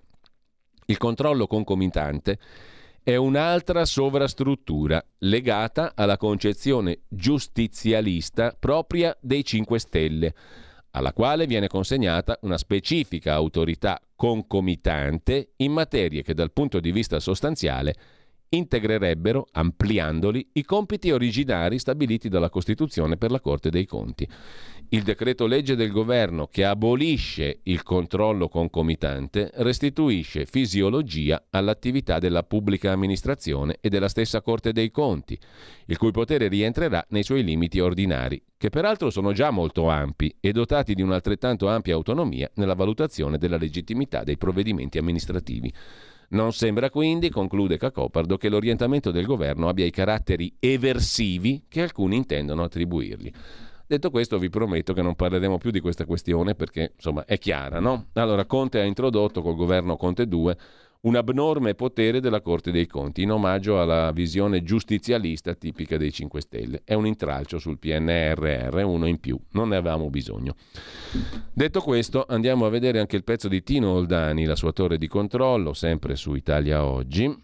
B: il controllo concomitante è un'altra sovrastruttura legata alla concezione giustizialista propria dei cinque Stelle, alla quale viene consegnata una specifica autorità concomitante in materie che dal punto di vista sostanziale integrerebbero, ampliandoli, i compiti originari stabiliti dalla Costituzione per la Corte dei Conti. Il decreto legge del governo che abolisce il controllo concomitante restituisce fisiologia all'attività della pubblica amministrazione e della stessa Corte dei Conti, il cui potere rientrerà nei suoi limiti ordinari, che peraltro sono già molto ampi e dotati di un'altrettanto ampia autonomia nella valutazione della legittimità dei provvedimenti amministrativi. Non sembra quindi, conclude Cacopardo, che l'orientamento del governo abbia i caratteri eversivi che alcuni intendono attribuirgli. Detto questo, vi prometto che non parleremo più di questa questione perché, insomma, è chiara, no? Allora, Conte ha introdotto col governo Conte due un abnorme potere della Corte dei Conti in omaggio alla visione giustizialista tipica dei cinque Stelle. È un intralcio sul P N R R, uno in più, non ne avevamo bisogno. Detto questo, andiamo a vedere anche il pezzo di Tino Oldani, la sua torre di controllo, sempre su Italia Oggi.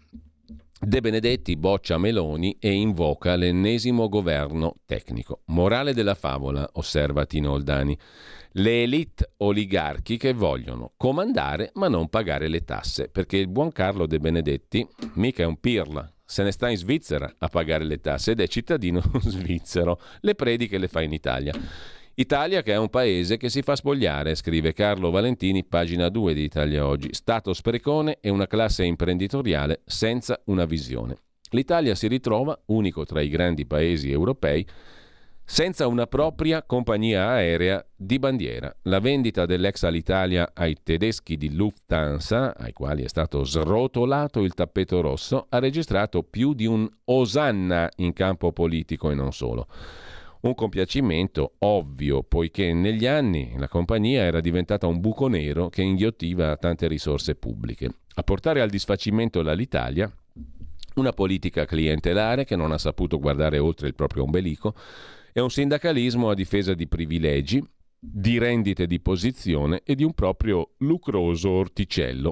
B: De Benedetti boccia Meloni e invoca l'ennesimo governo tecnico. Morale della favola, osserva Tino Oldani. Le elite oligarchiche vogliono comandare ma non pagare le tasse, perché il buon Carlo De Benedetti mica è un pirla, se ne sta in Svizzera a pagare le tasse ed è cittadino svizzero, le prediche le fa in Italia. Italia che è un paese che si fa spogliare, scrive Carlo Valentini, pagina due di Italia Oggi. Stato sprecone e una classe imprenditoriale senza una visione. L'Italia si ritrova, unico tra i grandi paesi europei, senza una propria compagnia aerea di bandiera. La vendita dell'ex Alitalia ai tedeschi di Lufthansa, ai quali è stato srotolato il tappeto rosso, ha registrato più di un osanna in campo politico e non solo. Un compiacimento ovvio, poiché negli anni la compagnia era diventata un buco nero che inghiottiva tante risorse pubbliche. A portare al disfacimento l'Alitalia, una politica clientelare che non ha saputo guardare oltre il proprio ombelico, e un sindacalismo a difesa di privilegi, di rendite di posizione e di un proprio lucroso orticello.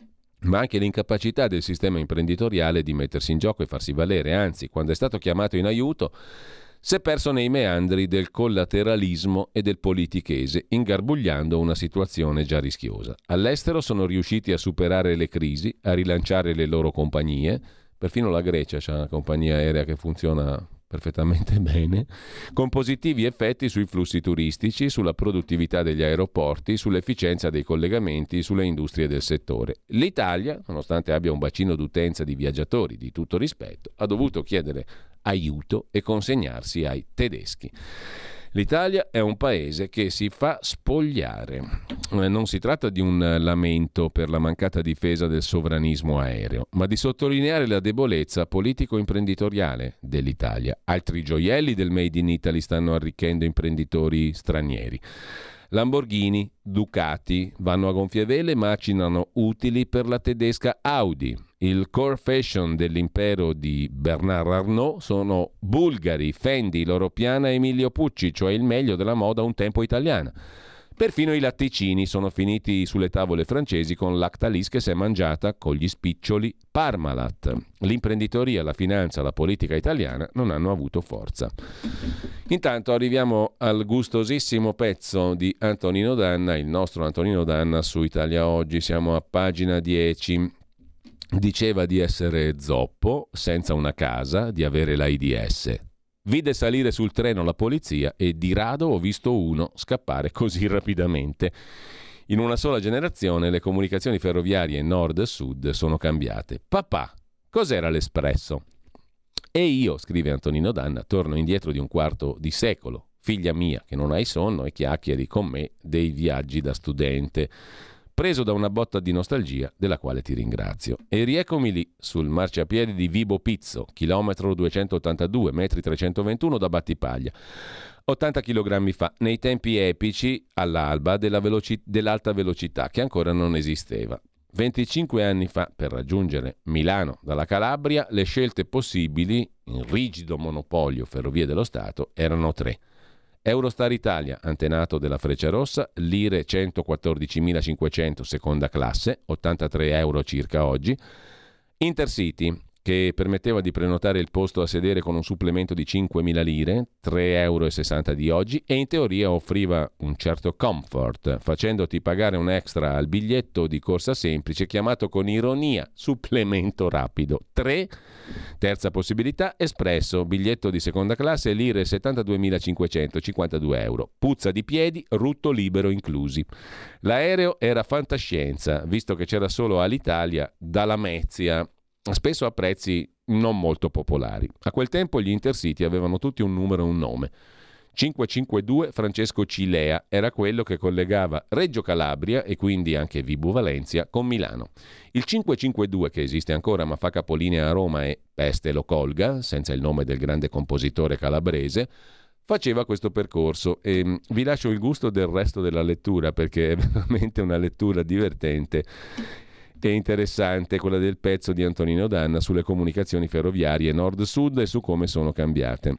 B: Ma anche l'incapacità del sistema imprenditoriale di mettersi in gioco e farsi valere, anzi, quando è stato chiamato in aiuto, si è perso nei meandri del collateralismo e del politichese, ingarbugliando una situazione già rischiosa. All'estero sono riusciti a superare le crisi, a rilanciare le loro compagnie, perfino la Grecia c'ha una compagnia aerea che funziona perfettamente bene, con positivi effetti sui flussi turistici, sulla produttività degli aeroporti, sull'efficienza dei collegamenti, sulle industrie del settore. L'Italia, nonostante abbia un bacino d'utenza di viaggiatori di tutto rispetto, ha dovuto chiedere aiuto e consegnarsi ai tedeschi. L'Italia è un paese che si fa spogliare. Non si tratta di un lamento per la mancata difesa del sovranismo aereo, ma di sottolineare la debolezza politico-imprenditoriale dell'Italia. Altri gioielli del Made in Italy stanno arricchendo imprenditori stranieri. Lamborghini, Ducati vanno a gonfie vele, macinano utili per la tedesca Audi. Il core fashion dell'impero di Bernard Arnault sono bulgari, Fendi, Loro Piana e Emilio Pucci, cioè il meglio della moda un tempo italiana. Perfino i latticini sono finiti sulle tavole francesi con Lactalis che si è mangiata con gli spiccioli Parmalat. L'imprenditoria, la finanza, la politica italiana non hanno avuto forza. Intanto arriviamo al gustosissimo pezzo di Antonino Danna, il nostro Antonino Danna su Italia Oggi. Siamo a pagina dieci. Diceva di essere zoppo, senza una casa, di avere l'AIDS. Vide salire sul treno la polizia e di rado ho visto uno scappare così rapidamente. In una sola generazione le comunicazioni ferroviarie nord-sud sono cambiate. Papà, cos'era l'Espresso? E io, scrive Antonino Danna, torno indietro di un quarto di secolo, figlia mia che non hai sonno e chiacchieri con me dei viaggi da studente, preso da una botta di nostalgia della quale ti ringrazio. E rieccomi lì sul marciapiede di Vibo Pizzo, chilometro duecentottantadue, metri trecentoventuno da Battipaglia, ottanta chilogrammi fa, nei tempi epici all'alba della veloci- dell'alta velocità che ancora non esisteva. venticinque anni fa, per raggiungere Milano dalla Calabria, le scelte possibili, in rigido monopolio Ferrovie dello Stato, erano tre. Eurostar Italia, antenato della Frecciarossa, lire centoquattordicimilacinquecento seconda classe, ottantatré euro circa oggi. Intercity, che permetteva di prenotare il posto a sedere con un supplemento di cinquemila lire, tre euro e sessanta di oggi, e in teoria offriva un certo comfort, facendoti pagare un extra al biglietto di corsa semplice chiamato con ironia supplemento rapido. tre. Terza possibilità, Espresso, biglietto di seconda classe, lire settantaduemilacinquecento, cinquantadue euro. Puzza di piedi, rutto libero inclusi. L'aereo era fantascienza, visto che c'era solo Alitalia da Lamezia, spesso a prezzi non molto popolari. A quel tempo gli Intercity avevano tutti un numero e un nome. cinquecentocinquantadue Francesco Cilea era quello che collegava Reggio Calabria e quindi anche Vibo Valencia con Milano. Il cinquecentocinquantadue, che esiste ancora ma fa capolinea a Roma e peste lo colga, senza il nome del grande compositore calabrese, faceva questo percorso e vi lascio il gusto del resto della lettura perché è veramente una lettura divertente e interessante, quella del pezzo di Antonino Danna sulle comunicazioni ferroviarie nord-sud e su come sono cambiate.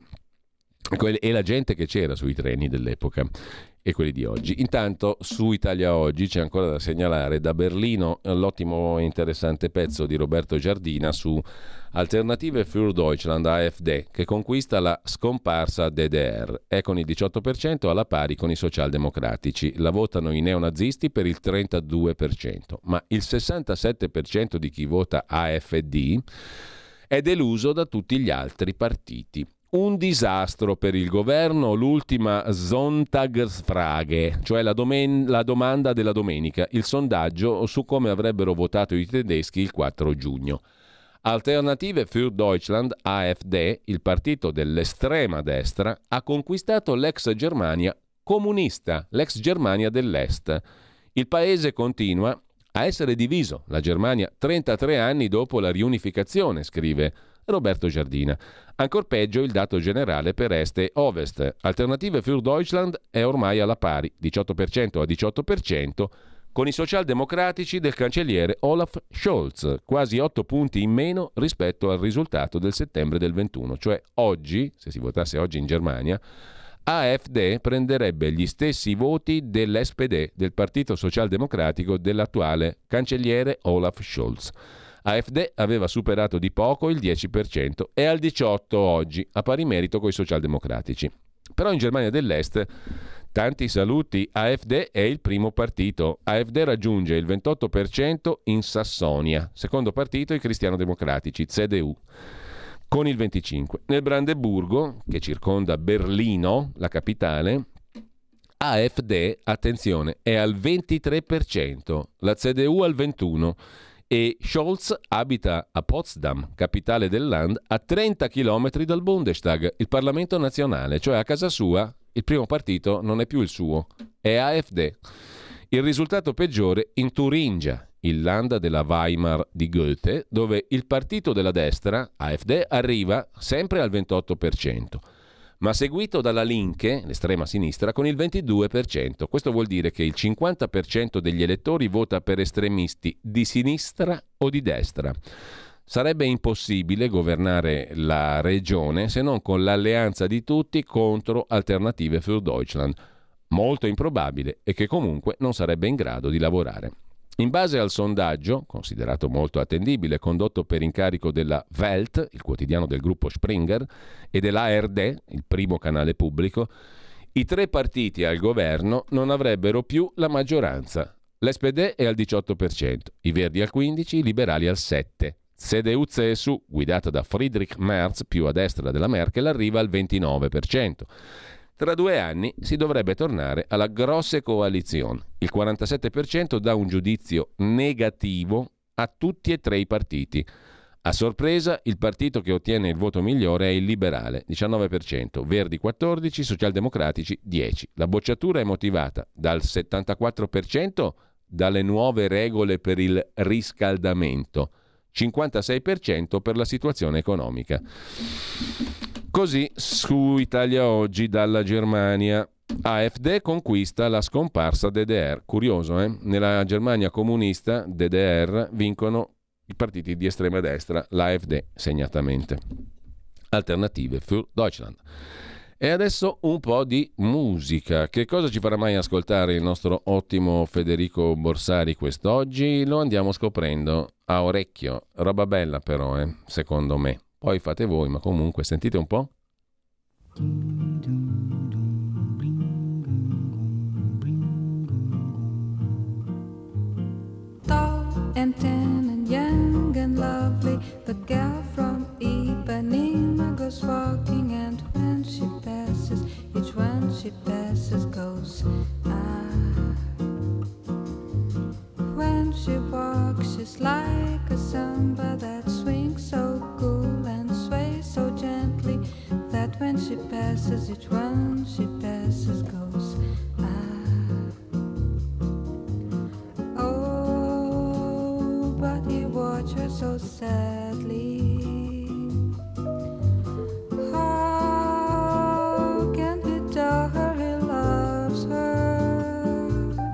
B: E la gente che c'era sui treni dell'epoca e quelli di oggi. Intanto su Italia Oggi c'è ancora da segnalare da Berlino l'ottimo e interessante pezzo di Roberto Giardina su Alternative für Deutschland A F D, che conquista la scomparsa D D R. È con il diciotto per cento alla pari con i socialdemocratici. La votano i neonazisti per il trentadue per cento, ma il sessantasette per cento di chi vota A F D è deluso da tutti gli altri partiti. Un disastro per il governo, l'ultima Sonntagsfrage, cioè la, domen- la domanda della domenica, il sondaggio su come avrebbero votato i tedeschi il quattro giugno. Alternative für Deutschland, A F D, il partito dell'estrema destra, ha conquistato l'ex Germania comunista, l'ex Germania dell'Est. Il paese continua a essere diviso, la Germania trentatré anni dopo la riunificazione, scrive Roberto Giardina. Ancor peggio il dato generale per Est e Ovest. Alternative für Deutschland è ormai alla pari, diciotto per cento a diciotto per cento, con i socialdemocratici del cancelliere Olaf Scholz, quasi otto punti in meno rispetto al risultato del settembre del ventuno. Cioè oggi, se si votasse oggi in Germania, A F D prenderebbe gli stessi voti dell'S P D, del Partito Socialdemocratico dell'attuale cancelliere Olaf Scholz. A F D aveva superato di poco il dieci per cento e al diciotto per cento oggi, a pari merito coi socialdemocratici. Però in Germania dell'Est, tanti saluti, A F D è il primo partito. A F D raggiunge il ventotto per cento in Sassonia, secondo partito i cristiano-democratici, C D U, con il venticinque per cento. Nel Brandeburgo, che circonda Berlino, la capitale, A F D, attenzione, è al ventitré per cento, la C D U al ventuno per cento. E Scholz abita a Potsdam, capitale del Land, a trenta chilometri dal Bundestag, il Parlamento nazionale, cioè a casa sua il primo partito non è più il suo, è A F D. Il risultato peggiore in Turingia, il Land della Weimar di Goethe, dove il partito della destra, A F D, arriva sempre al ventotto per cento. Ma seguito dalla Linke, l'estrema sinistra, con il ventidue per cento. Questo vuol dire che il cinquanta per cento degli elettori vota per estremisti di sinistra o di destra. Sarebbe impossibile governare la regione se non con l'alleanza di tutti contro Alternative für Deutschland. Molto improbabile e che comunque non sarebbe in grado di lavorare. In base al sondaggio, considerato molto attendibile, condotto per incarico della Welt, il quotidiano del gruppo Springer, e dell'A R D, il primo canale pubblico, i tre partiti al governo non avrebbero più la maggioranza. L'S P D è al diciotto per cento, i Verdi al quindici per cento, i Liberali al sette per cento. C D U C S U, guidata da Friedrich Merz, più a destra della Merkel, arriva al ventinove per cento. Tra due anni si dovrebbe tornare alla grosse coalizione. Il quarantasette per cento dà un giudizio negativo a tutti e tre i partiti. A sorpresa, il partito che ottiene il voto migliore è il Liberale, diciannove per cento, Verdi quattordici per cento, Socialdemocratici dieci per cento. La bocciatura è motivata dal settantaquattro per cento dalle nuove regole per il riscaldamento, cinquantasei per cento per la situazione economica. Così su Italia Oggi dalla Germania. A F D conquista la scomparsa D D R. Curioso, eh? Nella Germania comunista D D R vincono i partiti di estrema destra, l'A F D segnatamente. Alternative für Deutschland. E adesso un po' di musica. Che cosa ci farà mai ascoltare il nostro ottimo Federico Borsari quest'oggi? Lo andiamo scoprendo a orecchio. Roba bella però, eh, secondo me. Poi fate voi, ma comunque sentite un po'.
M: Tall and tan and young and lovely, the girl from Ipanema goes walking, and when she passes, each one she passes goes ah. When she walks, she's like a samba that swings so cool and sways so gently, that when she passes, each one she passes goes ah. Oh, but he watch her so sadly. How can he tell her he loves her?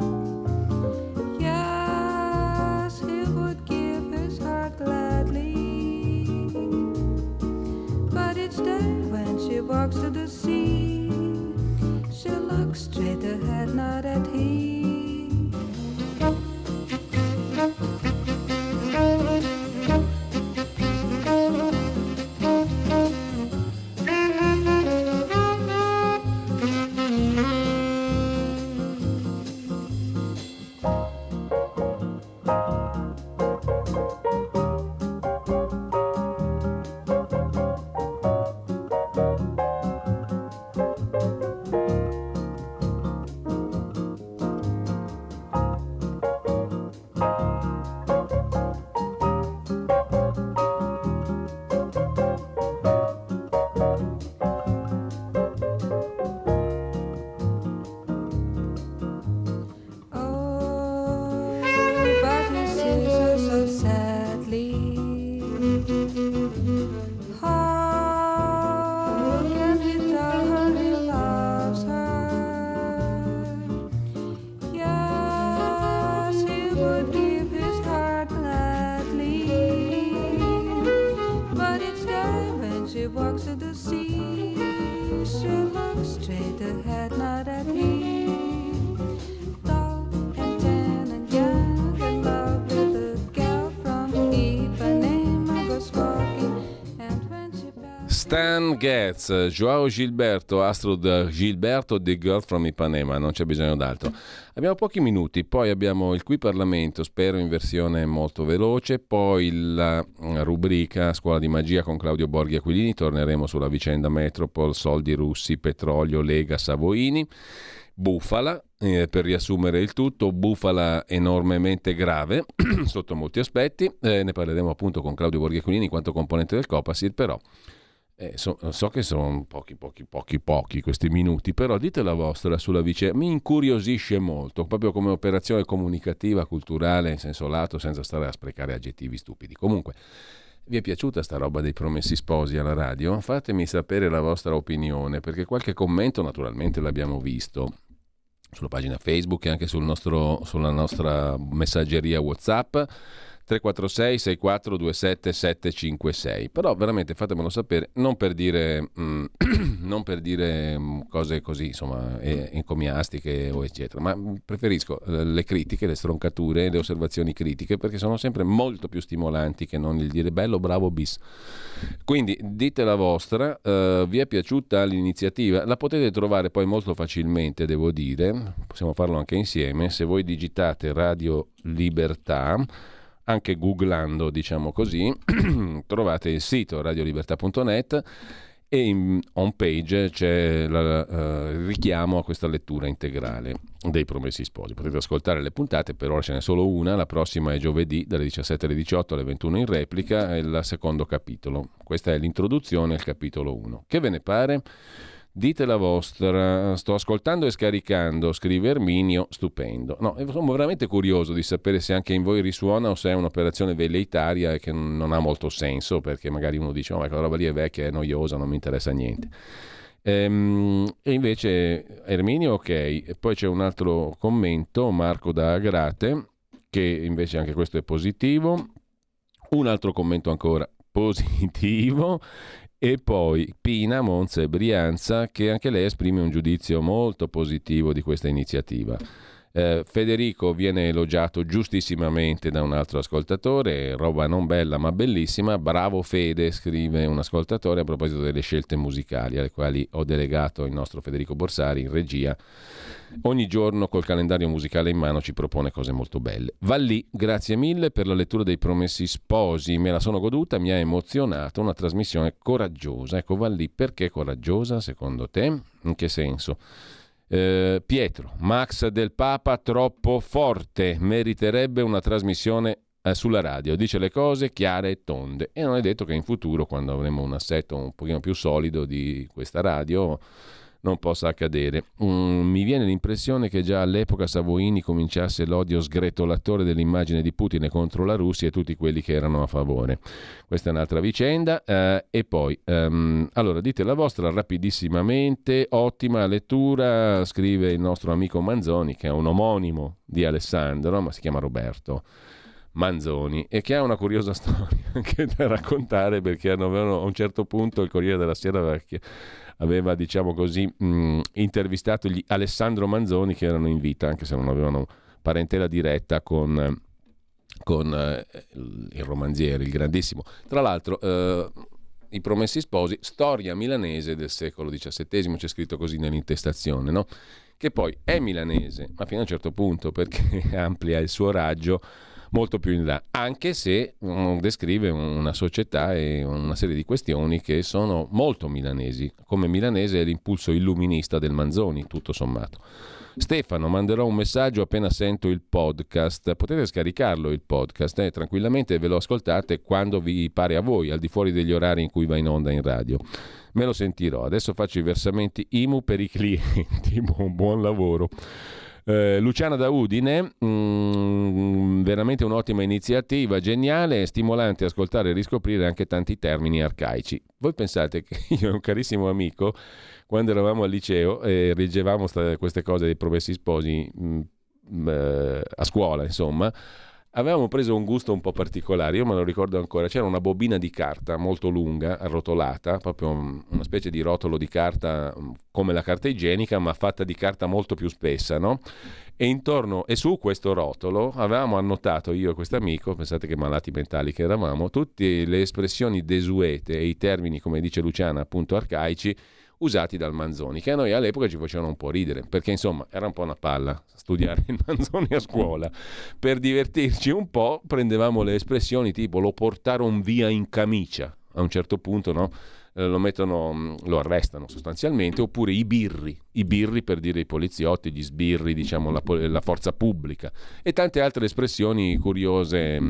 M: Yes, he would give his heart gladly, but each day when she walks to the sea, she looks straight ahead, not at him.
B: Stan Getz, Joao Gilberto, Astrud Gilberto, The Girl from Ipanema, non c'è bisogno d'altro. Abbiamo pochi minuti, poi abbiamo il Qui Parlamento, spero in versione molto veloce, poi la rubrica Scuola di Magia con Claudio Borghi Aquilini, torneremo sulla vicenda Metropol, soldi russi, petrolio, Lega, Savoini, bufala, eh, per riassumere il tutto, bufala enormemente grave sotto molti aspetti, eh, ne parleremo appunto con Claudio Borghi Aquilini in quanto componente del Copasir, però Eh, so, so che sono pochi, pochi, pochi, pochi questi minuti, però dite la vostra sulla vicenda. Mi incuriosisce molto, proprio come operazione comunicativa, culturale, in senso lato, senza stare a sprecare aggettivi stupidi. Comunque, vi è piaciuta sta roba dei Promessi Sposi alla radio? Fatemi sapere la vostra opinione, perché qualche commento naturalmente l'abbiamo visto sulla pagina Facebook e anche sul nostro, sulla nostra messaggeria WhatsApp. tre quattro sei sei quattro due sette sette cinque sei, però veramente fatemelo sapere, non per dire mh, non per dire mh, cose così insomma eh, encomiastiche o eccetera, ma preferisco eh, le critiche, le stroncature, le osservazioni critiche, perché sono sempre molto più stimolanti che non il dire bello, bravo, bis. Quindi dite la vostra, eh, vi è piaciuta l'iniziativa? La potete trovare poi molto facilmente, devo dire, possiamo farlo anche insieme, se voi digitate Radio Libertà, anche googlando, diciamo così, trovate il sito radiolibertà punto net e in home page c'è la, uh, il richiamo a questa lettura integrale dei Promessi Sposi. Potete ascoltare le puntate, per ora ce n'è solo una, la prossima è giovedì dalle diciassette alle diciotto, alle ventuno in replica, è il secondo capitolo. Questa è l'introduzione al capitolo uno. Che ve ne pare? Dite la vostra. Sto ascoltando e scaricando, scrive Erminio, stupendo. No, sono veramente curioso di sapere se anche in voi risuona o se è un'operazione velleitaria e che non ha molto senso, perché magari uno dice: oh, ma quella roba lì è vecchia, è noiosa, non mi interessa niente. Ehm, e invece Erminio, ok. E poi c'è un altro commento, Marco da Agrate, che invece anche questo è positivo. Un altro commento ancora positivo. E poi Pina, Monza e Brianza, che anche lei esprime un giudizio molto positivo di questa iniziativa. Eh, Federico viene elogiato giustissimamente da un altro ascoltatore, roba non bella ma bellissima. Bravo Fede, scrive un ascoltatore a proposito delle scelte musicali, alle quali ho delegato il nostro Federico Borsari in regia. Ogni giorno col calendario musicale in mano ci propone cose molto belle. Vallì, grazie mille per la lettura dei Promessi Sposi, me la sono goduta, mi ha emozionato, una trasmissione coraggiosa. Ecco, Vallì, perché coraggiosa secondo te? In che senso? Eh, Pietro, Max del Papa troppo forte, meriterebbe una trasmissione eh, sulla radio, dice le cose chiare e tonde, e non è detto che in futuro, quando avremo un assetto un pochino più solido di questa radio, non possa accadere. Mm, mi viene l'impressione che già all'epoca Savoini cominciasse l'odio sgretolatore dell'immagine di Putin contro la Russia e tutti quelli che erano a favore. Questa è un'altra vicenda. Eh, e poi, um, allora, dite la vostra rapidissimamente. Ottima lettura, scrive il nostro amico Manzoni, che è un omonimo di Alessandro, ma si chiama Roberto Manzoni, e che ha una curiosa storia anche da raccontare, perché avevano, a un certo punto il Corriere della Sera aveva, aveva diciamo così mh, intervistato gli Alessandro Manzoni, che erano in vita, anche se non avevano parentela diretta con, con eh, il romanziere, il grandissimo. Tra l'altro eh, I Promessi Sposi, storia milanese del secolo diciassettesimo, c'è scritto così nell'intestazione, no? Che poi è milanese, ma fino a un certo punto, perché amplia il suo raggio molto più in là, anche se um, descrive una società e una serie di questioni che sono molto milanesi. Come milanese è l'impulso illuminista del Manzoni, tutto sommato. Stefano, manderò un messaggio appena sento il podcast. Potete scaricarlo il podcast, eh, tranquillamente, ve lo ascoltate quando vi pare a voi, al di fuori degli orari in cui va in onda in radio. Me lo sentirò. Adesso faccio i versamenti I M U per i clienti. buon, buon lavoro. Eh, Luciana da Udine, mh, veramente un'ottima iniziativa, geniale, stimolante ascoltare e riscoprire anche tanti termini arcaici. Voi pensate che io e un carissimo amico, quando eravamo al liceo e leggevamo sta, queste cose dei Promessi Sposi mh, eh, a scuola, insomma, avevamo preso un gusto un po' particolare. Io me lo ricordo ancora, c'era una bobina di carta molto lunga, arrotolata, proprio una specie di rotolo di carta come la carta igienica, ma fatta di carta molto più spessa, no? E intorno e su questo rotolo avevamo annotato, io e questo amico, pensate che malati mentali che eravamo, tutte le espressioni desuete e i termini, come dice Luciana, appunto arcaici, usati dal Manzoni, che a noi all'epoca ci facevano un po' ridere, perché insomma era un po' una palla studiare il Manzoni a scuola. Per divertirci un po' prendevamo le espressioni tipo lo portarono via in camicia, a un certo punto, no? Eh, lo mettono, lo arrestano sostanzialmente, oppure i birri, i birri per dire i poliziotti, gli sbirri, diciamo la, la forza pubblica, e tante altre espressioni curiose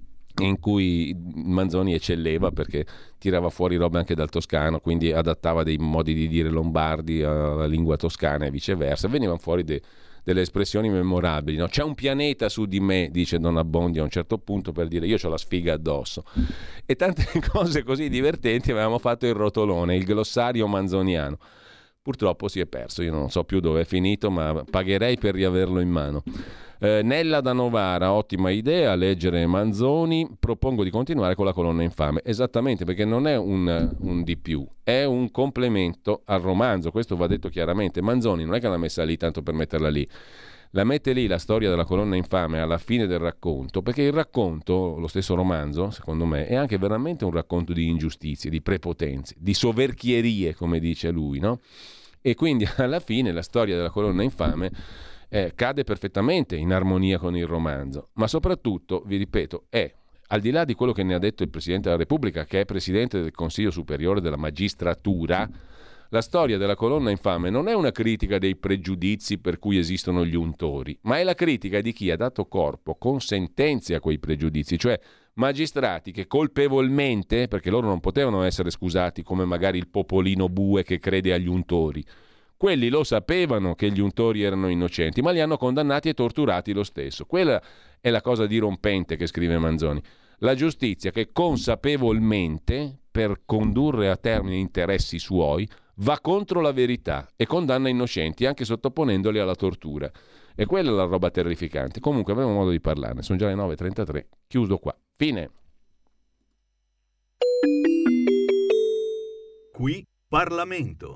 B: in cui Manzoni eccelleva, perché tirava fuori robe anche dal toscano, quindi adattava dei modi di dire lombardi alla lingua toscana e viceversa. Venivano fuori de, delle espressioni memorabili, no? C'è un pianeta su di me, dice Don Abbondi a un certo punto, per dire io c'ho la sfiga addosso, e tante cose così divertenti. Avevamo fatto il rotolone, il glossario manzoniano. Purtroppo si è perso, io non so più dove è finito, ma pagherei per riaverlo in mano. Eh, Nella da Novara, ottima idea, leggere Manzoni. Propongo di continuare con la colonna infame. Esattamente, perché non è un, un di più, è un complemento al romanzo, questo va detto chiaramente. Manzoni non è che l'ha messa lì tanto per metterla lì, la mette lì la storia della colonna infame alla fine del racconto, perché il racconto, lo stesso romanzo, secondo me, è anche veramente un racconto di ingiustizie, di prepotenze, di soverchierie, come dice lui, no? E quindi alla fine la storia della colonna infame Eh, cade perfettamente in armonia con il romanzo, ma soprattutto, vi ripeto, è al di là di quello che ne ha detto il Presidente della Repubblica, che è Presidente del Consiglio Superiore della Magistratura, la storia della colonna infame non è una critica dei pregiudizi per cui esistono gli untori, ma è la critica di chi ha dato corpo con sentenze a quei pregiudizi, cioè magistrati che colpevolmente, perché loro non potevano essere scusati come magari il popolino bue che crede agli untori, quelli lo sapevano che gli untori erano innocenti, ma li hanno condannati e torturati lo stesso. Quella è la cosa dirompente che scrive Manzoni. La giustizia che consapevolmente, per condurre a termine interessi suoi, va contro la verità e condanna innocenti, anche sottoponendoli alla tortura. E quella è la roba terrificante. Comunque avremo modo di parlarne. Sono già le nove e trentatré. Chiuso qua. Fine.
N: Qui Parlamento.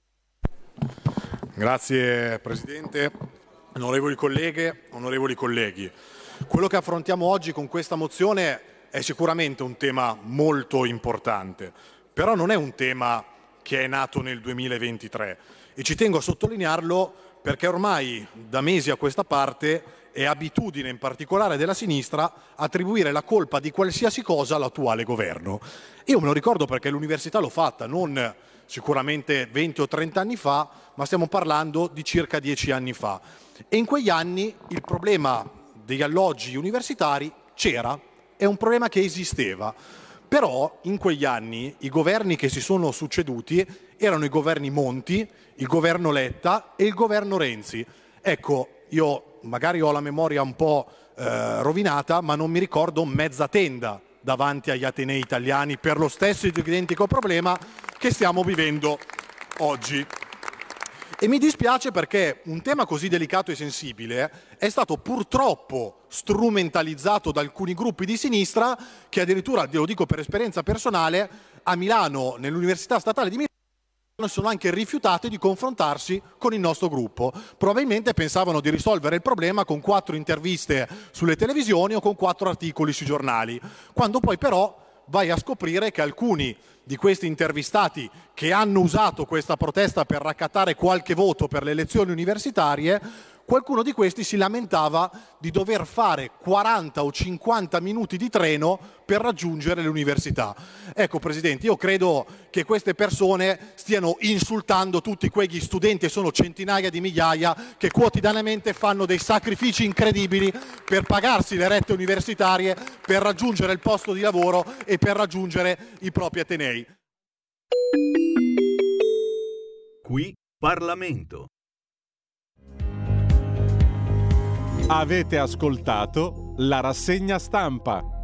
O: Grazie Presidente, onorevoli colleghe, onorevoli colleghi. Quello che affrontiamo oggi con questa mozione è sicuramente un tema molto importante, però non è un tema che è nato nel duemilaventitré e ci tengo a sottolinearlo perché ormai da mesi a questa parte è abitudine, in particolare della sinistra, attribuire la colpa di qualsiasi cosa all'attuale governo. Io me lo ricordo perché l'università l'ho fatta, non sicuramente venti o trenta anni fa, ma stiamo parlando di circa dieci anni fa. E in quegli anni il problema degli alloggi universitari c'era, è un problema che esisteva. Però in quegli anni i governi che si sono succeduti erano i governi Monti, il governo Letta e il governo Renzi. Ecco, io magari ho la memoria un po' eh, rovinata, ma non mi ricordo mezza tenda davanti agli atenei italiani per lo stesso identico problema che stiamo vivendo oggi. E mi dispiace perché un tema così delicato e sensibile è stato purtroppo strumentalizzato da alcuni gruppi di sinistra che addirittura, lo dico per esperienza personale, a Milano, nell'Università Statale di Milano, sono anche rifiutati di confrontarsi con il nostro gruppo. Probabilmente pensavano di risolvere il problema con quattro interviste sulle televisioni o con quattro articoli sui giornali, quando poi però vai a scoprire che alcuni di questi intervistati che hanno usato questa protesta per raccattare qualche voto per le elezioni universitarie, qualcuno di questi si lamentava di dover fare quaranta o cinquanta minuti di treno per raggiungere l'università. Ecco Presidente, io credo che queste persone stiano insultando tutti quegli studenti, e sono centinaia di migliaia, che quotidianamente fanno dei sacrifici incredibili per pagarsi le rette universitarie, per raggiungere il posto di lavoro e per raggiungere i propri atenei.
N: Qui Parlamento.
A: Avete ascoltato la rassegna stampa.